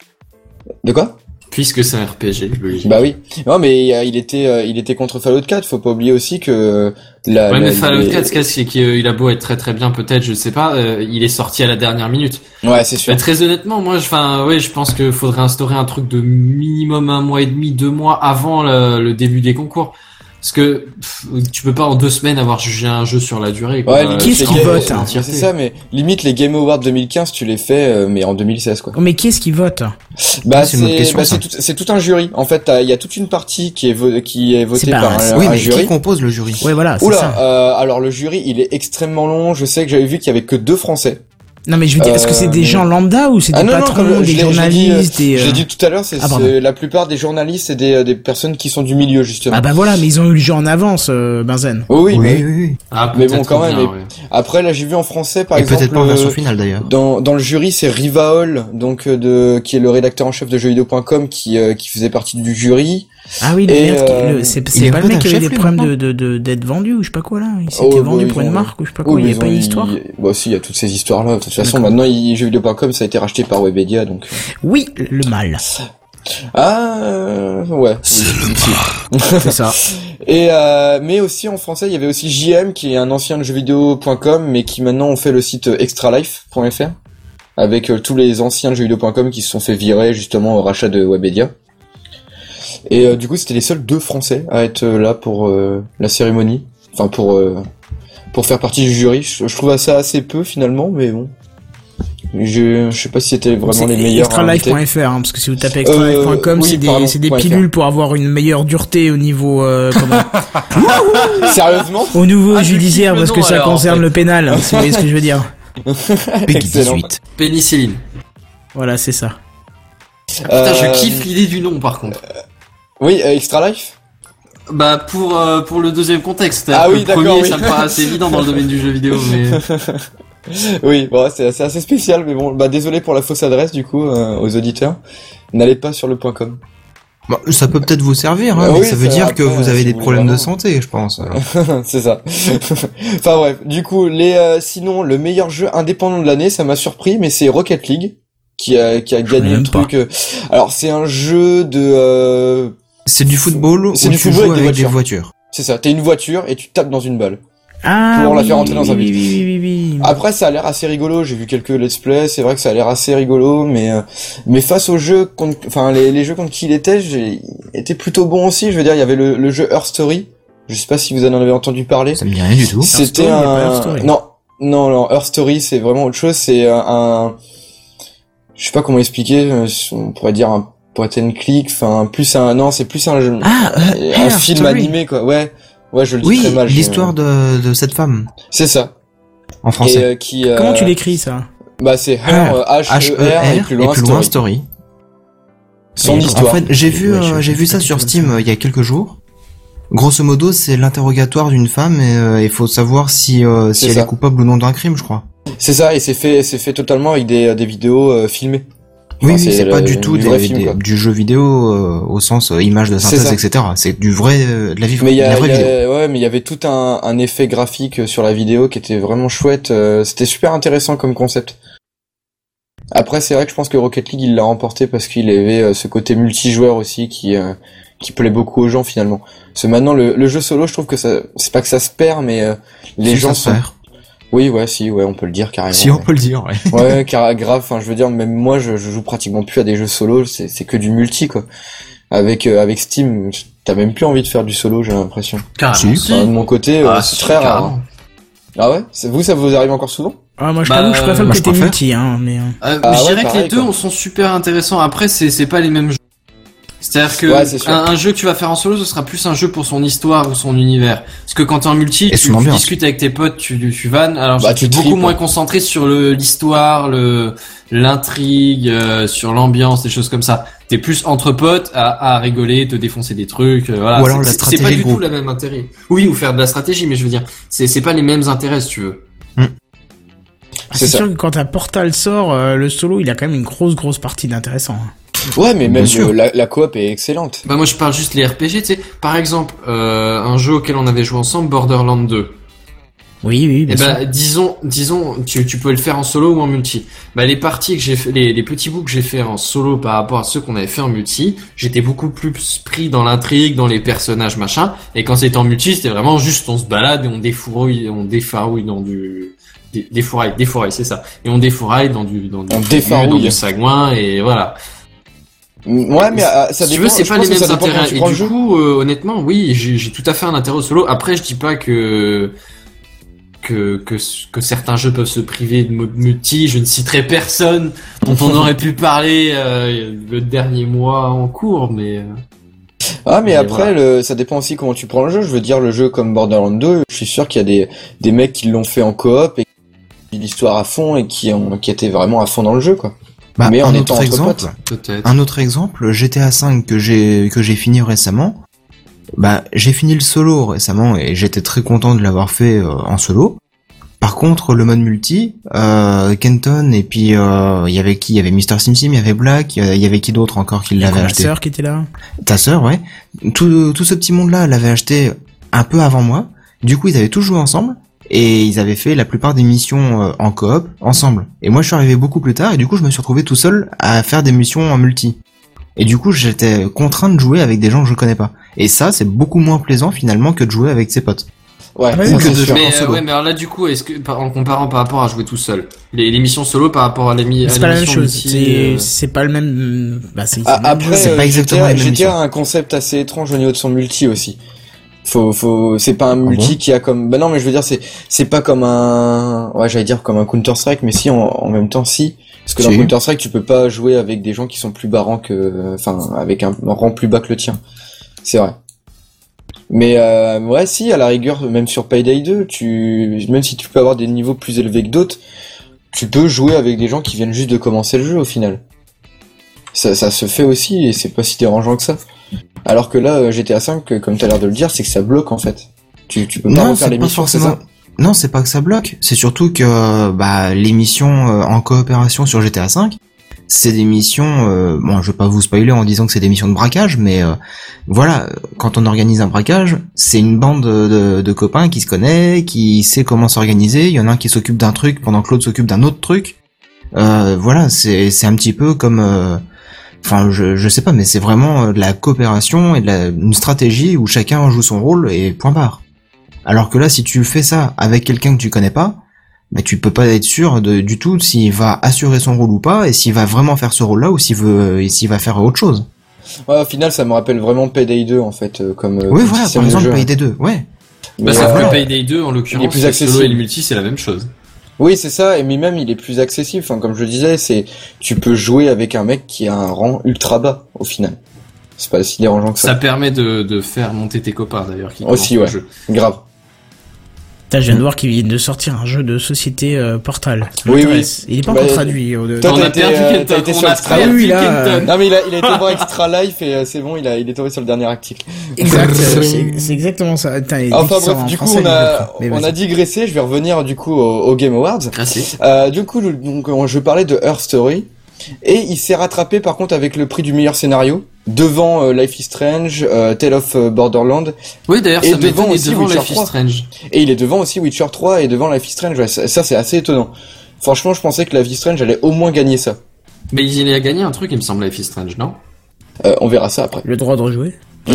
De quoi? Puisque c'est un R P G, logique. Bah oui. Non mais euh, il était euh, il était contre Fallout quatre, faut pas oublier aussi que la Ouais, la- mais Fallout les- quatre, ce qu'il y a, c'est qu'il a beau être très très bien, peut-être, je sais pas, euh, il est sorti à la dernière minute. Ouais, c'est sûr. Mais très honnêtement, moi, enfin, ouais, je pense qu'il faudrait instaurer un truc de minimum un mois et demi, deux mois avant le, le début des concours. Parce que pff, tu peux pas en deux semaines avoir jugé un jeu sur la durée. Quoi. Ouais, Euh, limite, Qui est-ce les qui Game- vote, c'est- hein C'est ça, mais limite les Game Awards deux mille quinze, tu les fais, euh, mais en deux mille seize quoi. Oh, mais qui est-ce qui vote? Bah c'est une autre question, bah, ça. c'est tout, c'est tout un jury. En fait, t'as- il y a toute une partie qui est vo- qui est votée C'est pas par vrai, un, Oui, un mais jury. qui compose le jury? Ouais, voilà, c'est Oula, ça. euh, alors le jury, il est extrêmement long. Je sais que j'avais vu qu'il y avait que deux Français. Non, mais je veux dire, est-ce que c'est des euh, gens lambda ou c'est Ah des non, non, patrons, comme je des l'ai- je l'ai dit, journalistes, des... Je euh, l'ai dit tout à l'heure, c'est Ah, pardon. c'est la plupart des journalistes et des des personnes qui sont du milieu justement. Ah bah voilà, mais ils ont eu le jeu en avance, euh, Benzen. Oh oui, Oui, mais oui, oui. Ah, mais bon, peut-être quand bien, même, ouais. après là j'ai vu en français par Et exemple. peut-être pas en version euh, finale d'ailleurs. Dans, dans le jury, c'est Riva Hall, donc euh, de qui est le rédacteur en chef de jeux vidéo point com, qui euh, qui faisait partie du jury. Ah oui, le Et, merde, qui- euh, le- c'est il c'est est pas un le peu mec qui avait d'un des chef, lui, problèmes maintenant de de de- d'être vendu ou je sais pas quoi là. Il s'était Oh, vendu bah, pour ils une ont- marque ou je sais pas Oh, quoi. Il y ils avait pas ont- une histoire. il- Bah si, il y a toutes ces histoires là. De toute façon, D'accord. maintenant, il, jeux vidéo point com, ça a été racheté par Webedia, donc. Oui, le mal. Ah, euh, ouais. Oui, C'est ça. Et euh, mais aussi en français, il y avait aussi J M qui est un ancien de jeux vidéo point com, mais qui maintenant ont fait le site extralife point f r avec euh, tous les anciens de jeux vidéo point com qui se sont fait virer justement au rachat de Webedia. Et euh, du coup, c'était les seuls deux Français à être euh, là pour euh, la cérémonie, enfin pour euh, pour faire partie du jury. Je, je trouve ça assez peu finalement, mais bon. Je, je sais pas si c'était vraiment C'est les meilleurs. extralife point f r, hein, parce que si vous tapez extralife point com, Euh, oui, c'est des, pardon, c'est des point F R. pilules pour avoir une meilleure dureté au niveau, euh, comment, Sérieusement? au niveau Ah, je judiciaire, kiffe le parce que nom, ça alors, en concerne fait. le pénal, si vous voyez ce que je veux dire. Peggy Excellent. dix-huit. Pénicilline. Voilà, c'est ça. Putain, je Euh, kiffe l'idée du nom par contre. Oui, euh, Extra Life. Bah pour euh, pour le deuxième contexte. Ah Le oui, d'accord, premier, oui. ça me paraît assez évident dans le domaine du jeu vidéo, mais Oui, bon, c'est c'est assez spécial, mais bon, bah désolé pour la fausse adresse du coup euh, aux auditeurs. N'allez pas sur le point .com. Bon, ça peut peut-être vous servir, hein, Ah mais oui, ça veut ça, dire après, que vous avez si des vous problèmes voulez de vraiment. santé, je pense. C'est ça. Enfin bref, du coup, les euh, sinon le meilleur jeu indépendant de l'année, ça m'a surpris, mais c'est Rocket League qui a qui a gagné connais le même pas. truc. euh, Alors c'est un jeu de euh, C'est du football C'est où du tu football joues avec des avec des voitures. voitures. c'est ça, t'es une voiture et tu tapes dans une balle. Ah, Pour la oui, faire entrer dans un oui, but. oui, oui, oui, oui. Après, ça a l'air assez rigolo. J'ai vu quelques let's play. C'est vrai que ça a l'air assez rigolo, mais euh, mais face aux jeux, contre, enfin les, les jeux contre qui il était, j'ai été plutôt bon aussi. Je veux dire, il y avait le, le jeu Earth Story. Je sais pas si vous en avez entendu parler. Ça me dit rien du tout. C'était Story, y a pas un Earth Story. non non non Earth Story, c'est vraiment autre chose. C'est un, un... je sais pas comment expliquer. euh, On pourrait dire un point and click. Enfin, plus un non, c'est plus un jeu, Ah, euh, un Earth film Story. animé quoi. Ouais. Ouais, je le dis Oui, très mal. je- l'histoire de, de cette femme, C'est ça. en Et français. euh, qui. euh, Comment tu l'écris, ça? Bah c'est Her, Her, euh, H E R, et plus loin, story. story. Son Et histoire. En fait, j'ai vu, Ouais, euh, je- j'ai je vu sais ça pas sur du tout Steam comme ça. euh, il y a quelques jours. Grosso modo, c'est l'interrogatoire d'une femme et euh, il faut savoir si euh, si C'est elle ça. est coupable ou non d'un crime, je crois. C'est ça, et c'est fait, c'est fait totalement avec des, des vidéos euh, filmées. Oui, Enfin, oui, c'est le- pas du tout du des, vrai film, des- quoi. du jeu vidéo euh, au sens euh, image de C'est synthèse, ça. et cetera. C'est du vrai, euh, de la, vie, Mais il y de la a, vraie il y vidéo. a- ouais, mais il y avait tout un, un effet graphique sur la vidéo qui était vraiment chouette. euh, C'était super intéressant comme concept. Après, c'est vrai que je pense que Rocket League il l'a remporté parce qu'il avait euh, ce côté multijoueur aussi qui euh, qui plaît beaucoup aux gens finalement. Parce que maintenant le, le jeu solo, je trouve que ça, c'est pas que ça se perd, mais euh, les Si, gens ça se sont. perd. Oui, ouais, si, ouais, on peut le dire carrément. Si on ouais. peut le dire, ouais. Ouais, car grave. Enfin, je veux dire, même moi, je, je joue pratiquement plus à des jeux solo. C'est, c'est que du multi, quoi. Avec euh, avec Steam, t'as même plus envie de faire du solo, j'ai l'impression. carrément. Si. Enfin, de mon côté, euh, Ah, c'est si, très rare. carrément. hein. Ah ouais, c'est, vous, ça vous arrive encore souvent? Ah, moi, je Bah, t'avoue que je préfère moi, le je côté préfère. multi, hein, mais... euh, Euh, Ah je ouais, dirais que pareil, les deux quoi. sont super intéressants. Après, c'est c'est pas les mêmes jeux. C'est-à-dire que Ouais, c'est sûr. un, un jeu que tu vas faire en solo, ce sera plus un jeu pour son histoire ou son univers. Parce que quand t'es en multi, Et tu, son tu ambiance. discutes avec tes potes, tu, tu vannes. Alors, Bah, tu es tu beaucoup tripes, moins hein. concentré sur le l'histoire, le l'intrigue, euh, sur l'ambiance, des choses comme ça. T'es plus entre potes à, à rigoler, te défoncer des trucs. euh, voilà. Ou alors C'est- la c'est- stratégie C'est pas de du tout groupe. la même intérêt. Oui, ou faire de la stratégie, mais je veux dire, c'est c'est pas les mêmes intérêts, si tu veux. C'est C'est ça. sûr que quand un Portal sort, euh, le solo, il a quand même une grosse, grosse partie d'intéressant. hein. Ouais, mais Bien même sûr. euh, la, la coop est excellente. Bah moi je parle juste les R P G, tu sais. Par exemple, euh, un jeu auquel on avait joué ensemble, Borderlands deux. Oui, oui, bien Et sûr. bah disons, disons, tu, tu peux le faire en solo ou en multi. Bah les parties que j'ai fait, les, les petits bouts que j'ai fait en solo par rapport à ceux qu'on avait fait en multi, j'étais beaucoup plus pris dans l'intrigue, dans les personnages, machin. Et quand c'était en multi, c'était vraiment juste on se balade et on défourouille, on défarouille dans du dé- défouraille, défouraille, c'est ça. Et on défouraille dans du dans du, On dans défarouille. du sagouin et voilà. Ouais, mais euh, ça si dépend. tu veux, c'est je pas pense les que mêmes ça dépend quand intérêts. tu Et prends le du jeu. coup, euh, honnêtement, oui, j'ai j'ai tout à fait un intérêt au solo. Après, je dis pas que que que que certains jeux peuvent se priver de mode multi. Je ne citerai personne dont on aurait pu parler euh, le dernier mois en cours, mais euh, Ah, mais Et après, voilà. le, ça dépend aussi comment tu prends le jeu. Je veux dire, le jeu comme Borderlands deux, je suis sûr qu'il y a des, des mecs qui l'ont fait en coop et qui ont l'histoire à fond et qui ont, qui étaient vraiment à fond dans le jeu, quoi. Bah, Mais en un étant autre entre exemple, potes. peut-être. un autre exemple, G T A cinq que j'ai que j'ai fini récemment. Bah, j'ai fini le solo récemment et j'étais très content de l'avoir fait euh, en solo. Par contre, le mode multi, euh, Kenton et puis euh, il y avait qui? Il y avait Mister Sim Sim, il y avait Black, il y avait qui d'autre encore qui Il y a l'avait ma acheté? sœur qui était là. Ta sœur, ouais. Tout, tout ce petit monde-là l'avait acheté un peu avant moi. Du coup, ils avaient tous joué ensemble et ils avaient fait la plupart des missions euh, en coop ensemble. Et moi, je suis arrivé beaucoup plus tard et du coup, je me suis retrouvé tout seul à faire des missions en multi. Et du coup, j'étais contraint de jouer avec des gens que je connais pas. Et ça, c'est beaucoup moins plaisant finalement que de jouer avec ses potes. Ouais, Ouais, ça, que c'est de sûr. faire Mais en euh, solo. ouais, mais alors là du coup, est-ce que par- en comparant par rapport à jouer tout seul, les, les missions solo par rapport à les mi- à C'est pas la même l'émission chose. multi, C'est euh, c'est pas le même. Bah, c'est c'est Ah, le même après, jeu. c'est pas euh, exactement G T A, la même G T A mission. a un concept assez étrange au niveau de son multi aussi. Faut, faut, c'est pas un multi qui a comme, bah non, mais je veux dire, c'est, c'est pas comme un, ouais, j'allais dire comme un Counter-Strike, mais si, en, en même temps, si. Parce que Si. dans Counter-Strike, tu peux pas jouer avec des gens qui sont plus bas rang que, enfin, avec un, un rang plus bas que le tien. C'est vrai. Mais, euh, ouais, si, à la rigueur, même sur Payday deux, tu, même si tu peux avoir des niveaux plus élevés que d'autres, tu peux jouer avec des gens qui viennent juste de commencer le jeu, au final. Ça, ça se fait aussi, et c'est pas si dérangeant que ça. Alors que là, G T A cinq, comme t'as l'air de le dire, c'est que ça bloque en fait. Tu, tu peux pas refaire les missions, c'est ça ? Non, c'est pas que ça bloque. C'est surtout que bah, les missions euh, en coopération sur G T A cinq, c'est des missions. Euh, bon, je vais pas vous spoiler en disant que c'est des missions de braquage, mais euh, voilà, quand on organise un braquage, c'est une bande de, de, de copains qui se connaît, qui sait comment s'organiser. Il y en a un qui s'occupe d'un truc pendant que l'autre s'occupe d'un autre truc. Euh, voilà, c'est c'est un petit peu comme. Euh, Enfin, je, je sais pas, mais c'est vraiment de la coopération et de la, une stratégie où chacun joue son rôle et point barre. Alors que là, si tu fais ça avec quelqu'un que tu connais pas, bah, tu peux pas être sûr de, du tout s'il va assurer son rôle ou pas, et s'il va vraiment faire ce rôle-là ou s'il veut, et s'il va faire autre chose. Ouais, au final, ça me rappelle vraiment Payday deux, en fait, euh, comme, Oui, comme voilà, système par de exemple, jeu. Payday deux, ouais. Mais, Bah, euh, sauf voilà. que Payday deux, en Il est l'occurrence, plus le solo accessible. et le multi, c'est la même chose. Oui, c'est ça, et mais même, il est plus accessible. Enfin, comme je le disais, c'est, tu peux jouer avec un mec qui a un rang ultra bas, au final. C'est pas si dérangeant que ça. Ça permet de, de faire monter tes copains, d'ailleurs, qui Aussi, commencent ouais. le jeu. Grave. Putain, je viens de voir qu'ils viennent de sortir un jeu de société euh, Portal. Ça Oui, m'intéresse. Il est pas Bah, encore traduit. euh, de- toi, On t'as a été, perdu euh, Kenton, t'as été on sur a Extra perdu Life. là, Kenton. Non, mais il a, il a été voir Extra Life et euh, c'est bon, il a, il est tombé sur le dernier article. Exact. euh, c'est c'est exactement ça. Putain, il dit Enfin qu'il sort bref, en du coup, français, on a, mais mais on vas-y. a digressé. Je vais revenir du coup au, au Game Awards. Merci. Euh, du coup, le- donc, on- je parlais de Her Story. Et il s'est rattrapé par contre avec le prix du meilleur scénario. Devant euh, Life is Strange, euh, Tale of euh, Borderland. Oui, d'ailleurs, Et ça devant m'étonne, et aussi devant Witcher Life is trois. Strange. Et il est devant aussi Witcher trois et devant Life is Strange. Ouais, ça, ça, c'est assez étonnant. Franchement, je pensais que Life is Strange allait au moins gagner ça. Mais il a gagné un truc, il me semble, Life is Strange, non? Euh, on verra ça après. Le droit de rejouer.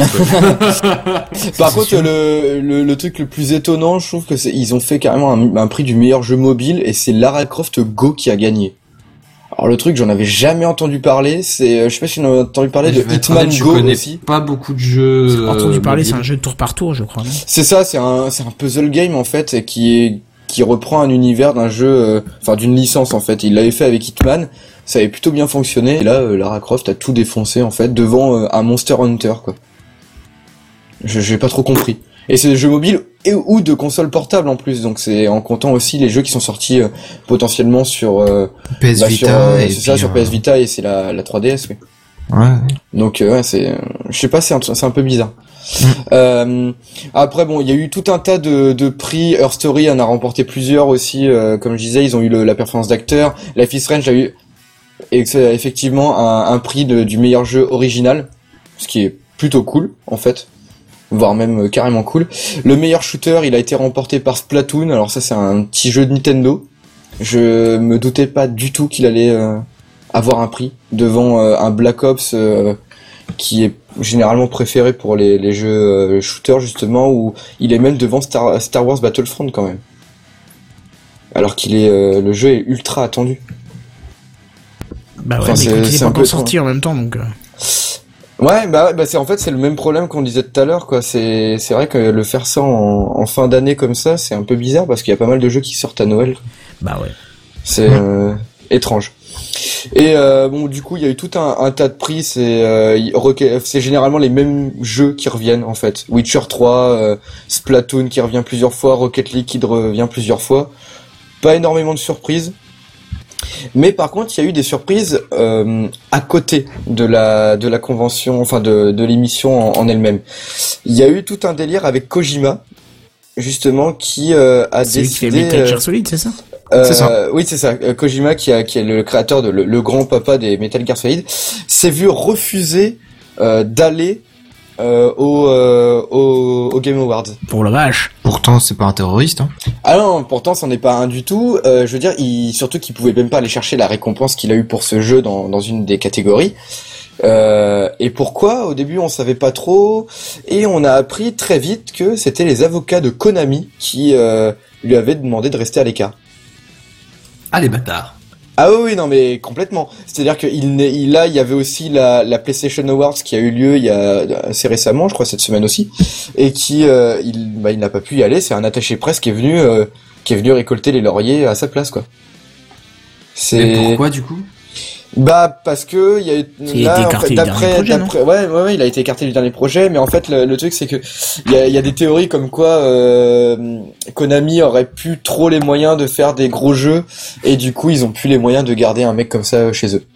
Par contre, le, le, le truc le plus étonnant, je trouve que c'est ils ont fait carrément un, un prix du meilleur jeu mobile et c'est Lara Croft Go qui a gagné. Alors le truc, j'en avais jamais entendu parler. C'est, euh, je sais pas si on a entendu parler Je de vais être Hitman honnête, je Go connais aussi. pas beaucoup de jeux. J'ai pas entendu euh, parler, c'est mobiles. un jeu de tour par tour, je crois. Non C'est ça, c'est un, c'est un puzzle game en fait qui est qui reprend un univers d'un jeu, euh, enfin d'une licence en fait. Il l'avait fait avec Hitman, ça avait plutôt bien fonctionné. Et là, euh, Lara Croft a tout défoncé en fait devant euh, un Monster Hunter quoi. Je j'ai pas trop compris. Et c'est des jeux mobiles et ou de consoles portables en plus, donc c'est en comptant aussi les jeux qui sont sortis euh, potentiellement sur euh, P S bah, Vita sur, euh, et c'est ça puis, sur euh, P S Vita et c'est la la trois D S oui. Ouais. Donc euh, ouais, c'est, euh, je sais pas, c'est un, c'est un peu bizarre. Mm. Euh, après bon, il y a eu tout un tas de, de prix. Her Story en a remporté plusieurs aussi. Euh, comme je disais, ils ont eu le, la performance d'acteur. Life is Strange a eu ex- effectivement un, un prix de, du meilleur jeu original, ce qui est plutôt cool en fait, voire même euh, carrément cool. Le meilleur shooter, il a été remporté par Splatoon. Alors ça, c'est un petit jeu de Nintendo. Je me doutais pas du tout qu'il allait euh, avoir un prix devant euh, un Black Ops euh, qui est généralement préféré pour les, les jeux euh, shooters justement, où il est même devant Star, Star Wars Battlefront quand même. Alors qu'il est euh, le jeu est ultra attendu. Bah ouais, Enfin, mais c'est- écoute, il est c'est pas un peu encore sorti en même temps, donc. euh, Ouais, bah, ouais, bah c'est en fait c'est le même problème qu'on disait tout à l'heure quoi. C'est c'est vrai que le faire ça en, en fin d'année comme ça, c'est un peu bizarre parce qu'il y a pas mal de jeux qui sortent à Noël. Bah ouais. C'est euh, étrange. Et euh, bon, du coup, il y a eu tout un, un tas de prix. C'est euh, il- Rocket- c'est généralement les mêmes jeux qui reviennent en fait. Witcher trois, euh, Splatoon qui revient plusieurs fois, Rocket League qui revient plusieurs fois. Pas énormément de surprises. Mais par contre, il y a eu des surprises euh, à côté de la de la convention, enfin de de l'émission en, en elle-même. Il y a eu tout un délire avec Kojima, justement, qui euh, a C'est lui qui fait décidé. Metal euh, Gear Solid, c'est ça? euh, C'est ça. Oui, c'est ça. Euh, Kojima, qui, a, qui est le créateur de le, le grand papa des Metal Gear Solid, s'est vu refuser euh, d'aller euh, au, euh, au au Game Awards. Pour la vache. Pourtant, c'est pas un terroriste, hein. Ah non, pourtant, c'en est pas un du tout. Euh, je veux dire, il, surtout qu'il pouvait même pas aller chercher la récompense qu'il a eue pour ce jeu dans dans une des catégories. Euh, et pourquoi? Au début, on savait pas trop, et on a appris très vite que c'était les avocats de Konami qui euh, lui avaient demandé de rester à l'écart. Ah, les bâtards. Ah oui, oui, non mais complètement. C'est-à-dire que il, n'est- il là, il y avait aussi la, la PlayStation Awards qui a eu lieu il y a assez récemment, je crois cette semaine aussi, et qui euh, il bah, il n'a pas pu y aller. C'est un attaché presse qui est venu euh, qui est venu récolter les lauriers à sa place quoi. C'est Mais pourquoi du coup? Bah parce que il y a Il là, a été en écarté fait, du dernier d'après projet, d'après ouais, ouais ouais il a été écarté du dernier projet, mais en fait le, le truc c'est que il y a il y a des théories comme quoi euh, Konami aurait plus trop les moyens de faire des gros jeux et du coup ils ont plus les moyens de garder un mec comme ça chez eux.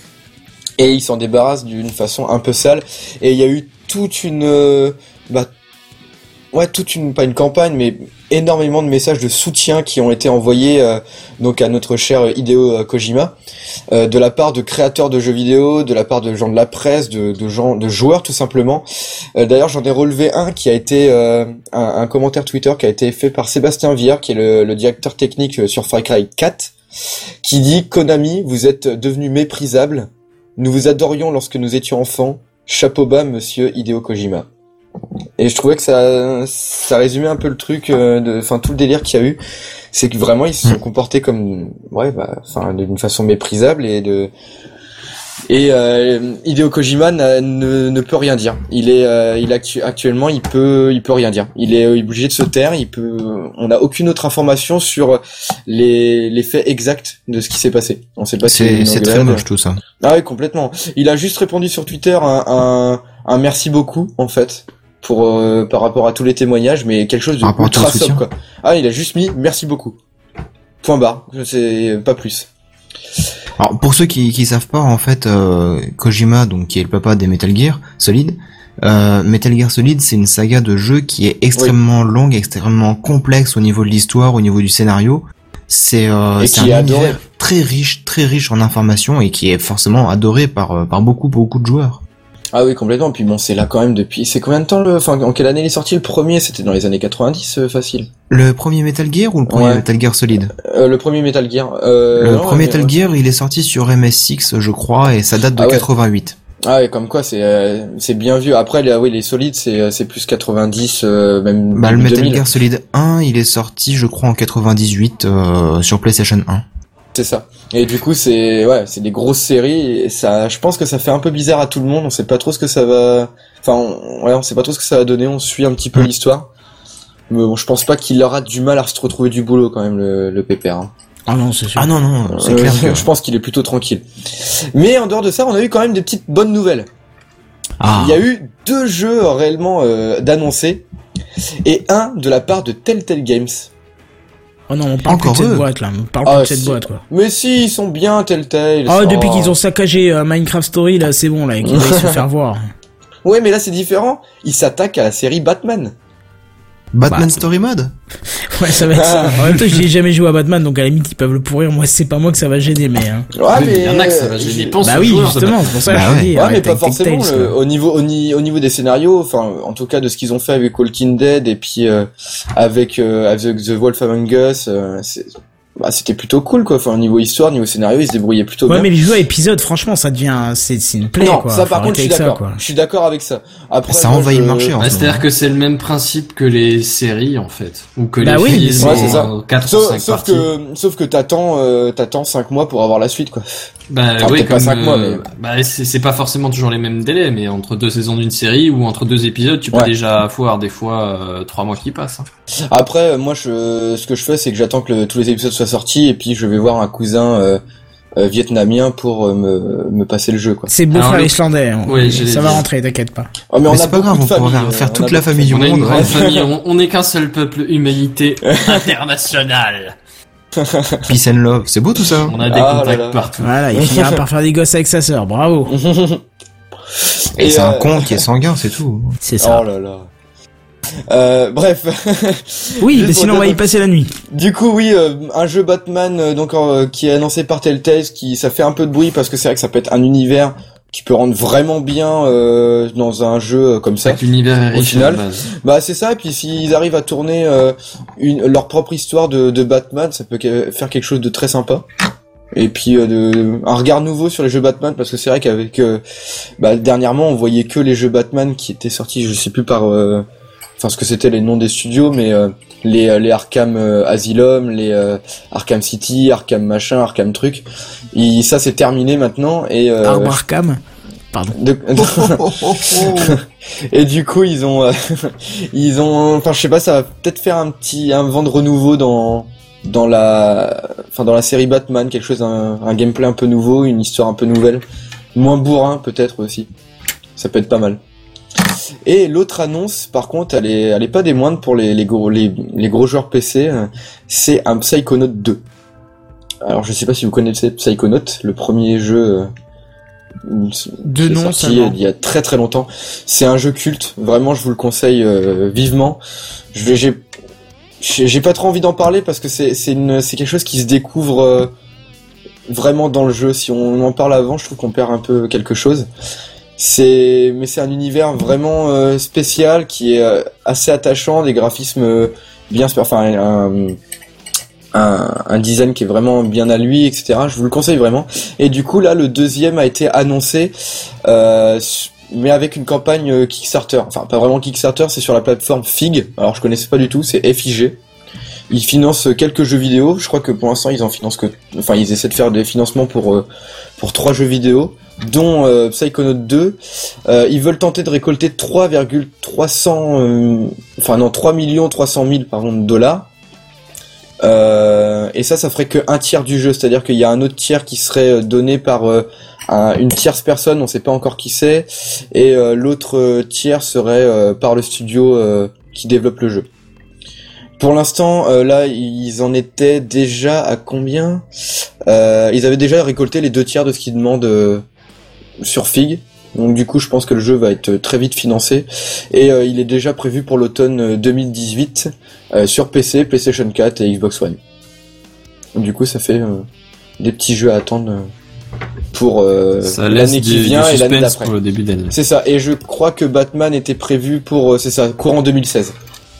Et ils s'en débarrassent d'une façon un peu sale et il y a eu toute une euh, bah ouais toute une pas une campagne mais énormément de messages de soutien qui ont été envoyés euh, donc à notre cher Hideo euh, Kojima euh, de la part de créateurs de jeux vidéo, de la part de gens de la presse, de, de gens, de joueurs tout simplement. Euh, d'ailleurs, j'en ai relevé un qui a été euh, un, un commentaire Twitter qui a été fait par Sébastien Viard, qui est le, le directeur technique sur Far Cry quatre, qui dit: Konami, vous êtes devenu méprisable. Nous vous adorions lorsque nous étions enfants. Chapeau bas, monsieur Hideo Kojima. Et je trouvais que ça, ça résumait un peu le truc, euh, de, enfin tout le délire qu'il y a eu, c'est que vraiment ils se sont comportés comme, ouais, bah, enfin d'une façon méprisable et de, et euh, Hideo Kojima n'a- ne, ne peut rien dire. Il est, euh, il actu- actuellement, il peut, il peut rien dire. Il est, il est obligé de se taire. Il peut, on n'a aucune autre information sur les, les faits exacts de ce qui s'est passé. On sait pas si C'est une c'est très engueulade. moche tout ça. Ah oui, complètement. Il a juste répondu sur Twitter un, un, un merci beaucoup, en fait, pour euh, par rapport à tous les témoignages, mais quelque chose de Par rapport à tout le ultra soutien. sobre, quoi. Ah, il a juste mis merci beaucoup. Point barre. Je sais pas plus. Alors pour ceux qui qui savent pas, en fait, euh, Kojima, donc qui est le papa des Metal Gear Solid, euh, Metal Gear Solid, c'est une saga de jeux qui est extrêmement longue, extrêmement complexe au niveau de l'histoire, au niveau du scénario. C'est euh, Et c'est qui est un adoré. univers très riche, très riche en informations et qui est forcément adoré par euh, par beaucoup beaucoup de joueurs. Ah oui, complètement. Puis bon, c'est là quand même depuis. C'est combien de temps le. Enfin, en quelle année il est sorti le premier? C'était dans les années quatre-vingt-dix, euh, facile. Le premier Metal Gear ou le premier Ouais. Metal Gear Solid? Euh, le premier Metal Gear. Euh, Le non, premier mais- Metal Gear, il est sorti sur M S six, je crois, et ça date de Ah ouais. quatre-vingt-huit. Ah ouais, comme quoi, c'est euh, c'est bien vieux. Après, les, oui, les solides, c'est c'est plus quatre-vingt-dix, euh, même Bah, le début Metal deux mille. Gear Solid un, il est sorti, je crois, en quatre-vingt-dix-huit euh, sur PlayStation un. C'est ça. Et du coup, c'est ouais, c'est des grosses séries. Et ça, je pense que ça fait un peu bizarre à tout le monde. On sait pas trop ce que ça va. Enfin, on, ouais, on sait pas trop ce que ça va donner. On suit un petit peu Mm. l'histoire. Mais bon, je pense pas qu'il aura du mal à se retrouver du boulot quand même, le, le pépère. Hein. Ah non, c'est sûr. Ah non, non, c'est Euh, clair que... Je pense qu'il est plutôt tranquille. Mais en dehors de ça, on a eu quand même des petites bonnes nouvelles. Ah, Il y a eu deux jeux réellement euh, d'annoncer et un de la part de Telltale Games. Oh non, on parle Encore plus de cette eux. boîte là, on parle Ah, plus de cette si. boîte quoi. Mais si, ils sont bien Telltale. Ah, ça- depuis qu'ils ont saccagé euh, Minecraft Story là, c'est bon là, et qu'ils vont se faire voir. Ouais, mais là c'est différent. Ils s'attaquent à la série Batman. Batman Bah, Story Mode. Ouais, ça va être ça. En même temps, j'ai jamais joué à Batman, donc à la limite ils peuvent le pourrir. Moi, c'est pas moi que ça va gêner, mais. Hein. Ouais, Oui, mais il y en a que ça va gêner. Pense Bah aux oui, joueurs de justement, c'est pour ça que Bah je ouais. te dis. Ouais, arrête mais pas avec tes forcément. Tales, le- là. au niveau au, ni- au niveau des scénarios, enfin, en tout cas de ce qu'ils ont fait avec Walking Dead et puis euh, avec euh, avec The Wolf Among Us, euh, c'est- bah, c'était plutôt cool quoi. Enfin, au niveau histoire, niveau scénario, ils se débrouillaient plutôt Ouais, bien. mais les jeux à épisodes, franchement, ça devient, c'est, c'est une plaie, non, quoi. ça Faut par contre, je arrêter suis avec ça, d'accord. quoi. Je suis d'accord avec ça. Après, Ça moi, envahit je- le marché, en Bah, ce c'est-à-dire moment. que c'est le même principe que les séries en fait, ou que Bah les oui, films ouais, c'est ça. en quatre ou Sauf, cinq sauf parties. que sauf que t'attends euh, t'attends cinq mois pour avoir la suite quoi. Bah Enfin, oui, peut-être pas comme cinq mois, euh, mais- bah c'est c'est pas forcément toujours les mêmes délais, mais entre deux saisons d'une série ou entre deux épisodes, tu peux Ouais. déjà avoir des fois euh, trois mois qui passent. hein. Après, euh, moi, je, ce que je fais, c'est que j'attends que le- tous les épisodes soient sortis et puis je vais voir un cousin euh, euh, vietnamien pour euh, me, me passer le jeu, quoi. C'est beau Alors, frère le- islandais. hein. Ouais, j'allais ça va dire. rentrer, t'inquiète pas. Oh, mais on Mais a c'est pas beaucoup grave, de on pourra familles, faire euh, toute on a la beaucoup de famille du On a une monde, grande ouais. famille, on on n'est qu'un seul peuple, humanité internationale. Peace and Love, c'est beau tout ça. On a des Ah là contacts là. partout. Voilà, il finira par faire des gosses avec sa sœur. Bravo. Et, Et, c'est un euh, con qui est sanguin, c'est tout. C'est ça. Oh là là. Euh, bref. Oui, Juste mais pour sinon on va dire- y passer la nuit. Du coup, oui, euh, un jeu Batman euh, donc euh, qui est annoncé par Telltale, qui ça fait un peu de bruit parce que c'est vrai que ça peut être un univers qui peut rendre vraiment bien euh, dans un jeu euh, comme ça. Chaque univers est Au riche final. à la base. Bah c'est ça, et puis s'ils arrivent à tourner euh, une, leur propre histoire de, de Batman, ça peut que- faire quelque chose de très sympa. Et puis euh, de, un regard nouveau sur les jeux Batman, parce que c'est vrai qu'avec euh, bah, dernièrement on voyait que les jeux Batman qui étaient sortis, je sais plus par euh, enfin ce que c'était les noms des studios, mais euh, les les Arkham euh, Asylum, les euh, Arkham City, Arkham machin, Arkham truc. Et ça c'est terminé maintenant et euh, Arbre Arkham. Pardon. De... et du coup ils ont euh, ils ont enfin je sais pas, ça va peut-être faire un petit un vent de renouveau dans dans la enfin dans la série Batman, quelque chose un, un gameplay un peu nouveau, une histoire un peu nouvelle, moins bourrin peut-être aussi. Ça peut être pas mal. Et l'autre annonce, par contre, elle est, elle est pas des moindres pour les, les gros, les, les gros joueurs P C. C'est un Psychonaut deux. Alors, je sais pas si vous connaissez Psychonaut, le premier jeu de nom sorti seulement. Il y a très très longtemps. C'est un jeu culte. Vraiment, je vous le conseille euh, vivement. Je vais, j'ai, j'ai pas trop envie d'en parler parce que c'est, c'est une, c'est quelque chose qui se découvre euh, vraiment dans le jeu. Si on en parle avant, je trouve qu'on perd un peu quelque chose. C'est, mais c'est un univers vraiment euh, spécial qui est euh, assez attachant, des graphismes euh, bien, enfin un, un, un design qui est vraiment bien à lui, et cetera. Je vous le conseille vraiment. Et du coup là, le deuxième a été annoncé, euh, mais avec une campagne Kickstarter. Enfin, pas vraiment Kickstarter, c'est sur la plateforme Fig. Alors je connaissais pas du tout, c'est F I G. Ils financent quelques jeux vidéo. Je crois que pour l'instant ils en financent que, enfin ils essaient de faire des financements pour euh, pour trois jeux vidéo, dont euh, Psychonaut deux. Euh, ils veulent tenter de récolter trois virgule trois cents, euh, enfin non trois millions trois cent mille pardon de dollars. Euh, et ça, ça ferait que un tiers du jeu, c'est-à-dire qu'il y a un autre tiers qui serait donné par euh, un, une tierce personne, on sait pas encore qui c'est, et euh, l'autre euh, tiers serait euh, par le studio euh, qui développe le jeu. Pour l'instant, euh, là, ils en étaient déjà à combien ? euh, Ils avaient déjà récolté les deux tiers de ce qu'ils demandent euh, sur Fig. Donc du coup, je pense que le jeu va être très vite financé. Et euh, il est déjà prévu pour l'automne deux mille dix-huit euh, sur P C, PlayStation quatre et Xbox One. Donc, du coup, ça fait euh, des petits jeux à attendre euh, pour euh, l'année qui vient et l'année d'après. Pour le début d'année. C'est ça. Et je crois que Batman était prévu pour, euh, c'est ça, courant deux mille seize.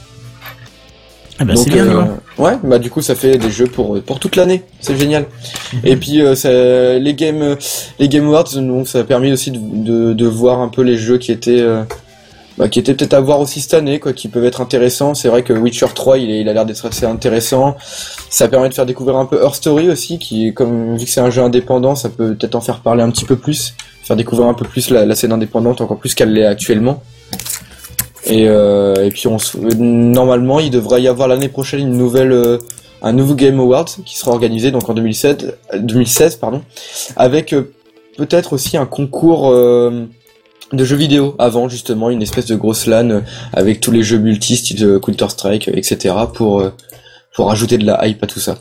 Ah bah Donc, c'est bien, euh, hein. ouais, bah du coup ça fait des jeux pour pour toute l'année, c'est génial. Et puis euh, ça, les game les Game Awards, donc ça a permis aussi de de, de voir un peu les jeux qui étaient euh, bah, qui étaient peut-être à voir aussi cette année, quoi, qui peuvent être intéressants. C'est vrai que Witcher trois, il est, il a l'air d'être assez intéressant. Ça permet de faire découvrir un peu Her Story aussi, qui est comme vu que c'est un jeu indépendant, ça peut peut-être en faire parler un petit peu plus, faire découvrir un peu plus la, la scène indépendante, encore plus qu'elle l'est actuellement. Et, euh, et puis on se... normalement il devrait y avoir l'année prochaine une nouvelle euh, un nouveau Game Awards qui sera organisé donc en deux mille sept deux mille seize pardon, avec euh, peut-être aussi un concours euh, de jeux vidéo avant, justement une espèce de grosse LAN euh, avec tous les jeux multi style de Counter-Strike, et cetera pour euh, pour ajouter de la hype à tout ça.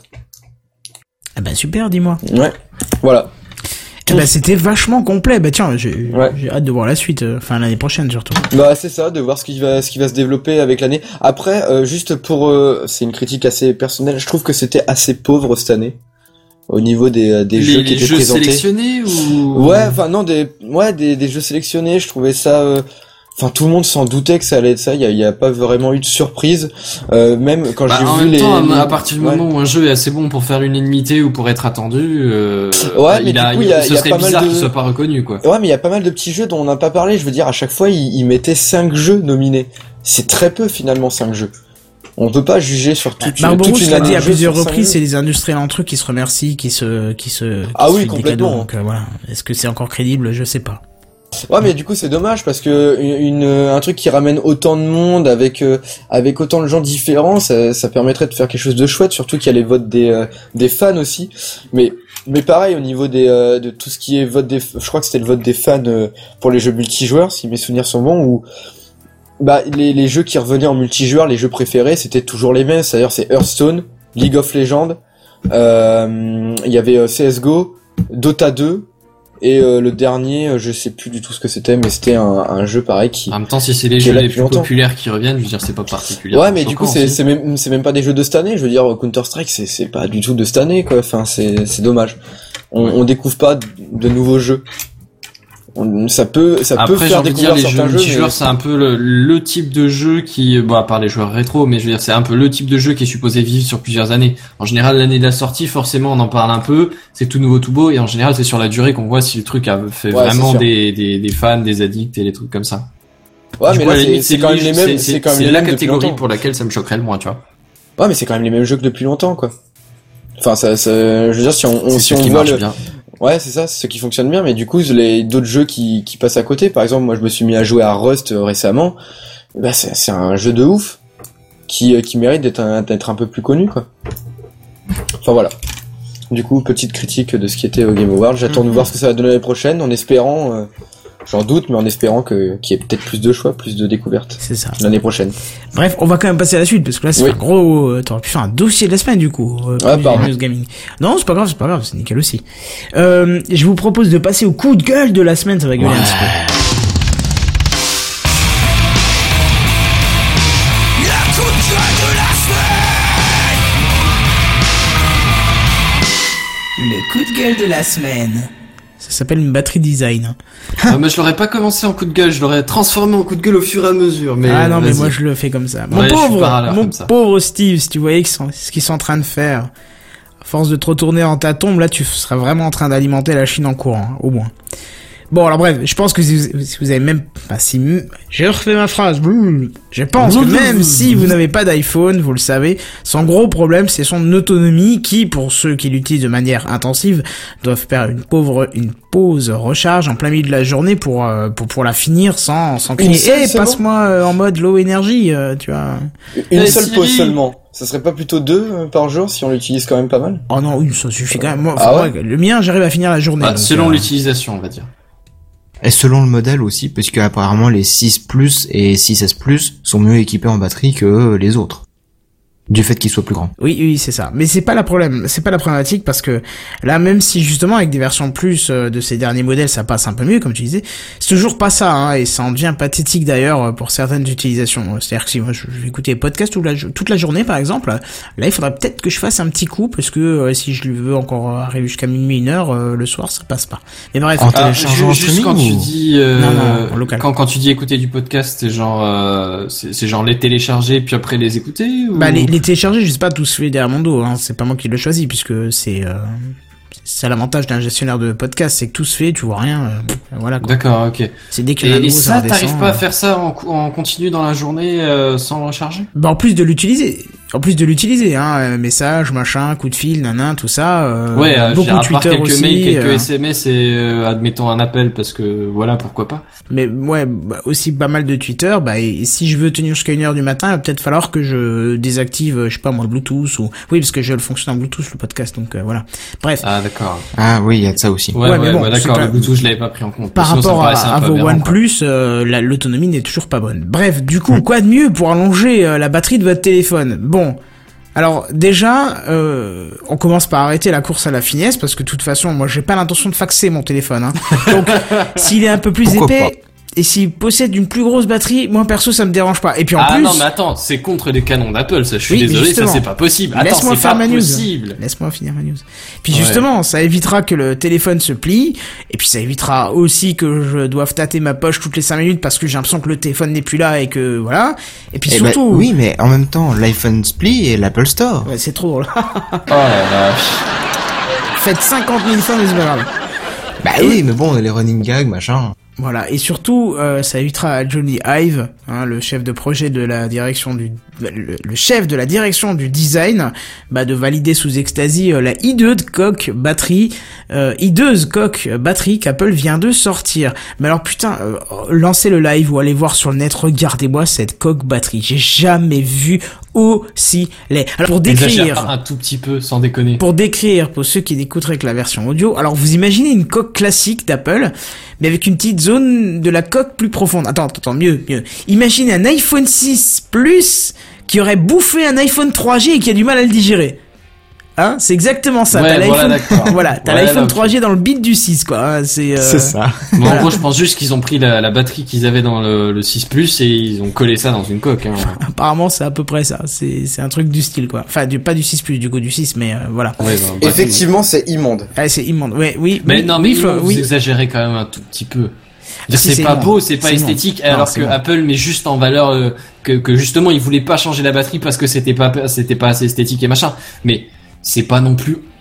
Ah bah super, dis-moi. Ouais, voilà. Eh bah c'était vachement complet. Bah tiens, j'ai Ouais. j'ai hâte de voir la suite, euh, enfin l'année prochaine surtout. Bah c'est ça, de voir ce qui va ce qui va se développer avec l'année. Après, euh, juste pour euh, c'est une critique assez personnelle, je trouve que c'était assez pauvre cette année au niveau des des les, jeux qui les étaient jeux présentés. sélectionnés ou Ouais, enfin non des ouais des des jeux sélectionnés, je trouvais ça euh, enfin tout le monde s'en doutait que ça allait être ça, il y a il y a pas vraiment eu de surprise, euh, même quand bah, j'ai en vu même les, temps, les... à partir du ouais. moment où un jeu est assez bon pour faire l'unanimité ou pour être attendu, euh, Ouais, bah, mais il du a, coup, il, il y a- ce il y a serait pas mal bizarre de- qu'il soit pas reconnu, quoi. Ouais, mais il y a pas mal de petits jeux dont on n'a pas parlé, je veux dire à chaque fois ils, ils mettaient cinq jeux nominés. C'est très peu finalement cinq jeux. On peut pas juger sur toute, toute Barbarousse une l'a année dit à de jeux plusieurs sur cinq reprises, jeux. c'est les industriels entre eux qui se remercient, qui se, qui se, qui Ah se oui, filent des complètement. cadeaux. Donc euh, voilà. Est-ce que c'est encore crédible? Je sais pas. Ouais, mais du coup c'est dommage parce que une, une- un truc qui ramène autant de monde avec euh, avec autant de gens différents, ça, ça permettrait de faire quelque chose de chouette. Surtout qu'il y a les votes des euh, des fans aussi. Mais mais pareil au niveau des euh, de tout ce qui est vote des, je crois que c'était le vote des fans euh, pour les jeux multijoueurs, si mes souvenirs sont bons, où bah les les jeux qui revenaient en multijoueur, les jeux préférés, c'était toujours les mêmes. C'est-à-dire c'est Hearthstone, League of Legends, euh, il y avait euh, C S G O, Dota deux. Et euh, le dernier, euh, je sais plus du tout ce que c'était, mais c'était un, un jeu pareil qui. En même temps, si c'est les qui est jeux là les depuis plus longtemps. populaires qui reviennent, je veux dire, c'est pas particulier. Ouais, mais du coup, c'est c'est même c'est même pas des jeux de cette année. Je veux dire, Counter Strike, c'est c'est pas du tout de cette année, quoi. Enfin, c'est c'est dommage. On, Ouais. on découvre pas de, de nouveaux jeux. On, ça peut ça peut Après, j'ai faire envie de dire, découvrir les jeux certains jeux. multijoueurs, mais- c'est un peu le, le type de jeu qui, bon, à part les joueurs rétro, mais je veux dire, c'est un peu le type de jeu qui est supposé vivre sur plusieurs années. En général, l'année de la sortie, forcément, on en parle un peu, c'est tout nouveau, tout beau, et en général, c'est sur la durée qu'on voit si le truc a fait Ouais, vraiment c'est sûr. des, des, des fans, des addicts et des trucs comme ça. Ouais, Du mais coup, à là, la c'est, limite, c'est quand même les mêmes, c'est- c'est quand même c'est les la mêmes depuis catégorie longtemps. pour laquelle ça me choquerait le moins, tu vois. Ouais, mais c'est quand même les mêmes jeux que depuis longtemps, quoi. Enfin, ça, ça, je veux dire, si on, on C'est si ce on qui voit marche le, bien. ouais, c'est ça, c'est ce qui fonctionne bien, mais du coup, les d'autres jeux qui, qui passent à côté, par exemple, moi, je me suis mis à jouer à Rust euh, récemment, bah, c'est, c'est un jeu de ouf, qui, euh, qui mérite d'être un, d'être un peu plus connu, quoi. Enfin, voilà. Du coup, petite critique de ce qui était au Game Awards. J'attends Mhm. de voir ce que ça va donner l'année prochaine, en espérant, euh, j'en doute, mais en espérant que, qu'il y ait peut-être plus de choix, plus de découvertes C'est ça. l'année prochaine. Bref, on va quand même passer à la suite, parce que là, c'est Oui. un gros, euh, t'aurais pu faire un dossier de la semaine, du coup. Euh, Ah, pour pardon. News Gaming. Non, c'est pas grave, c'est pas grave, c'est nickel aussi. Euh, je vous propose de passer au coup de gueule de la semaine, ça va gueuler un petit peu. Le coup de gueule de la semaine. Ça s'appelle une batterie design. Ah, mais je l'aurais pas commencé en coup de gueule, je l'aurais transformé en coup de gueule au fur et à mesure. Mais ah non, mais vas-y. moi je le fais comme ça. Mon Ouais, je suis pauvre, pas râleur mon comme ça. pauvre Steve, si tu voyais qu'ils sont- ce qu'ils sont en train de faire, à force de te retourner dans ta tombe, là tu serais vraiment en train d'alimenter la Chine en courant, hein, au moins. Bon, alors bref, je pense que si vous, si vous avez même, bah, si, j'ai refait ma phrase, je pense que même si vous n'avez pas d'iPhone, vous le savez, son gros problème, c'est son autonomie qui, pour ceux qui l'utilisent de manière intensive, doivent faire une pauvre, une pause recharge en plein milieu de la journée pour, euh, pour, pour la finir sans, sans crier, seule eh, seulement passe-moi euh, en mode low energy, euh, tu vois. Une Eh, seule Siri. pause seulement. Ça serait pas plutôt deux euh, par jour si on l'utilise quand même pas mal? Oh non, une, ça suffit quand même. Moi, Ah faut- ouais ouais, le mien, j'arrive à finir la journée. Bah, donc, selon euh, l'utilisation, on va dire. Et selon le modèle aussi, parce que apparemment les six Plus et six S Plus sont mieux équipés en batterie que les autres. Du fait qu'ils soient plus grands. Oui, oui, c'est ça. Mais c'est pas la problème, c'est pas la problématique parce que là, même si justement avec des versions plus euh, de ces derniers modèles, ça passe un peu mieux, comme tu disais, c'est toujours pas ça, hein, et ça en devient pathétique d'ailleurs euh, pour certaines utilisations. C'est-à-dire que si moi je je vais écouter les podcasts toute la, toute la journée, par exemple, là, il faudrait peut-être que je fasse un petit coup parce que euh, si je veux encore arriver jusqu'à minuit, une heure, euh, le soir, ça passe pas. Mais bref. En Ah, téléchargeant en ju- juste streaming quand tu ou- dis euh, Non, non, en local. quand quand tu dis écouter du podcast, c'est genre euh, c'est c'est genre les télécharger puis après les écouter ou... Bah les, les télécharger, je sais pas, tout se fait derrière mon dos, hein. C'est pas moi qui le choisis puisque c'est euh, c'est l'avantage d'un gestionnaire de podcast, c'est que tout se fait, tu vois rien, euh, voilà quoi. D'accord, ok. C'est dès qu'il y en a un Et, et nouveau, ça, redescend, t'arrives pas à euh. faire ça en, cou- en continu dans la journée euh, sans le recharger? Bah en plus de l'utiliser, en plus de l'utiliser, hein, euh, message, machin, coup de fil, nanan, tout ça. Euh, Ouais, euh, je veux beaucoup dire, à de part Twitter quelques aussi. mails, quelques euh, S M S et euh, admettons un appel parce que voilà, pourquoi pas. Mais ouais, bah, aussi pas mal de Twitter. Bah et, et si je veux tenir jusqu'à une heure du matin, il va peut-être falloir que je désactive, euh, je sais pas moi, le Bluetooth ou oui parce que je le fonctionne en Bluetooth le podcast, donc euh, voilà. Bref. Ah d'accord. Ah oui, il y a de ça aussi. Ouais, Ouais, ouais, mais bon, ouais, c'est d'accord. pas- Le Bluetooth, je l'avais pas pris en compte. Par Sinon, ça me rapport à, paraissait un à peu vos aberrant, quoi. OnePlus, euh, la- l'autonomie n'est toujours pas bonne. Bref, du coup, quoi de mieux pour allonger euh, la batterie de votre téléphone? Bon, alors déjà, euh, on commence par arrêter la course à la finesse parce que de toute façon, moi, j'ai pas l'intention de faxer mon téléphone. Hein. Donc, s'il est un peu plus Pourquoi épais et s'il possède une plus grosse batterie, moi perso, ça me dérange pas. Et puis en Ah plus, non, mais attends, c'est contre les canons d'Apple, ça. Je suis Oui, mais désolé, ça justement. c'est pas possible. Attends, Laisse-moi c'est faire pas ma news. possible. Laisse-moi finir ma news. Puis Ouais. justement, ça évitera que le téléphone se plie, et puis ça évitera aussi que je doive tâter ma poche toutes les cinq minutes parce que j'ai l'impression que le téléphone n'est plus là et que voilà. Et puis Eh ben, surtout, oui, mais en même temps, l'iPhone Split et l'Apple Store. ouais, c'est trop drôle. Oh la vache. Faites cinquante mille fois, mais c'est pas grave. Bah Et- oui, mais bon, les running gags, machin. Voilà, et surtout, euh, ça évitera à Johnny Ive, hein, le chef de projet de la direction du, le, le chef de la direction du design, bah, de valider sous ecstasy euh, la hideuse coque batterie, euh, hideuse coque batterie qu'Apple vient de sortir. Mais alors putain, euh, lancez le live ou allez voir sur le net, regardez-moi cette coque batterie. J'ai jamais vu aussi laid. Alors pour Exagère décrire, pas un tout petit peu, sans déconner. pour décrire, pour ceux qui n'écouteraient que la version audio, alors vous imaginez une coque classique d'Apple, mais avec une petite zone de la coque plus profonde. Attends, attends, mieux, mieux. Imaginez un iPhone six Plus qui aurait bouffé un iPhone trois G et qui a du mal à le digérer. Hein, c'est exactement ça. Ouais, T'as voilà, l'iPhone, d'accord. voilà, t'as Ouais, l'iPhone là, ok. trois G dans le bit du six, quoi. Hein, c'est, euh, ça. Bon, Voilà. en gros, je pense juste qu'ils ont pris la, la batterie qu'ils avaient dans le, le six Plus et ils ont collé ça dans une coque. Hein. Apparemment, c'est à peu près ça. C'est, c'est un truc du style, quoi. Enfin, du, pas du six Plus, du coup, du six, mais euh, voilà. Ouais, bah, bah, Effectivement, c'est immonde. Ah, c'est immonde. Ouais, oui. Mais oui, non, mais oui, ils Flo- vont vous oui. exagérez quand même un tout petit peu. Dire, Si, c'est c'est pas immonde. beau, c'est pas C'est immonde. esthétique, Non, alors c'est que immonde. Apple met juste en valeur euh, que, que justement ils voulaient pas changer la batterie parce que c'était pas c'était pas assez esthétique et machin. Mais c'est pas non plus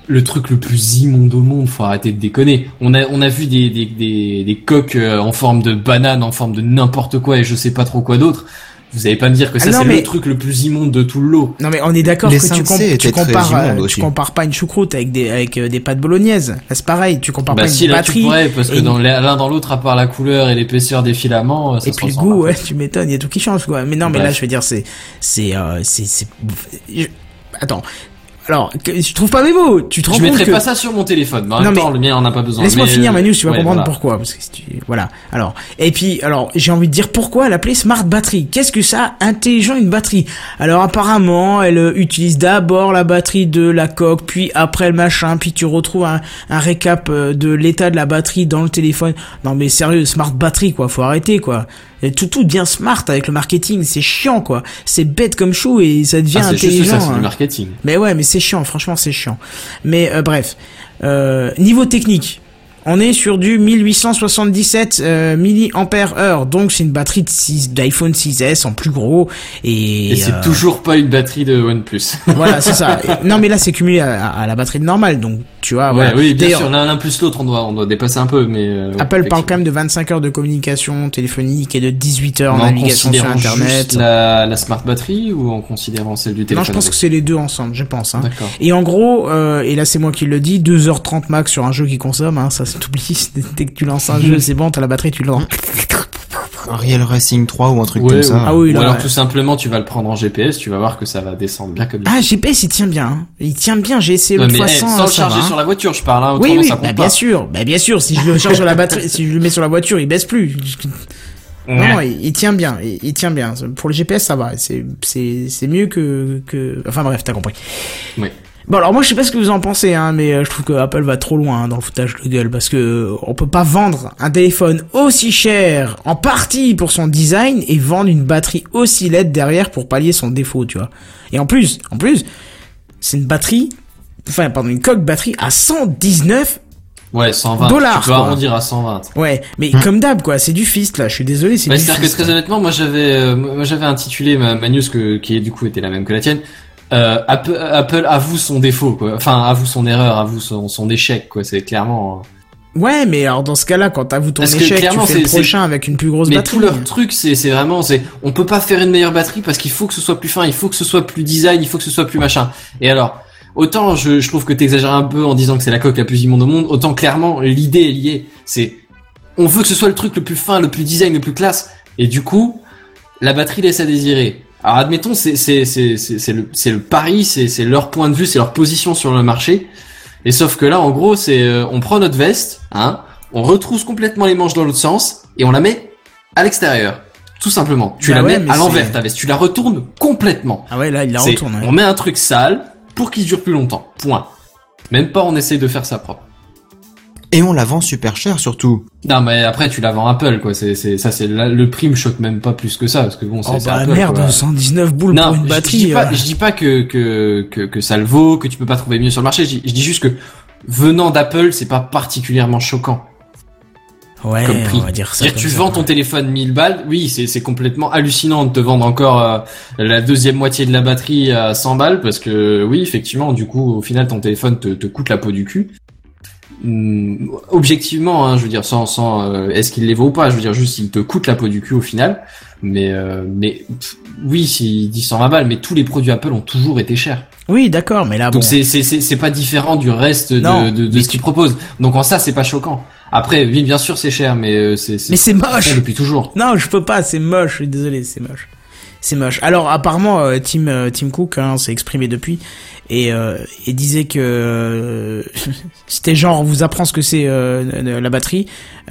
le truc le plus immonde au monde, faut arrêter de déconner. On a on a vu des des des, des coques en forme de banane, en forme de n'importe quoi et je sais pas trop quoi d'autre. Vous allez pas me dire que ça ah non, c'est mais... le truc le plus immonde de tout le lot. Non mais on est d'accord que tu, comp- tu compares euh, tu compares pas une choucroute avec des avec euh, des pâtes bolognaises. Là c'est pareil, tu compares bah pas si, une là, batterie. Tu pourrais, parce que dans l'un dans l'autre à part la couleur et l'épaisseur des filaments, ça et se puis le goût, ouais, tu m'étonnes, il y a tout qui change quoi. Mais non, mais Bref. là je veux dire c'est c'est euh, c'est c'est je... attends. Alors, je trouve pas mes mots. Tu te rends je compte mettrai que... pas ça sur mon téléphone. Mais en même temps, le mien, on n'a pas besoin. Laisse-moi mais... finir, Manu, tu vas ouais, comprendre voilà. pourquoi. Parce que si tu... Voilà. Alors, et puis, alors, j'ai envie de dire pourquoi l'appeler Smart Battery. Qu'est-ce que ça, intelligent, une batterie? Alors, apparemment, elle euh, utilise d'abord la batterie de la coque, puis après le machin, puis tu retrouves un, un récap euh, de l'état de la batterie dans le téléphone. Non, mais sérieux, Smart Battery, quoi. Faut arrêter, quoi. Et tout tout devient smart avec le marketing, c'est chiant quoi. C'est bête comme chou et ça devient ah, c'est intelligent. Juste ça, c'est hein. du marketing. Mais ouais, mais c'est chiant, franchement c'est chiant. Mais euh, bref, euh, niveau technique, on est sur du mille huit cent soixante-dix-sept euh, milliampères heure, donc c'est une batterie de six, d'iPhone six S en plus gros et, et c'est euh... toujours pas une batterie de OnePlus. Voilà, c'est ça. Non mais là c'est cumulé à, à la batterie normale, donc tu vois. Ouais, voilà. oui, bien D'ailleurs, sûr, l'un plus l'autre, on doit on doit dépasser un peu, mais euh, Apple parle quand même de vingt-cinq heures de communication téléphonique et de dix-huit heures en navigation sur Internet. Juste la, la smart batterie ou en considérant celle du téléphone? Non, je pense que c'est les deux ensemble, je pense. Hein. D'accord. Et en gros, euh, et là c'est moi qui le dis, deux heures trente max sur un jeu qui consomme, hein, ça c'est t'oublies. Dès que tu lances un jeu, c'est bon, t'as la batterie, tu lances. Real Racing trois ou un truc ouais, comme ça. Ouais. Ah oui, ou là, alors ouais. tout simplement tu vas le prendre en G P S, tu vas voir que ça va descendre bien comme il faut. Ah, G P S il tient bien, hein. Il tient bien, j'ai essayé l'autre ouais, fois hey, sans, sans le ça charger va, sur hein. la voiture, je parle, hein, oui, autrement oui, ça compte bah, pas. bien sûr, bah bien sûr, si je le charge sur la batterie, si je le mets sur la voiture, il baisse plus. Non, non, il, il tient bien, il, il tient bien. Pour le G P S, ça va, c'est, c'est, c'est mieux que, que, enfin bref, t'as compris. Oui. Bon alors moi je sais pas ce que vous en pensez hein, mais euh, je trouve que Apple va trop loin hein, dans le foutage de gueule parce que euh, on peut pas vendre un téléphone aussi cher en partie pour son design et vendre une batterie aussi laide derrière pour pallier son défaut, tu vois. Et en plus, en plus, c'est une batterie, enfin pardon, une coque batterie à cent dix-neuf Ouais, cent vingt. dollars. Tu peux arrondir à cent vingt. Ouais, mais Hum. comme d'hab quoi, c'est du fist là. Je suis désolé, c'est Bah, du c'est-à-dire fist. que très honnêtement, moi j'avais, euh, moi j'avais intitulé ma, ma news que, qui du coup était la même que la tienne. Euh, Apple, Apple avoue son défaut, quoi. Enfin, avoue son erreur, avoue son, son échec, quoi. C'est clairement. Ouais, mais alors dans ce cas-là, quand t'avoues ton Parce que échec, tu clairement, fais le c'est- prochain avec une plus grosse Mais batterie. tout leur truc, c'est, c'est vraiment, c'est, on peut pas faire une meilleure batterie parce qu'il faut que ce soit plus fin, il faut que ce soit plus design, il faut que ce soit plus machin. Et alors, autant je, je trouve que t'exagères un peu en disant que c'est la coque la plus immonde au monde, autant clairement l'idée est liée. C'est, on veut que ce soit le truc le plus fin, le plus design, le plus classe. Et du coup, la batterie laisse à désirer. Alors admettons, c'est c'est c'est c'est c'est le c'est le pari, c'est c'est leur point de vue, c'est leur position sur le marché. Et sauf que là, en gros, c'est euh, on prend notre veste, hein, on retrousse complètement les manches dans l'autre sens et on la met à l'extérieur, tout simplement. Tu Bah la ouais, mets mais à l'envers c'est- ta veste, tu la retournes complètement. Ah ouais, là il la C'est- retourne. Ouais. On met un truc sale pour qu'il dure plus longtemps. Point. Même pas, on essaye de faire ça propre. Et on la vend super cher surtout. Non, mais après, tu la vends Apple, quoi. C'est c'est ça, c'est la- le prix me choque même pas plus que ça, parce que bon, c'est Oh c'est bah Apple, merde, quoi. cent dix-neuf boules Non, pour une je- batterie. Je, dis pas, euh. je dis pas que, que que que ça le vaut, que tu peux pas trouver mieux sur le marché. Je dis, je dis juste que venant d'Apple, c'est pas particulièrement choquant Ouais, comme prix. on va dire ça. C'est-à-dire, comme tu ça, vends ouais. ton téléphone mille balles, oui, c'est c'est complètement hallucinant de te vendre encore euh, la deuxième moitié de la batterie à cent balles, parce que oui, effectivement, du coup, au final, ton téléphone te te coûte la peau du cul. Hum, objectivement, hein, je veux dire, sans sans euh, est-ce qu'il les vaut ou pas, je veux dire juste il te coûte la peau du cul au final. Mais euh, mais pff, oui, s'il dit cent vingt balles, mais tous les produits Apple ont toujours été chers. Oui, d'accord, mais là Donc bon. c'est c'est c'est c'est pas différent du reste de Non, de, de mais ce qu'ils proposent. Donc en ça c'est pas choquant. Après oui bien sûr c'est cher mais euh, c'est Mais c'est moche. depuis toujours. Non, je peux pas, c'est moche, je suis désolé, c'est moche. C'est moche. Alors apparemment euh, Tim euh, Tim Cook hein, s'est exprimé depuis et euh, et disait que euh, c'était genre on vous apprend ce que c'est euh, la batterie.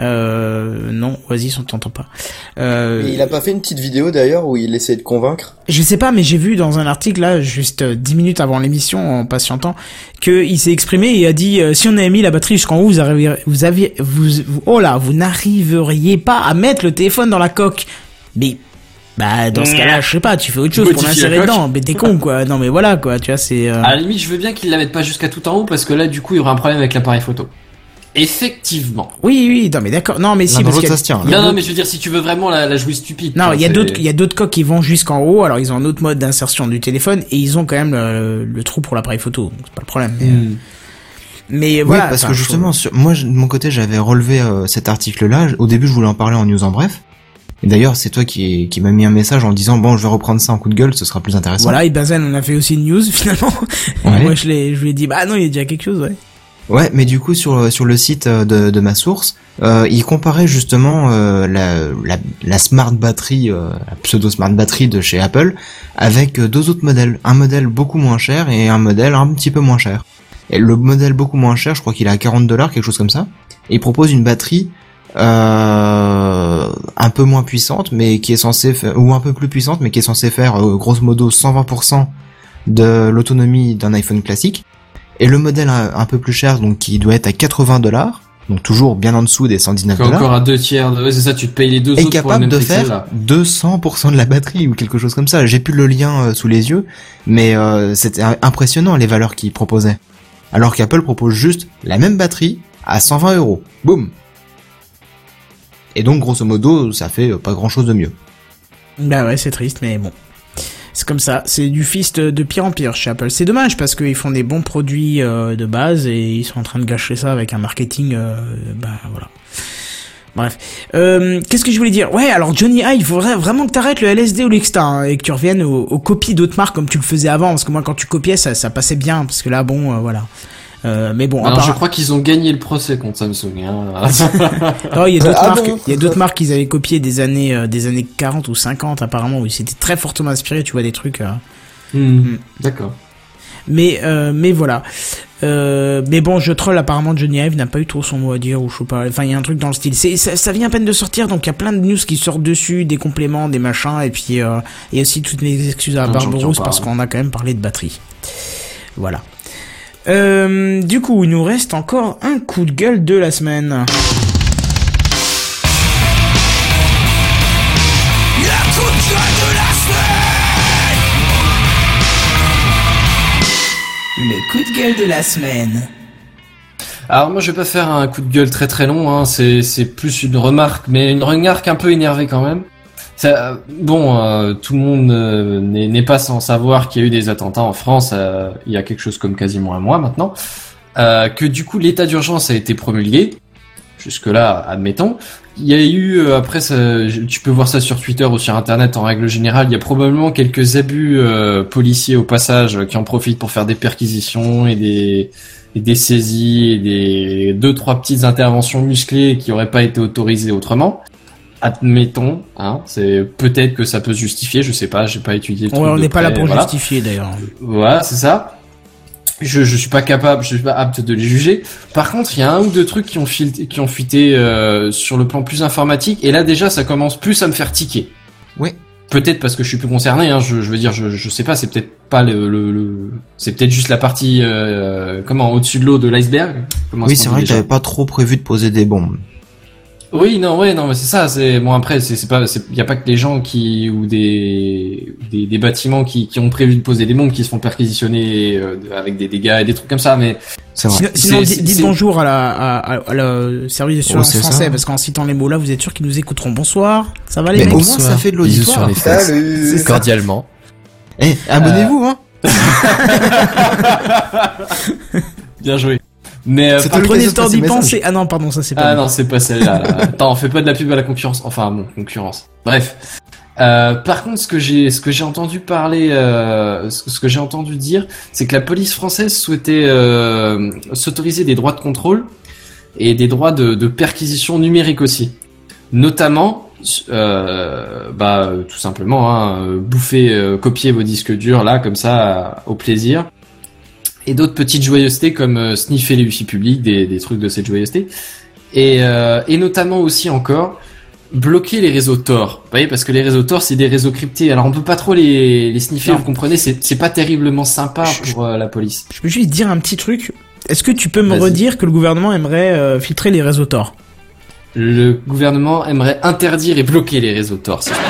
Euh, non, vas-y, on t'entend pas. Euh, Et il a pas fait une petite vidéo d'ailleurs où il essaie de convaincre? Je sais pas, mais j'ai vu dans un article là, juste euh, dix minutes avant l'émission, en patientant, que il s'est exprimé et a dit euh, si on avait mis la batterie jusqu'en haut, vous arriveriez, vous aviez, vous, vous, oh là, vous n'arriveriez pas à mettre le téléphone dans la coque. Mais bah dans ce cas-là, je sais pas, tu fais autre chose pour Modifier la l'insérer coque. dedans. Mais t'es con quoi. Non mais voilà quoi, tu vois c'est. Euh... À la limite je veux bien qu'ils la mettent pas jusqu'à tout en haut parce que là du coup il y aura un problème avec l'appareil photo. Effectivement. Oui oui, non mais d'accord, non mais si L'un dans parce l'autre, qu'il y a- ça se tient. il y a Non non d'autres- mais je veux dire si tu veux vraiment la, la jouer stupide. Non, quoi, il y a c'est- d'autres, il y a d'autres coques qui vont jusqu'en haut. Alors ils ont un autre mode d'insertion du téléphone et ils ont quand même le, le trou pour l'appareil photo. Donc, c'est pas le problème. Mais, Hmm. Mais Oui, voilà. parce enfin, que justement, faut- sur, moi, je- de mon côté, j'avais relevé euh, cet article-là. Au début, je voulais en parler en news en bref. Et d'ailleurs, c'est toi qui, qui m'a mis un message en disant, bon, je vais reprendre ça en coup de gueule, ce sera plus intéressant. Voilà, et Benzen on a fait aussi une news finalement. Ouais. Moi je l'ai, je lui ai dit bah non il y a déjà quelque chose ouais. Ouais, mais du coup, sur, sur le site de, de ma source, euh, il comparait justement euh, la, la, la smart batterie, euh, la pseudo smart batterie de chez Apple, avec euh, deux autres modèles. Un modèle beaucoup moins cher et un modèle un petit peu moins cher. Et le modèle beaucoup moins cher, je crois qu'il est à quarante dollars, quelque chose comme ça. Et il propose une batterie euh, un peu moins puissante, mais qui est censée faire, ou un peu plus puissante, mais qui est censée faire euh, grosso modo cent vingt pour cent de l'autonomie d'un iPhone classique. Et le modèle un, un peu plus cher, donc qui doit être à quatre-vingts dollars, donc toujours bien en dessous des cent dix-neuf Encore dollars, à deux tiers. De... Ouais, c'est ça, tu te payes les deux est autres pour le capable même de prix que faire celle-là. deux cents pour cent de la batterie ou quelque chose comme ça. J'ai plus le lien euh, sous les yeux, mais euh, c'était impressionnant les valeurs qu'il proposait. Alors qu'Apple propose juste la même batterie à cent vingt euros. Boum. Et donc grosso modo, ça fait pas grand chose de mieux. Bah ouais c'est triste mais bon. C'est comme ça, c'est du fist de pire en pire chez Apple. C'est dommage parce qu'ils font des bons produits euh, de base et ils sont en train de gâcher ça avec un marketing, euh, bah voilà. Bref. Euh, qu'est-ce que je voulais dire? Ouais, alors Johnny Ive, il faudrait vraiment que t'arrêtes le L S D ou l'Exta hein, et que tu reviennes aux, aux copies d'autres marques comme tu le faisais avant. Parce que moi, quand tu copiais, ça, ça passait bien. Parce que là, bon, euh, voilà. Euh, mais bon, Alors part... je crois qu'ils ont gagné le procès contre Samsung. Hein. non, il y a d'autres Ah marques, bon il y a d'autres marques qu'ils avaient copié des années, euh, des années quarante ou cinquante apparemment où ils s'étaient très fortement inspirés. Tu vois des trucs. Euh... Hmm. D'accord. Mais euh, mais voilà. Euh, mais bon, je troll apparemment Johnny Ive n'a pas eu trop son mot à dire ou je sais pas. Enfin, il y a un truc dans le style. C'est ça, ça vient à peine de sortir, donc il y a plein de news qui sortent dessus, des compléments, des machins, et puis euh, et aussi toutes les excuses à Plein de gens qui en Barberousse parce parlent. qu'on a quand même parlé de batterie. Voilà. Euh, du coup, il nous reste encore un coup de gueule de la semaine. Le coup de gueule de la semaine. Alors moi je vais pas faire un coup de gueule très très long, hein. c'est c'est plus une remarque, mais une remarque un peu énervée quand même. Ça, euh, bon, euh, tout le monde euh, n'est n'est pas sans savoir qu'il y a eu des attentats en France euh, il y a quelque chose comme quasiment un mois maintenant, euh, que du coup l'état d'urgence a été promulgué. Jusque là, admettons. Il y a eu euh, après ça, tu peux voir ça sur Twitter ou sur Internet en règle générale. Il y a probablement quelques abus euh, policiers au passage euh, qui en profitent pour faire des perquisitions et des et des saisies et des deux trois petites interventions musclées qui auraient pas été autorisées autrement. Admettons, hein, c'est peut-être que ça peut se justifier. Je sais pas, j'ai pas étudié le truc Ouais, on de n'est pas là près, pour voilà. justifier d'ailleurs. Voilà, c'est ça. Je, je suis pas capable, je suis pas apte de les juger. Par contre, il y a un ou deux trucs qui ont filtré, qui ont fuité euh, sur le plan plus informatique. Et là, déjà, ça commence plus à me faire tiquer. Oui. Peut-être parce que je suis plus concerné. Hein, je, je veux dire, je, je sais pas. C'est peut-être pas le, le, le c'est peut-être juste la partie euh, comment au-dessus de l'eau de l'iceberg. Comment Oui, est-ce c'est qu'on vrai dit que déjà j'avais pas trop prévu de poser des bombes. Oui, non, ouais, non, mais c'est ça. C'est bon après, c'est c'est pas, il y a pas que les gens qui ou des des, des bâtiments qui qui ont prévu de poser des bombes qui se font perquisitionner euh, avec des dégâts et des trucs comme ça. Mais C'est vrai. Sinon, sinon C'est- dites, dites c'est- bonjour à la, à, à, à la service de surveillance c'est ça. français, parce qu'en citant les mots là, vous êtes sûr qu'ils nous écouteront. Bonsoir, ça va les Mais mecs au moins, ça fait de Bisous sur l'auditoire. les fesses. Salut. Cordialement. Eh, abonnez-vous, hein. bien joué. Mais euh, C'était par- le Prenez cas le de temps passer d'y le message. penser. Ah non, pardon, ça c'est pas Ah bon. non, c'est pas celle-là. Là. Attends, on fait pas de la pub à la concurrence. Enfin, bon, concurrence. Bref. Euh, par contre, ce que j'ai, ce que j'ai entendu parler, euh, ce, ce que j'ai entendu dire, c'est que la police française souhaitait euh, s'autoriser des droits de contrôle et des droits de, de perquisition numérique aussi, notamment, euh, bah, tout simplement, hein, euh, bouffer, euh, copier vos disques durs là, comme ça, au plaisir, et d'autres petites joyeusetés comme euh, sniffer les wifi publics, des, des trucs de cette joyeuseté, et, euh, et notamment aussi encore bloquer les réseaux Tor. Vous voyez, parce que les réseaux Tor, c'est des réseaux cryptés. Alors on peut pas trop les, les sniffer, Non. vous comprenez, c'est, c'est pas terriblement sympa Je- pour euh, la police. Je peux juste dire un petit truc. Est-ce que tu peux me Vas-y. redire que le gouvernement aimerait euh, filtrer les réseaux Tor? Le gouvernement aimerait interdire et bloquer les réseaux Tor, si je peux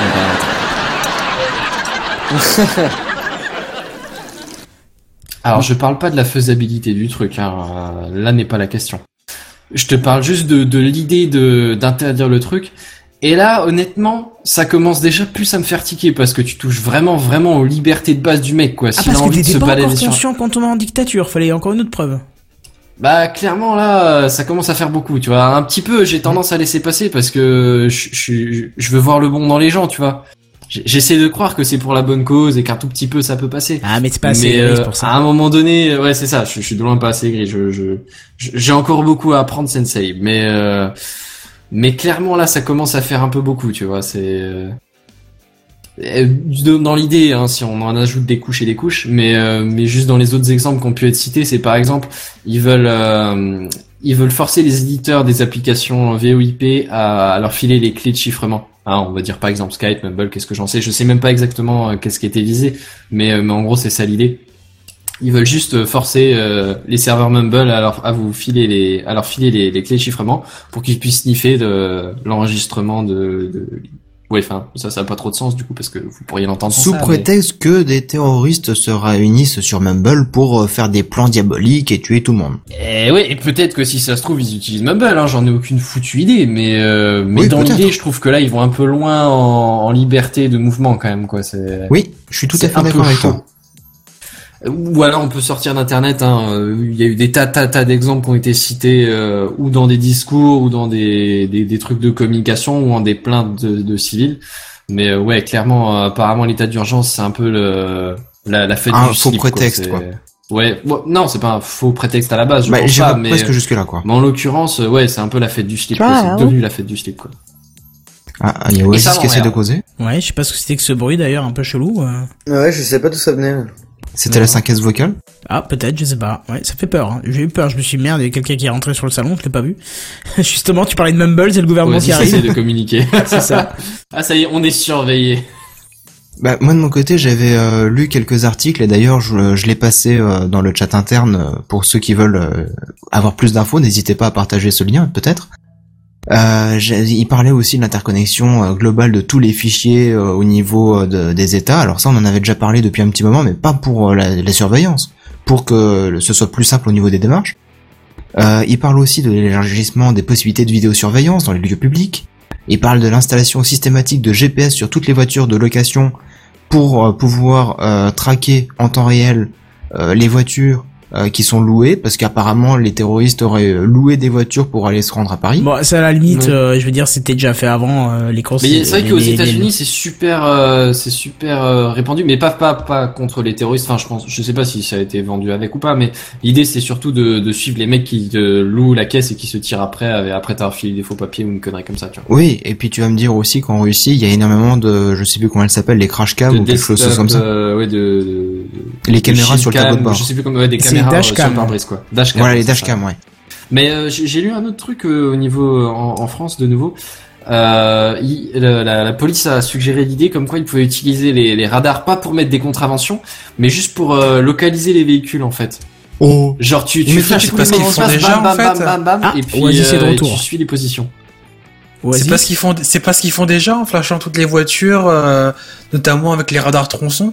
me permettre. Alors je parle pas de la faisabilité du truc, hein. euh, là n'est pas la question. Je te parle juste de, de l'idée de d'interdire le truc. Et là, honnêtement, ça commence déjà plus à me faire tiquer parce que tu touches vraiment, vraiment aux libertés de base du mec, quoi. Ah, S'il a parce que envie de se t'étais pas balader encore sur... conscient qu'on tombait en dictature. Fallait encore une autre preuve. Bah clairement là, ça commence à faire beaucoup, tu vois. Un petit peu, j'ai tendance à laisser passer parce que je, je, je veux voir le bon dans les gens, tu vois. J'essaie de croire que c'est pour la bonne cause et qu'un tout petit peu ça peut passer. Ah mais c'est pas assez mais, gris euh, pour ça. À un moment donné, ouais c'est ça. Je, je suis de loin pas assez gris. Je, je, je- j'ai encore beaucoup à apprendre, Sensei. Mais, euh, mais clairement là, ça commence à faire un peu beaucoup, tu vois. C'est euh, euh, dans l'idée, hein, si on en ajoute des couches et des couches, mais euh, mais juste dans les autres exemples qui ont pu être cités, c'est par exemple, ils veulent euh, ils veulent forcer les éditeurs des applications V O I P à, à leur filer les clés de chiffrement. Hein, on va dire par exemple Skype, Mumble, qu'est-ce que j'en sais, je sais même pas exactement euh, qu'est-ce qui était visé, mais euh, mais en gros c'est ça l'idée. Ils veulent juste euh, forcer euh, les serveurs Mumble à, leur, à vous filer les à leur filer les, les clés de chiffrement pour qu'ils puissent sniffer de l'enregistrement de, de... Ouais, enfin, ça, ça a pas trop de sens, du coup, parce que vous pourriez l'entendre sans Sous ça, prétexte que des terroristes se réunissent sur Mumble pour euh, faire des plans diaboliques et tuer tout le monde. mais... Et ouais, et peut-être que si ça se trouve, ils utilisent Mumble, hein, j'en ai aucune foutue idée, mais, euh, mais Oui, dans peut-être. l'idée, je trouve que là, ils vont un peu loin en, en liberté de mouvement, quand même, quoi, c'est... Oui, je suis tout à C'est fait un d'accord peu avec chaud. toi. Ou alors on peut sortir d'internet, hein. euh, il y a eu des tas tas tas d'exemples qui ont été cités euh, ou dans des discours ou dans des, des des trucs de communication ou en des plaintes de, de civils. Mais euh, ouais, clairement, euh, apparemment l'état d'urgence c'est un peu le la, la fête Un du faux slip, prétexte, quoi. quoi. C'est- Ouais, bon, non, c'est pas un faux prétexte à la base, je Bah, pense j'irai pas, mais presque jusque là, quoi. mais en l'occurrence, euh, ouais, c'est un peu la fête du slip, quoi. Ah, C'est devenu la fête du slip, quoi. Ah, il y a Et Oasis ça qui essaie de m'emmerde. causer. Ouais, je sais pas ce que c'était que ce bruit d'ailleurs, un peu chelou. euh. Ouais, je sais pas d'où ça venait. C'était la cinq S vocale. Ah, peut-être, je sais pas. Ouais, ça fait peur. Hein. J'ai eu peur, je me suis dit, merde, il y a quelqu'un qui est rentré sur le salon, je l'ai pas vu. Justement, tu parlais de Mumble, c'est le gouvernement Ouais, qui ça, c'est arrive. de communiquer. C'est ça. Ah ça y est, on est surveillé. Bah, moi de mon côté, j'avais euh, lu quelques articles et d'ailleurs je, je l'ai passé euh, dans le chat interne euh, pour ceux qui veulent euh, avoir plus d'infos. N'hésitez pas à partager ce lien, peut-être. Euh, j'ai- il parlait aussi de l'interconnexion euh, globale de tous les fichiers euh, au niveau euh, de- des États. Alors ça, on en avait déjà parlé depuis un petit moment, mais pas pour euh, la, la surveillance, pour que ce soit plus simple au niveau des démarches. Euh, il parle aussi de l'élargissement des possibilités de vidéosurveillance dans les lieux publics. Il parle de l'installation systématique de G P S sur toutes les voitures de location pour euh, pouvoir euh, traquer en temps réel euh, les voitures euh, qui sont louées, parce qu'apparemment les terroristes auraient euh, loué des voitures pour aller se rendre à Paris. Bon, ça à la limite, Ouais. euh, je veux dire, c'était déjà fait avant euh, les courses. Mais c'est vrai les- qu'aux les- les- États-Unis, c'est super, euh, c'est super euh, répandu, mais pas pas pas contre les terroristes. Enfin, je pense, je sais pas si ça a été vendu avec ou pas, mais l'idée c'est surtout de, de suivre les mecs qui te louent la caisse et qui se tirent après, avec- après t'avoir filé des faux papiers ou une connerie comme ça, tu vois. Oui, et puis tu vas me dire aussi qu'en Russie, il y a énormément de, je sais plus comment elles s'appellent, les crash cams De ou quelque chose desktop, comme ça. euh, ouais, de, de- Les de caméras sur le shield tableau de cam, bord. Je sais plus comment, ouais, des C'est caméras euh, sur dashcam. le pare-brise, quoi. Dashcam. Voilà, les c'est ça. dashcams, ouais. Mais euh, j'ai j'ai lu un autre truc euh, au niveau en, en France de nouveau. Euh, il- la, la- la police a suggéré l'idée comme quoi ils pouvaient utiliser les, les radars pas pour mettre des contraventions, mais juste pour euh, localiser les véhicules en fait. Oh. Genre tu tu Mais flashes c'est tous parce les qu'ils moments font de passe, déjà, bam, en bam, fait. bam, bam, bam, Ah, et puis Oasis est de euh, et retour. tu suis les positions. Oasis. C'est pas ce qu'ils font, c'est pas ce qu'ils font déjà en flashant toutes les voitures, euh, notamment avec les radars tronçons.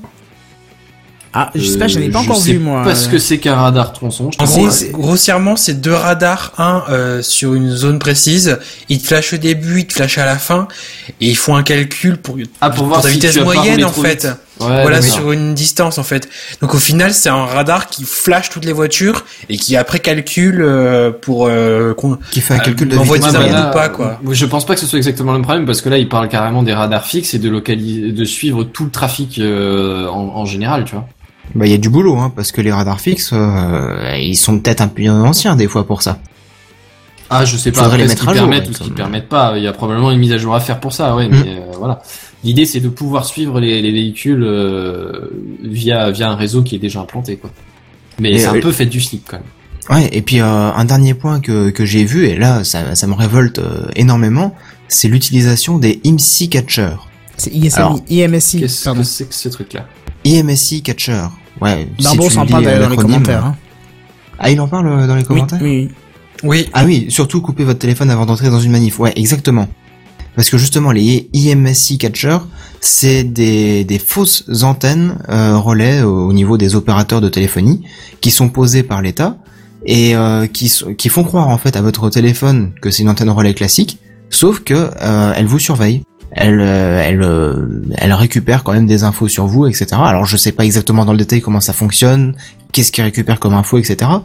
Ah, je sais pas, je n'ai pas Euh, encore sais vu moi. pas ce que c'est qu'un radar tronçon. Je En te gros, dis. c'est- grossièrement, c'est deux radars, un euh, sur une zone précise. Ils te flashent au début, ils te flashent à la fin, et ils font un calcul pour Ah, pour voir ta si vitesse tu as pas moyenne roulé en trop fait. vite. Ouais, Voilà, d'accord. sur une distance en fait. Donc au final, c'est un radar qui flash toutes les voitures et qui après calcule euh, pour euh, qu'on- Qui fait un Euh, calcul de l'envoi vitesse des Ouais, bah moyenne. avions. là, ou pas, quoi. euh, Je pense pas que ce soit exactement le même problème parce que là, il parle carrément des radars fixes et de localiser, de suivre tout le trafic euh, en, en général, tu vois. Bah, il y a du boulot, hein, parce que les radars fixes, euh, ils sont peut-être un peu anciens des fois pour ça. Ah, je sais pas Faudrait après, les ce mettre qu'ils à jour, permettent ouais, ou ce qu'ils comme- permettent pas. Il y a probablement une mise à jour à faire pour ça, ouais. Mm. Mais euh, voilà. L'idée, c'est de pouvoir suivre les, les véhicules euh, via via un réseau qui est déjà implanté, quoi. Mais Et, c'est un euh, peu fait du slip quand même. Ouais, et puis euh, un dernier point que, que j'ai vu, et là ça, ça me révolte euh, énormément, c'est l'utilisation des I M S I catchers. C'est I S M I, Alors, I M S I, Qu'est-ce pardon. que c'est que ce truc-là? I M S I catcher. Ouais, Barbeau si tu s'en lis, parle euh, d'ailleurs dans les l'acronyme. commentaires. Hein. Ah, il en parle euh, dans les Oui, commentaires oui. Oui. Ah oui, surtout couper votre téléphone avant d'entrer dans une manif. Ouais, exactement. Parce que justement, les I M S I catchers, c'est des, des fausses antennes euh, relais au, au niveau des opérateurs de téléphonie qui sont posées par l'État et euh, qui, s- qui font croire en fait à votre téléphone que c'est une antenne relais classique, sauf que euh, elle vous surveille. Elle, euh, elle, euh, elle récupère quand même des infos sur vous, et cetera. Alors je sais pas exactement dans le détail comment ça fonctionne, qu'est-ce qu'il récupère comme info, et cetera.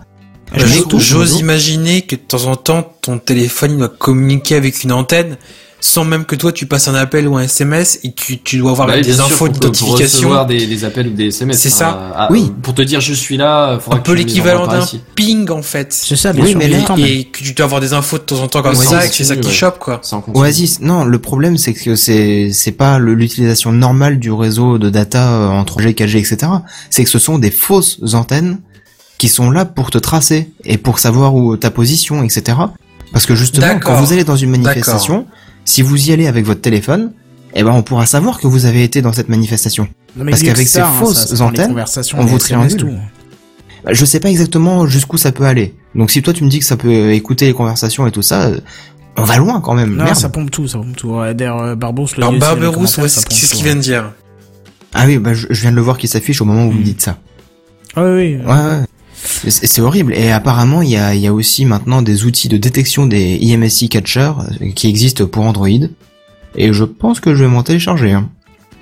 Je mets tout, J'ose grosso modo. imaginer que de temps en temps, ton téléphone il doit communiquer avec une antenne, sans même que toi tu passes un appel ou un S M S, et tu, tu dois avoir Bah oui, des bien infos sûr, pour- d'identification. Pour recevoir des, des appels ou des S M S. C'est hein, ça. à- Oui. Pour te dire je suis là, faudra Un que peu tu me les l'équivalent envoies par d'un ici. ping en fait. C'est ça, bien Oui, sûr. mais mais là- attends, mais- Et que tu dois avoir des infos de temps en temps comme Ouais, ça, c'est et que c'est ça qui ouais. chope quoi. C'est en continu. Oasis, non, le problème c'est que c'est c'est pas le- l'utilisation normale du réseau de data euh, en trois G, quatre G, et cetera. C'est que ce sont des fausses antennes qui sont là pour te tracer et pour savoir où ta position, et cetera. Parce que justement, D'accord. quand vous allez dans une manifestation, si vous y allez avec votre téléphone, eh ben on pourra savoir que vous avez été dans cette manifestation. Non, mais parce mieux que qu'avec ça, ces hein, fausses ça, ça prend les antennes, conversations, on les vous S M S, triangule. tout. Bah, je sais pas exactement jusqu'où ça peut aller. Donc si toi tu me dis que ça peut écouter les conversations et tout ça, euh, on va loin quand même. Non, Merde. ça pompe tout, ça pompe tout. Ouais, D'ailleurs, euh, Barbos, le Alors dit aussi dans les Barberousse, commentaires, ouais, ça c'est pompe c'est ce tout, qu'il vient de dire. Ah oui, bah je, je viens de le voir qui s'affiche au moment où vous me Mm. dites ça. Ah oui, oui. Ouais, ouais. C'est c'est horrible. Et apparemment, il y a, il y a aussi maintenant des outils de détection des I M S I catchers euh, qui existent pour Android. Et je pense que je vais m'en télécharger. Hein.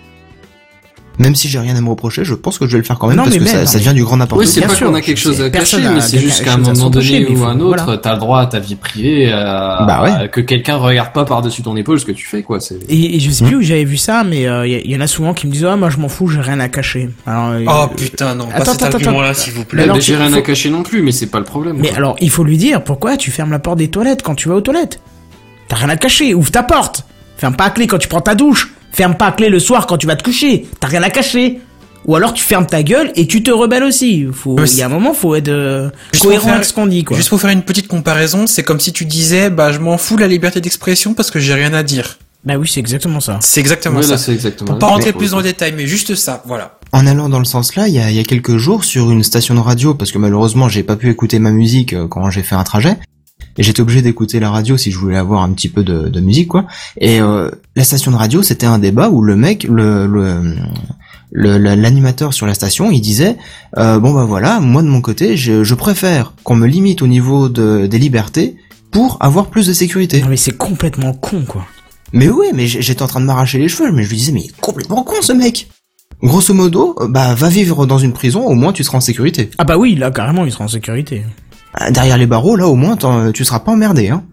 Même si j'ai rien à me reprocher, je pense que je vais le faire quand même Non, parce mais que même, ça, non, ça mais- devient du grand n'importe Oui, quoi. c'est Bien pas sûr, qu'on a quelque chose à personne cacher, a mais c'est quelque juste chose qu'à à un se moment reprocher, donné mais il ou faut- à un autre, voilà. t'as le droit à ta vie privée, à, Bah ouais. à que quelqu'un regarde pas par-dessus ton épaule ce que tu fais, quoi. C'est... Et, et je sais plus où j'avais vu ça, mais il euh, y, y en a souvent qui me disent ah moi je m'en fous, j'ai rien à cacher. Alors, euh, Oh putain, non, pas Attends, cet attends, argument-là, attends. s'il vous Mais plaît. alors, Mais j'ai tu- rien faut- à cacher non plus, mais c'est pas le problème. mais quoi. alors il faut lui dire pourquoi tu fermes la porte des toilettes quand tu vas aux toilettes. T'as rien à cacher, ouvre ta porte. Ferme pas à clé quand tu prends ta douche. Ferme pas à clé le soir quand tu vas te coucher. T'as rien à cacher. Ou alors tu fermes ta gueule et tu te rebelles aussi. Faut, Ouais, il y a un moment, faut être euh, Juste pour cohérent faire- avec ce qu'on dit, quoi. Juste pour faire une petite comparaison, c'est comme si tu disais, bah, je m'en fous de la liberté d'expression parce que j'ai rien à dire. Bah oui, c'est exactement ça. C'est exactement Ouais, ça. là, c'est exactement. Pour pas ça. rentrer Mais- plus dans le détail, mais juste ça, voilà. En allant dans le sens là, il y a, il y a quelques jours sur une station de radio, parce que malheureusement j'ai pas pu écouter ma musique euh, quand j'ai fait un trajet, et j'étais obligé d'écouter la radio si je voulais avoir un petit peu de, de musique quoi. Et euh, la station de radio, c'était un débat où le mec, le, le, le- le- l'animateur sur la station, il disait euh, bon bah voilà, moi de mon côté, je, je préfère qu'on me limite au niveau de, des libertés pour avoir plus de sécurité. Non, mais c'est complètement con, quoi. Mais oui, mais j'- j'étais en train de m'arracher les cheveux, mais je lui disais, mais il est complètement con ce mec. Grosso modo, euh, bah va vivre dans une prison, au moins tu seras en sécurité. Ah bah oui, là carrément, il sera en sécurité. Ah, derrière les barreaux, là au moins t'en- tu seras pas emmerdé, hein.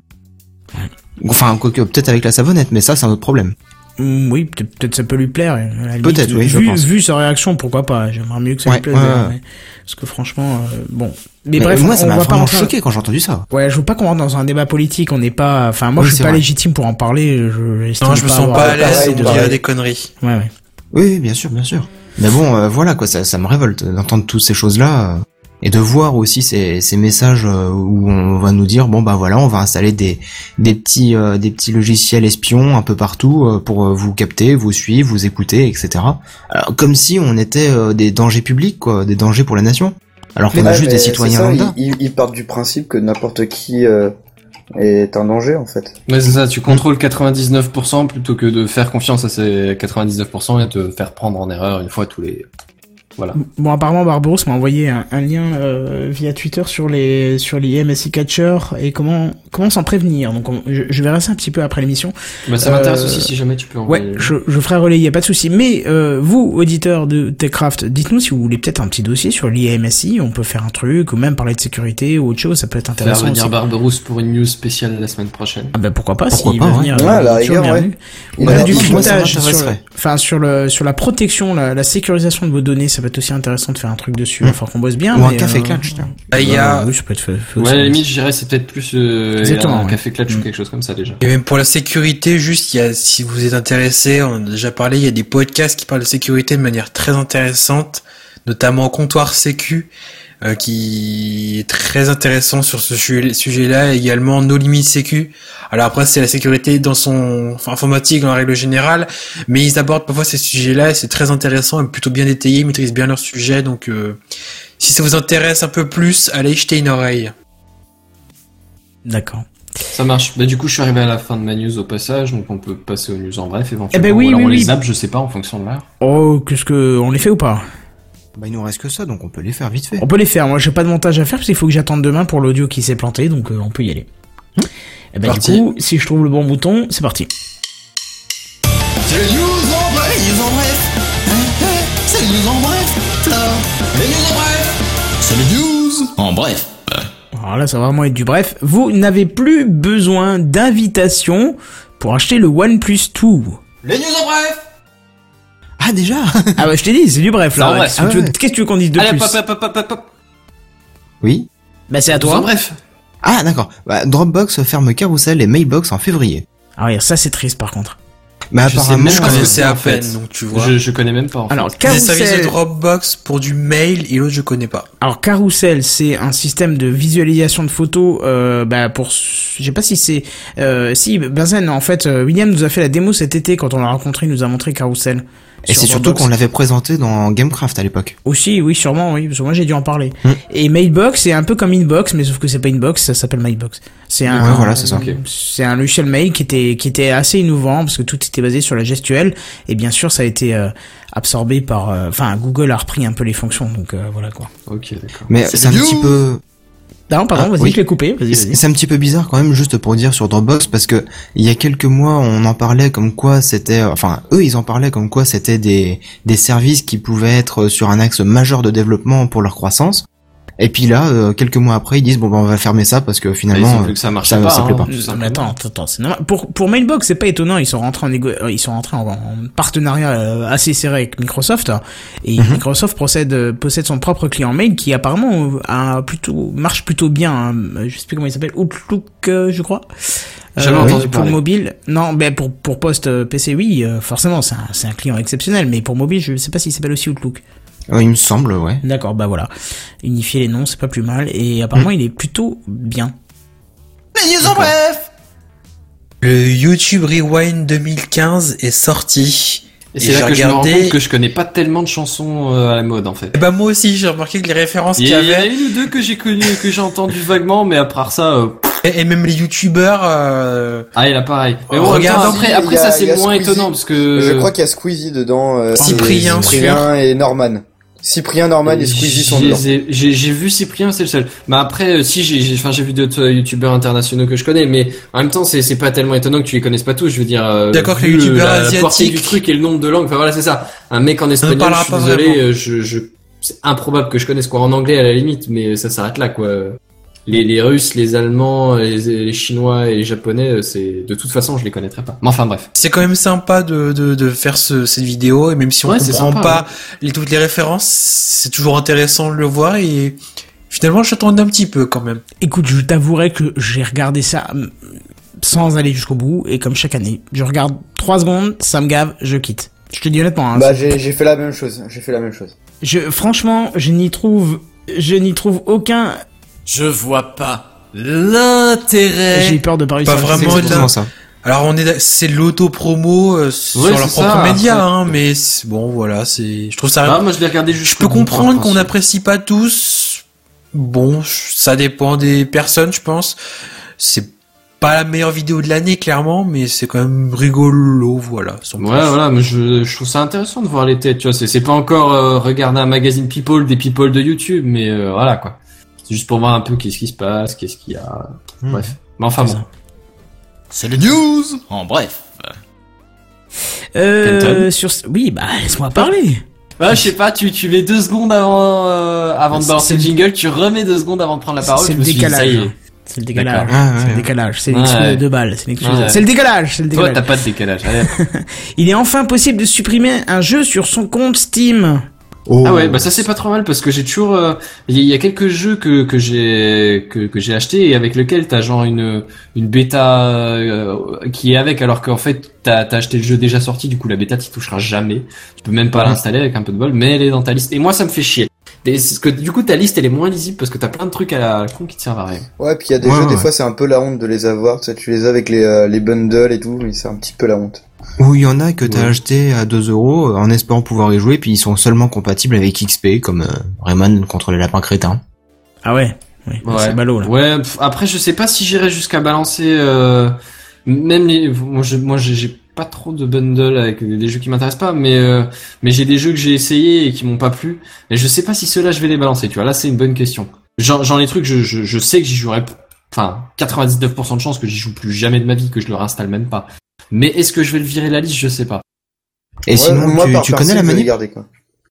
Enfin, quoique peut-être avec la savonnette, mais ça c'est un autre problème. Mm, oui, peut- peut-être ça peut lui plaire. à la limite. Peut-être, oui, je vu, pense. Vu sa réaction, pourquoi pas. J'aimerais mieux que ça Ouais, lui plaise. ouais, d'ailleurs, ouais. mais- Parce que franchement, euh, bon. Mais, Mais bref, moi on, ça on m'a va pas vraiment rentrer- choqué quand j'ai entendu ça. Ouais, je veux pas qu'on rentre dans un débat politique. On n'est pas. Enfin, moi, Oui, je suis c'est pas vrai. légitime pour en parler. Je, j'estime Non, je me sens avoir- pas à l'aise pareil, de pareil. dire des conneries. Ouais, ouais. Oui, oui, bien sûr, bien sûr. Mais bon, euh, voilà quoi, ça, ça me révolte d'entendre toutes ces choses-là. euh, Et de voir aussi ces, ces messages euh, où on va nous dire bon bah voilà, on va installer des des petits euh, des petits logiciels espions un peu partout euh, pour euh, vous capter, vous suivre, vous écouter, et cetera. Alors comme si on était euh, des dangers publics quoi, des dangers pour la nation. Alors qu'on Ouais, est juste mais des c'est citoyens ça, lambda. Ils, ils- ils partent du principe que n'importe qui euh, est un danger en fait. Ouais, c'est ça, tu contrôles quatre-vingt-dix-neuf pour cent plutôt que de faire confiance à ces quatre-vingt-dix-neuf pour cent et te faire prendre en erreur une fois tous les... Voilà. Bon, apparemment, Barbaros m'a envoyé un, un lien euh, via Twitter sur les sur les M S I catchers et comment comment s'en prévenir. Donc, on- je, je verrai ça un petit peu après l'émission. Bah, ça m'intéresse Euh, aussi si jamais tu peux Ouais, envoyer. je, je ferai relayer, y a pas de souci. Mais euh, vous, auditeurs de Techcraft, dites-nous si vous voulez peut-être un petit dossier sur l'I M S I. On peut faire un truc ou même parler de sécurité ou autre chose. Ça peut être Faire intéressant venir aussi. Barberousse pour une news spéciale la semaine prochaine. Ah bah pourquoi pas Pourquoi s'il pas, veut ouais. venir. Ouais, à la euh, toujours rigueur, bienvenu. ouais. Ou Il même a du dit, moi, ça floutage sur, m'intéresserait. enfin sur le sur la protection, la, la sécurisation de vos données, ça peut être aussi intéressant de faire un truc dessus. Mm. Enfin qu'on bosse bien. Ou un mais, café euh, clutch, tiens. Ah, il y a, oui, ça peut être fait, fait Ouais, aussi. à la limite, je dirais c'est peut-être plus euh, Exactement, un ouais. café clutch Mm. ou quelque chose comme ça déjà. et même pour la sécurité, juste, il y a, si vous êtes intéressé, on en a déjà parlé, il y a des podcasts qui parlent de sécurité de manière très intéressante, notamment Comptoir Sécu, euh, qui est très intéressant sur ce sujet- sujet-là, et également No Limit Sécu. Alors après, c'est la sécurité dans son, enfin, informatique en règle générale, mais ils abordent parfois ces sujets-là, et c'est très intéressant, et plutôt bien détaillé, ils maîtrisent bien leur sujet, donc, euh, si ça vous intéresse un peu plus, allez jeter une oreille. D'accord. Ça marche. Bah du coup, je suis arrivé à la fin de ma news au passage, donc on peut passer aux news en bref éventuellement. Eh ben oui, Ou alors oui, on oui. les zappe, je sais pas, en fonction de l'heure. Oh, qu'est-ce que on les fait ou pas? Bah il nous reste que ça, donc on peut les faire vite fait. On peut les faire. Moi, j'ai pas de montage à faire parce qu'il faut que j'attende demain pour l'audio qui s'est planté, donc euh, on peut y aller. Et ben Parti. du coup, si je trouve le bon bouton, c'est parti. C'est les news en bref, les news en bref. Hein, hein, c'est les news en bref, Flore. Les news en bref. C'est les news en bref. alors là ça va vraiment être du bref, vous n'avez plus besoin d'invitation pour acheter le OnePlus deux. Les news en bref. Ah déjà. Ah bah je t'ai dit, c'est du bref là. C'est en bref. Qu'est-ce que tu veux- qu'est-ce que tu veux qu'on dise de Allez, plus? hop, hop, hop, hop, hop, hop. Oui. Bah c'est à News en toi. bref. Ah d'accord. Bah, Dropbox ferme Carousel et Mailbox en février. Ah oui, ça c'est triste par contre. Bah Je sais apparemment, même Je pas euh, connaissais en à fait. peine, donc tu vois. Je, je connais même pas, en fait. Alors Des services de Carousel, Dropbox pour du mail et l'autre je connais pas. alors Carousel, c'est un système de visualisation de photos. Euh, bah pour, je sais pas si c'est, euh, si Benzen, en fait, euh, William nous a fait la démo cet été quand on l'a rencontré, il nous a montré Carousel. et sur c'est surtout Dropbox. qu'on l'avait présenté dans Gamecraft à l'époque. Aussi, oui, sûrement, oui, parce que moi j'ai dû en parler. Hmm. Et Mailbox, c'est un peu comme Inbox, mais sauf que c'est pas Inbox, ça s'appelle Mailbox. C'est un, Ouais, voilà, c'est ça. Ok. c'est un logiciel mail qui était, qui était assez innovant parce que tout était basé sur la gestuelle. Et bien sûr, ça a été euh, absorbé par, euh, enfin, Google a repris un peu les fonctions, donc euh, voilà quoi. Ok, d'accord. Mais C'est c'est un du petit news. peu, Non, pardon, Ah, vas-y, oui. je l'ai coupé. Vas-y, c'est vas-y. c'est un petit peu bizarre quand même, juste pour dire sur Dropbox, parce que il y a quelques mois, on en parlait comme quoi c'était, enfin, eux, ils en parlaient comme quoi c'était des des services qui pouvaient être sur un axe majeur de développement pour leur croissance. Et puis là, euh, quelques mois après, ils disent bon, ben, on va fermer ça parce que Ils finalement, ont vu euh, que ça marchait ça- pas. ça plaît hein, pas. tout Non, simplement. mais attends, attends, attends, c'est normal. Pour pour Mailbox, c'est pas étonnant. Ils sont rentrés en négo... euh, ils sont rentrés en, en partenariat euh, assez serré avec Microsoft. Et Mhm. Microsoft possède euh, possède son propre client mail qui apparemment euh, a plutôt marche plutôt bien. Hein. Je sais plus comment il s'appelle, Outlook, euh, je crois. Jamais Euh, entendu pour parler. mobile, non, ben pour pour poste euh, P C, oui, euh, forcément, c'est un c'est un client exceptionnel. Mais pour mobile, je sais pas s'il s'appelle aussi Outlook. euh, il me semble, ouais. D'accord, bah voilà. Unifier les noms, c'est pas plus mal. Et apparemment, il est plutôt bien. Les news en bref. Le YouTube Rewind deux mille quinze est sorti. Et c'est j'ai là que je me rends regardé- compte que je connais pas tellement de chansons euh, à la mode, en fait. Et bah moi aussi, j'ai remarqué que les références Il qu'il y, y a- il y en a avait, une ou deux que j'ai connues, que j'ai entendues vaguement, mais à part ça, euh... et, et même les YouTubeurs, euh, ah, il a pareil. Mais bon, Regarde, attends, après, il y après a- ça, il y c'est a moins Squeezie. étonnant, parce que... Je crois qu'il y a Squeezie dedans. euh, Cyprien, c'est Cyprien et Norman. Cyprien, Norman et Squeezie sont Je dedans. les ai- J'ai j'ai vu Cyprien, c'est le seul. Mais après, euh, si j'ai, j'ai- enfin, j'ai vu d'autres euh, youtubeurs internationaux que je connais, mais en même temps, c'est, c'est pas tellement étonnant que tu les connaisses pas tous. Je veux dire, euh, D'accord que vu les youtubeurs la, la portée du asiatiques- truc et le nombre de langues. Enfin voilà, c'est ça. Un mec en espagnol, parlera je suis pas désolé, vraiment. euh, je, je, c'est improbable que je connaisse quoi en anglais à la limite, mais ça s'arrête là, quoi. Les, les Russes, les Allemands, les, les Chinois et les Japonais, euh, c'est, de toute façon, je les connaîtrais pas. Mais enfin, bref. c'est quand même sympa de, de, de faire ce, cette vidéo, et même si on Ouais, c'est comprend sympa, pas les, toutes les références, c'est toujours intéressant de le voir, et finalement, j'attendais un petit peu quand même. Écoute, je t'avouerai que j'ai regardé ça hum, sans aller jusqu'au bout, et comme chaque année, je regarde trois secondes, ça me gave, je quitte. Je te dis honnêtement, hein, Bah j'ai j'ai fait la même chose. J'ai fait la même chose. je, franchement, je n'y trouve, je n'y trouve aucun, Je vois pas j'ai l'intérêt. eu peur de pas réussir. Pas à- vraiment, C'est exactement là. ça. Alors on est, c'est l'auto-promo euh, sur Ouais, leur c'est propre ça, média, après. hein, mais c'est- bon, voilà, c'est, je trouve ça. Ah, moi, je l'ai regardé juste. je peux comprendre qu'on n'apprécie pas tous. Bon, ça dépend des personnes, je pense. C'est pas la meilleure vidéo de l'année, clairement, mais c'est quand même rigolo, voilà. sans Ouais, plus. voilà, mais je, je trouve ça intéressant de voir les têtes, tu vois. C'est, c'est pas encore euh, regarder un magazine People, des People de YouTube, mais euh, voilà, quoi. C'est juste pour voir un peu qu'est-ce qui se passe, qu'est-ce qu'il y a. Hmm. Bref. Mais enfin C'est bon. ça. C'est le news en bref. Euh, Kenton sur, ce- oui, bah, laisse-moi parler. Ouais, je sais pas, tu, tu mets deux secondes avant, euh, avant de C'est- balancer le c'est- jingle, tu remets deux secondes avant de prendre la parole. C'est je le me suis dit, ça décalage. y est. C'est le décalage. Ah, C'est ouais. le décalage. C'est Ouais. l'excuse de deux balles. C'est l'excuse. Ouais. C'est le décalage. C'est le Toi, décalage. t'as pas de décalage. Allez. Il est enfin possible de supprimer un jeu sur son compte Steam. Oh. Ah ouais, bah ça c'est pas trop mal parce que j'ai toujours, euh, il y a quelques jeux que que j'ai que que j'ai acheté et avec lequel t'as genre une une bêta euh, qui est avec alors qu'en fait t'as t'as acheté le jeu déjà sorti, du coup la bêta t'y toucheras jamais. Tu peux même pas l'installer avec un peu de bol, mais elle est dans ta liste et moi ça me fait chier. Et c'est ce que du coup ta liste elle est moins lisible parce que t'as plein de trucs à la con qui te servent à rien. Ouais, puis il y a des Ouais, jeux, ouais. des fois c'est un peu la honte de les avoir. Tu sais, tu les as avec les euh, les bundles et tout, mais c'est un petit peu la honte. Ou il y en a que t'as Ouais. acheté à deux euros euh, en espérant pouvoir y jouer, puis ils sont seulement compatibles avec X P, comme euh, Rayman contre les lapins crétins. Ah ouais. Oui, c'est ballot là. Ouais, pff, après je sais pas si j'irais jusqu'à balancer euh, même les moi je moi j'ai j'ai pas trop de bundle avec des jeux qui m'intéressent pas mais euh, mais j'ai des jeux que j'ai essayé et qui m'ont pas plu et je sais pas si ceux-là je vais les balancer, tu vois. Là c'est une bonne question. J'en j'en ai trucs je je je sais que j'y jouerai enfin quatre-vingt-dix-neuf pour cent de chances que j'y joue plus jamais de ma vie, que je le réinstalle même pas. Mais est-ce que je vais le virer de la liste, je sais pas. Et Ouais, sinon, moi, tu, par tu principe, connais la je vais les manip garder, quoi.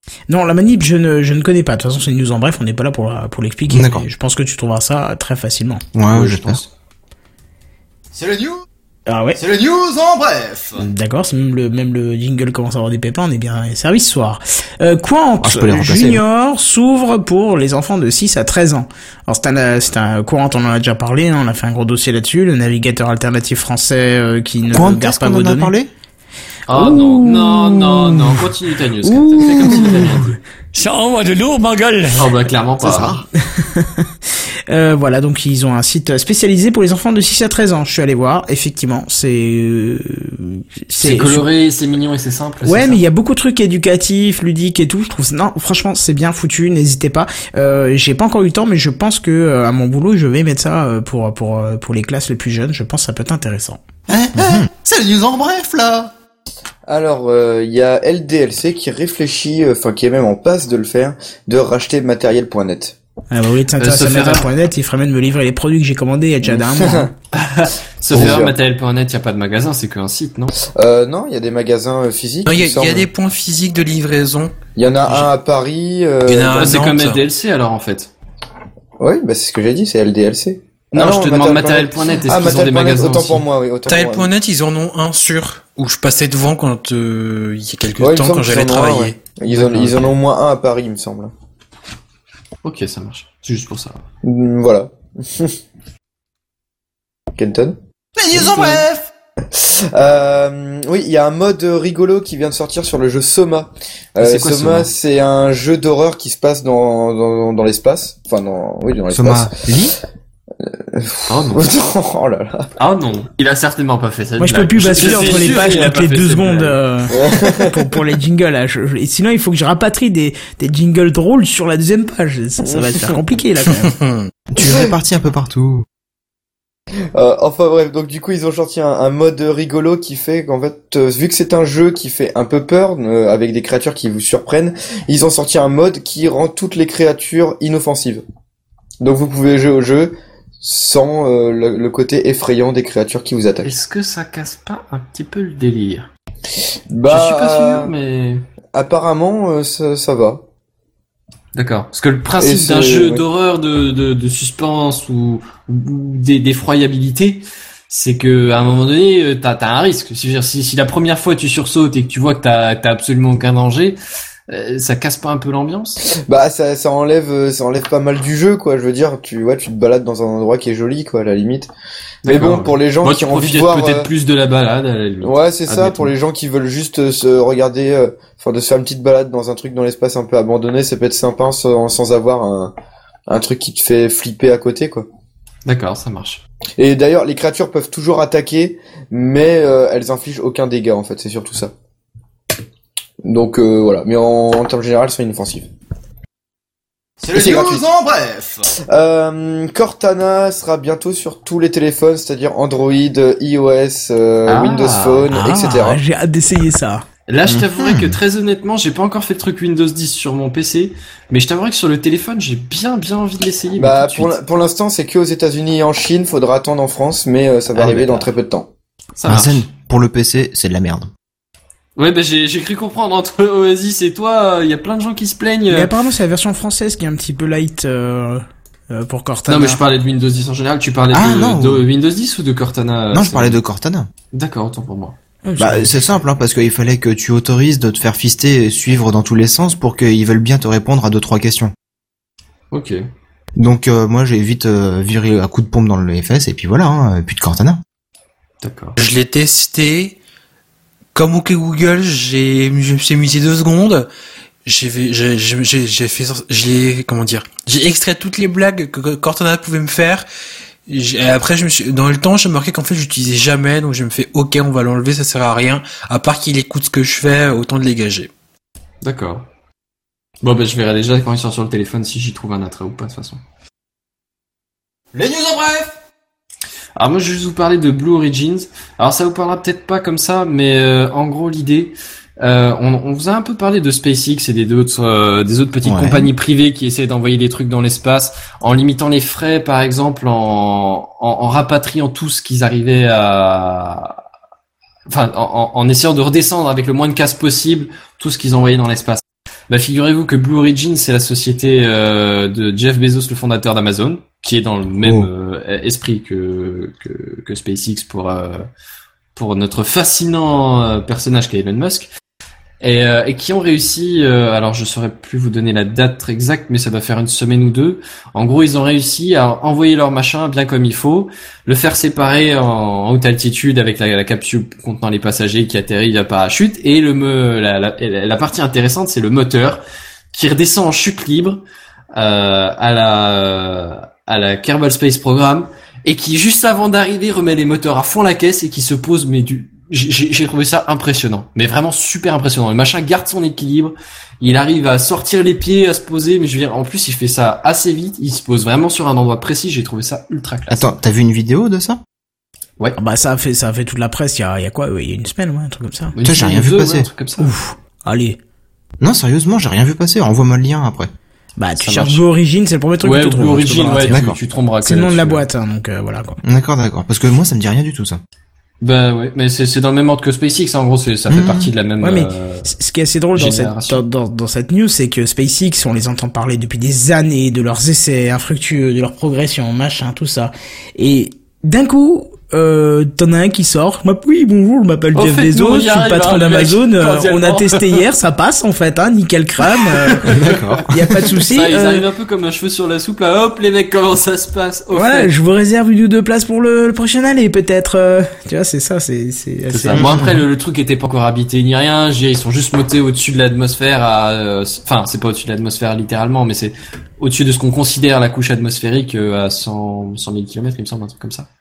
Non, la manip, je ne, je ne connais pas. De toute façon, c'est une news en bref, on n'est pas là pour, la- pour l'expliquer. D'accord. Mais je pense que tu trouveras ça très facilement. Ouais, Oui, je je pense. C'est le news. Ah ouais. C'est le news en bref. D'accord, c'est même le, même le jingle commence à avoir des pépins, on est bien servi ce soir. Euh, Quant Ah, je peux les remplacer, Junior s'ouvre pour les enfants de six à treize ans. Alors c'est un, c'est un Quant, on en a déjà parlé, hein, on a fait un gros dossier là-dessus, le navigateur alternatif français euh, qui ne Quand garde est-ce pas qu'on vos en a données. parlé? Oh non, non, non, non, continue ta news. Fais comme si t'avais rien dit. Ça envoie de lourd, ma gueule. Oh bah clairement pas. Euh, voilà, donc ils ont un site spécialisé pour les enfants de six à treize ans. Je suis allé voir, effectivement, c'est... euh, C'est coloré, c'est mignon et c'est simple. Ouais, c'est mais il ça. y a beaucoup de trucs éducatifs, ludiques et tout. Je trouve, non, franchement, c'est bien foutu. N'hésitez pas. Euh, j'ai pas encore eu le temps, mais je pense que euh, à mon boulot, je vais mettre ça euh, pour pour euh, pour les classes les plus jeunes. Je pense que ça peut être intéressant. Hein, hein, c'est le news en bref là. Alors, euh, il y a L D L C qui réfléchit, euh, enfin qui est même en passe de le faire, de racheter matériel point net. Ah bah oui, t'intéresses Euh, à se faire- matériel point net, il ferait même de me livrer les produits que j'ai commandés il y a déjà d'un mois. hein. Sauf Bien erreur, sûr. matériel point net, y a pas de magasin, c'est qu'un site, non? Euh, non, il y a des magasins euh, physiques. Non, il y, a- il il y a semble. des points physiques de livraison. Il y en a un à Paris. Euh, Il y en a un Ah, à c'est Nantes. comme L D L C alors en fait. Oui, bah c'est ce que j'ai dit, c'est L D L C. Non, Ah je te demande matériel point net, est-ce Ah, qu'ils ont des matériel point net, magasins autant aussi? pour moi, oui, autant pour moi. Matériel.net, ils en ont un sûr, où je passais devant quand, euh, il y a quelques Ouais, il me temps, semble quand qu'ils j'allais en ont un, travailler. ouais. Ils, en, ils en ont au moins un à Paris, il me semble. Ok, ça marche. C'est juste pour ça. Mm, Voilà. Kenton Les news en bref. Euh, oui, il y a un mode rigolo qui vient de sortir sur le jeu Soma. Euh, C'est quoi, Soma, Soma c'est un jeu d'horreur qui se passe dans dans, dans l'espace. Enfin, dans oui, dans Soma l'espace. lit? Oh non. oh là là. Ah non. Il a certainement pas fait ça. Moi, je peux plus basculer entre les pages toutes les deux secondes euh, Ouais. pour pour les jingles. Là. Je- je- et sinon, il faut que je rapatrie des des jingles drôles sur la deuxième page. Ça, ça va être faire compliqué là quand même. Tu es réparti un peu partout. Euh, enfin bref, donc du coup ils ont sorti un, un mode rigolo qui fait qu'en fait, euh, vu que c'est un jeu qui fait un peu peur, euh, avec des créatures qui vous surprennent, ils ont sorti un mode qui rend toutes les créatures inoffensives. Donc vous pouvez jouer au jeu sans euh, le, le côté effrayant des créatures qui vous attaquent. Est-ce que ça casse pas un petit peu le délire? Bah, Je suis pas euh, sûr, mais... apparemment euh, ça, ça va. D'accord. Parce que le Et principe c'est- d'un jeu ouais. d'horreur, de, de, de suspense ou, ou d'e- d'effroyabilité, c'est que à un moment donné, euh, t'as, t'as un risque. C'est-à-dire, si, si la première fois tu sursautes et que tu vois que t'as, t'as absolument aucun danger, euh, ça casse pas un peu l'ambiance? Bah ça, ça enlève euh, ça enlève pas mal du jeu quoi. Je veux dire, tu ouais, tu te balades dans un endroit qui est joli quoi, à la limite. Mais D'accord. bon, pour les gens Moi, qui tu ont envie de profites voir. peut-être euh, plus de la balade, à la limite. Ouais, c'est ça, Admettons. pour les gens qui veulent juste euh, se regarder, euh, enfin de se faire une petite balade dans un truc dans l'espace un peu abandonné, ça peut être sympa sans, sans avoir un, un truc qui te fait flipper à côté, quoi. D'accord, ça marche. Et d'ailleurs, les créatures peuvent toujours attaquer, mais euh, elles infligent aucun dégât, en fait, c'est surtout ça. Donc euh, voilà, mais en, en termes généraux, elles sont inoffensives. C'est Et le c'est news gratuit. en bref. Euh, Cortana sera bientôt sur tous les téléphones, c'est-à-dire Android, iOS, euh, Ah, Windows Phone, Ah, et cetera. j'ai hâte d'essayer ça. Là, je t'avouerai que très honnêtement, j'ai pas encore fait le truc Windows dix sur mon P C, mais je t'avouerai que sur le téléphone, j'ai bien bien envie de l'essayer. mais Bah tout de pour suite. la- pour l'instant c'est que aux États-Unis et en Chine, faudra attendre en France, mais euh, ça va Ah, arriver d'accord. dans très peu de temps. Ça marche. Vincent, pour le P C, c'est de la merde. Ouais, bah j'ai j'ai cru comprendre entre Oasis et toi, il y a plein de gens qui se plaignent. Mais apparemment, c'est la version française qui est un petit peu light euh, euh, pour Cortana. Non, mais je parlais de Windows dix en général. Tu parlais Ah, de, non. de Windows dix ou de Cortana? Non, je c'est- parlais de Cortana. D'accord, autant pour moi. Ah, Bah, c'est simple, hein, parce qu'il fallait que tu autorises de te faire fister et suivre dans tous les sens pour qu'ils veulent bien te répondre à deux, trois questions. Ok. Donc, euh, moi, j'ai vite euh, viré à coup de pompe dans le F S et puis voilà, hein, plus de Cortana. D'accord. Je l'ai testé. Comme OK Google, j'ai, je me suis amusé deux secondes. J'ai, fait- j'ai, j'ai, j'ai j'ai fait, j'ai, comment dire, j'ai extrait toutes les blagues que Cortana pouvait me faire. J'ai- Et après, je me suis, dans le temps, j'ai marqué qu'en fait, j'utilisais jamais, donc je me fais, OK, on va l'enlever, ça sert à rien. À part qu'il écoute ce que je fais, autant de les gager. D'accord. Bon, bah je verrai déjà quand il sort sur le téléphone si j'y trouve un attrait ou pas de toute façon. Les news en bref. Alors moi je vais juste vous parler de Blue Origins. Alors ça vous parlera peut-être pas comme ça, mais euh, en gros l'idée, euh, on, on vous a un peu parlé de SpaceX et des autres, euh, des autres petites Ouais. compagnies privées qui essaient d'envoyer des trucs dans l'espace en limitant les frais, par exemple, en, en, en rapatriant tout ce qu'ils arrivaient à, enfin en, en, en essayant de redescendre avec le moins de casse possible tout ce qu'ils envoyaient dans l'espace. Bah figurez-vous que Blue Origin c'est la société euh, de Jeff Bezos, le fondateur d'Amazon, qui est dans le même Oh. euh, esprit que, que que SpaceX pour euh, pour notre fascinant euh, personnage qu'est Elon Musk. Et, euh, et qui ont réussi, euh, alors je saurais plus vous donner la date exacte, mais ça doit faire une semaine ou deux. En gros, ils ont réussi à envoyer leur machin bien comme il faut, le faire séparer en, en haute altitude avec la, la capsule contenant les passagers qui atterrit à parachute. Et le me, la, la, la partie intéressante, c'est le moteur qui redescend en chute libre euh, à la à la Kerbal Space Program et qui juste avant d'arriver remet les moteurs à fond la caisse et qui se pose mais du J'ai, j'ai trouvé ça impressionnant, mais vraiment super impressionnant. Le machin garde son équilibre, il arrive à sortir les pieds, à se poser, mais je veux dire, en plus il fait ça assez vite, il se pose vraiment sur un endroit précis, j'ai trouvé ça ultra classe. Attends, t'as vu une vidéo de ça? Ouais. Ah bah ça a fait ça a fait toute la presse il y a il y a quoi, ouais, il y a une semaine, ouais, un truc comme ça. Toi, j'ai rien vu deux, passer. ouais, un truc comme ça. Ouf. Allez. Non, sérieusement, j'ai rien vu passer. Envoie-moi le lien après. Bah tu Ça cherches marche. Blue Origin, c'est le premier truc Ouais, que tu Blue trouves. hein, tu peux Origin, pas ouais, rater. tu, D'accord. tu tomberas. C'est le nom de la là-dessus. boîte, hein, donc euh, voilà quoi. D'accord, d'accord. Parce que moi, ça me dit rien du tout, ça. Bah ouais, mais c'est, c'est dans le même ordre que SpaceX, hein, en gros, c'est, ça fait Mmh. partie de la même. Ouais, mais euh, c- ce qui est assez drôle dans cette, génération. dans, dans, dans cette news, c'est que SpaceX, on les entend parler depuis des années de leurs essais infructueux, de leur progression, machin, tout ça. Et d'un coup, euh, t'en as un qui sort. Moi, oui, bonjour, je m'appelle Au Jeff fait, Bezos, nous, on y je suis le arrive, patron hein, le mec, d'Amazon. euh, on a cordialement. testé hier, ça passe en fait, hein, nickel crame. Euh, D'accord. y a pas de souci. ça, ils euh, arrivent un peu comme un cheveu sur la soupe, là, hop, les mecs, comment ça se passe? Au Voilà, fait. je vous réserve une ou deux places pour le, le prochain année, peut-être. euh, tu vois, c'est ça, c'est c'est C'est assez. ça. Bon après le, le truc était pas encore habité ni rien, je veux dire, ils sont juste montés au-dessus de l'atmosphère à euh, enfin c'est pas au-dessus de l'atmosphère littéralement mais c'est au-dessus de ce qu'on considère la couche atmosphérique euh, à cent cent mille kilomètres il me semble un truc comme ça.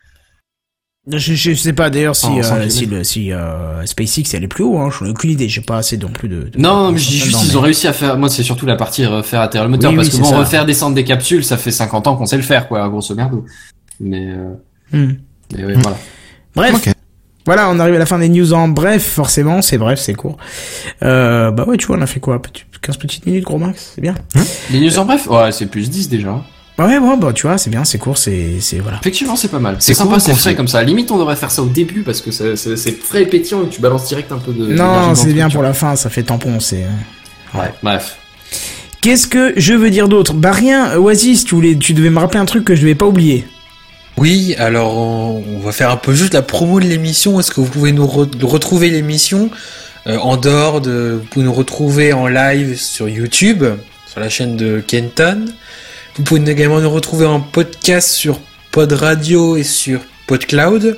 Je, je sais pas d'ailleurs si En cent euh, si, kilomètres. le, si euh, SpaceX elle est plus haut, hein, j'en ai aucune idée, j'ai pas assez non plus de. de Non, mais je dis juste non, ils mais- ont réussi à faire moi c'est surtout la partie refaire atterrir le moteur Oui, parce oui, que c'est bon ça. refaire descendre des capsules ça fait cinquante ans qu'on sait le faire quoi grosso merdo. Mais euh, Hmm. mais ouais, Hmm. voilà. Bref. Ok. Voilà, on arrive à la fin des news en bref, forcément, c'est bref, c'est court. Euh, bah ouais, tu vois, on a fait quoi, petit- quinze petites minutes, gros max, c'est bien. Les news en bref, ouais, c'est plus dix déjà. Ouais, ouais, bah tu vois, c'est bien, c'est court, c'est, c'est voilà. Effectivement, c'est pas mal. C'est C'est sympa, cool, c'est concis. frais comme ça. Limite, on devrait faire ça au début parce que c'est, c'est, c'est frais et pétillant et tu balances direct un peu de. d'énergie Non, dans c'est le bien truc, pour tu la fin, ça fait tampon, c'est. vois. Ouais, bref. Qu'est-ce que je veux dire d'autre? Bah rien, Oasis, tu voulais, tu devais me rappeler un truc que je devais pas oublier. Oui, alors on, on va faire un peu juste la promo de l'émission. Est-ce que vous pouvez nous re- retrouver l'émission euh, en dehors de... Vous pouvez nous retrouver en live sur YouTube, sur la chaîne de Kenton. Vous pouvez également nous retrouver en podcast sur Pod Radio et sur PodCloud.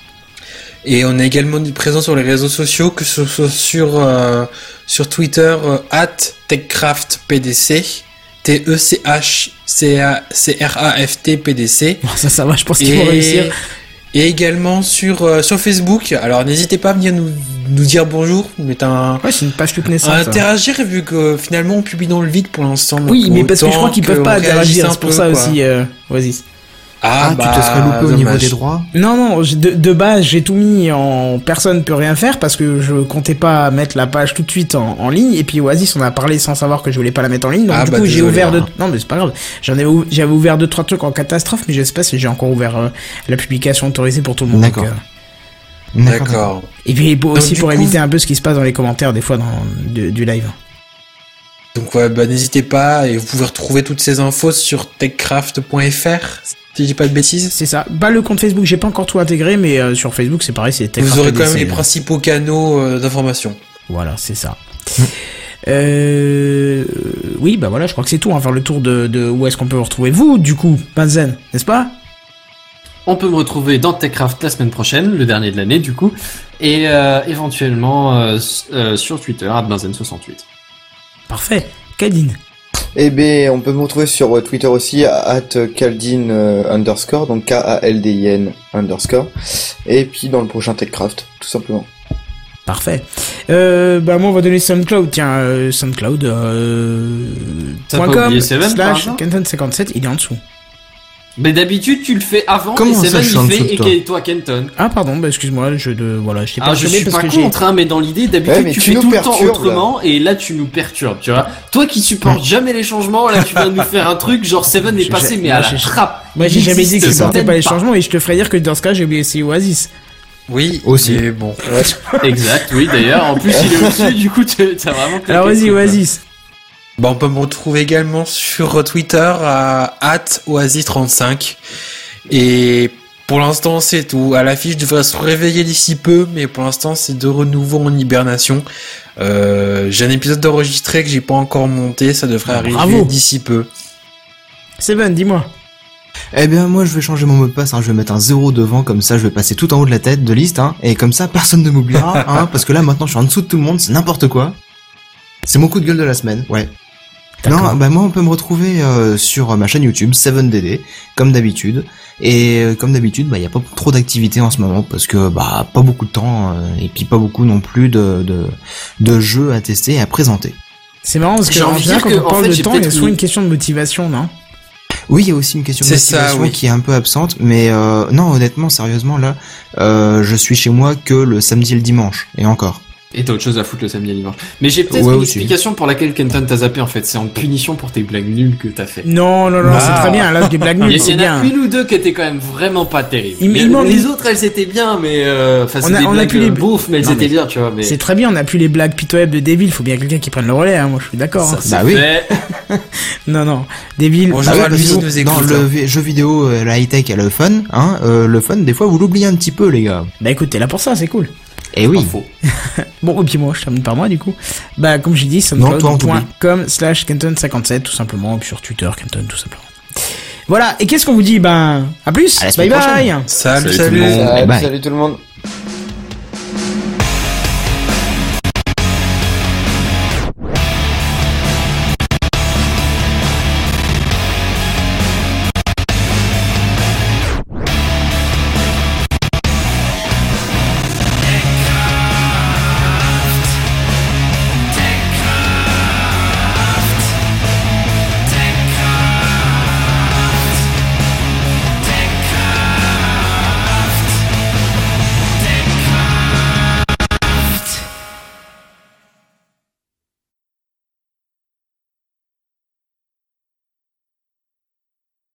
Et on est également présent sur les réseaux sociaux, que ce soit sur, euh, sur Twitter, euh, at TechCraftPDC, T E C H C R A F T P D C. Ça, ça va, je pense qu'ils vont réussir. Et également sur, euh, sur Facebook. Alors n'hésitez pas à venir nous, nous dire bonjour, nous mettre un, Ouais, c'est une page toute à naissante. ça. interagir vu que finalement on publie dans le vide pour l'instant. Oui, donc mais parce que je autant crois qu'ils peuvent pas qu'on réagisse interagir, un c'est pour peu, ça quoi. aussi, euh, Oasis. Ah, Ah, bah, tu te serais loupé au niveau dommage. des droits? Non, non, j'ai- de, de base, j'ai tout mis en personne peut rien faire parce que je comptais pas mettre la page tout de suite en, en ligne. Et puis Oasis, on a parlé sans savoir que je voulais pas la mettre en ligne. Donc Ah, du bah, coup, j'ai désolé, ouvert hein. de... Non, mais c'est pas grave. J'en ai ou- j'avais ouvert deux, trois trucs en catastrophe, mais je sais pas si j'ai encore ouvert euh, la publication autorisée pour tout le monde. D'accord. donc, euh, D'accord. Et puis pour- Donc, aussi du pour coup- éviter un peu ce qui se passe dans les commentaires des fois dans du, du live. Donc ouais, bah n'hésitez pas et vous pouvez retrouver toutes ces infos sur techcraft point f r si je dis pas de bêtises. C'est ça. Pas le compte Facebook, j'ai pas encore tout intégré, mais euh, sur Facebook c'est pareil, c'est Vous aurez quand même TechCraft les P D C. principaux canaux euh, d'information. Voilà, c'est ça. Euh, oui, bah voilà, je crois que c'est tout. On va faire le tour de, de où est-ce qu'on peut vous retrouver vous, du coup, Benzen, n'est-ce pas? On peut me retrouver dans TechCraft la semaine prochaine, le dernier de l'année du coup, et euh, éventuellement euh, s- euh, sur Twitter, arobase benzen soixante-huit. Parfait. Kadine. Eh ben, on peut me retrouver sur euh, Twitter aussi, at Kaldin euh, underscore, donc K A L D I N underscore, et puis dans le prochain TechCraft, tout simplement. Parfait. Euh, bah moi on va donner SoundCloud, tiens, euh, SoundCloud, euh, T'as point pas com, oublié Seven, par slash hasard Kenton cinquante-sept, il est en dessous. Mais d'habitude tu le fais avant, Comment et ça, Seven je suis en il dessous fait, de et toi que- toi Kenton. Ah pardon, bah excuse-moi, je de voilà, je t'ai Ah, pas je filmé suis parce pas que j'ai... contre, hein, mais dans l'idée, d'habitude, Ouais, mais tu, tu fais nous tout le temps perturbes, autrement, et là, tu nous perturbes, tu vois. Toi qui supportes jamais les changements, là, tu viens de nous faire un truc, genre Seven est J'ai- passé, j'ai- mais à moi, la j'ai- trappe. Moi j'ai Il jamais dit que je existe supportais pas les pas. changements, et je te ferai dire que dans ce cas j'ai oublié aussi Oasis. Oui, Aussi. mais bon. Exact, oui, d'ailleurs. En plus, il est au-dessus, du coup, tu- t'as vraiment claqué Alors le vas-y truc, Oasis. Bon, on peut me retrouver également sur Twitter à at oasis trente-cinq. Et pour l'instant, c'est tout. À l'affiche, je devrais se réveiller d'ici peu, mais pour l'instant, c'est de renouveau en hibernation. Euh, j'ai un épisode d'enregistré que j'ai pas encore monté, ça devrait Ah, arriver bravo. d'ici peu. Seven, dis-moi. Eh bien, moi, je vais changer mon mot de passe, hein. Je vais mettre un zéro devant, comme ça, je vais passer tout en haut de la tête, de liste, hein. Et comme ça, personne ne m'oubliera, hein. Parce que là, maintenant, je suis en dessous de tout le monde, c'est n'importe quoi. C'est mon coup de gueule de la semaine, ouais. Non, bah moi on peut me retrouver euh, sur ma chaîne YouTube seven D D comme d'habitude, et euh, comme d'habitude bah il y a pas trop d'activités en ce moment parce que bah pas beaucoup de temps euh, et puis pas beaucoup non plus de de de jeux à tester et à présenter. C'est marrant parce que J'ai en envie de général, dire quand que, on en parle fait, de j'ai temps, il y a peut-être souvent mis- une question de motivation, non? Oui, il y a aussi une question de C'est ça, motivation oui. qui est un peu absente, mais euh, non honnêtement sérieusement là, euh, je suis chez moi que le samedi et le dimanche et encore. Et t'as autre chose à foutre le samedi et le dimanche. Mais j'ai peut-être Ouais, une aussi. explication pour laquelle Kenton t'a zappé en fait. C'est en punition pour tes blagues nulles que t'as fait. Non, non, non, Ah. c'est très bien. Là, des blagues Il nulles, y, c'est en a bien. une ou deux qui étaient quand même vraiment pas terribles. Il- Mais il manque- les autres, elles étaient bien, mais euh, enfin On c'est a- des on a blagues pu les- euh, beaufs, mais elles Non, étaient mais bien, tu vois. Mais C'est très bien, on a plus les blagues pitoyables de Devil, faut bien quelqu'un qui prenne le relais, hein. Moi, je suis d'accord. ça hein. c'est Bah oui. fait. Non, non. Devil, Bonjour Ah ouais, à parce lui qui que nous écoute. dans le vi- jeu vidéo, euh, la high tech et le fun, hein, euh, le fun des fois vous l'oubliez un petit peu les gars. bah écoute, t'es là pour ça, c'est cool. Eh oui. Pas faux. Bon, et puis moi, je termine par moi, du coup. Bah, comme j'ai dit, Non, toi, on soundcloud point t'oublie. com slash Kenton cinquante-sept, tout simplement, et puis sur Twitter, Kenton, tout simplement. Voilà. Et qu'est-ce qu'on vous dit? Ben, à plus. À la Bye semaine bye. prochaine. Salut, Salut tout le salut. monde. Salut, bye. salut tout le monde.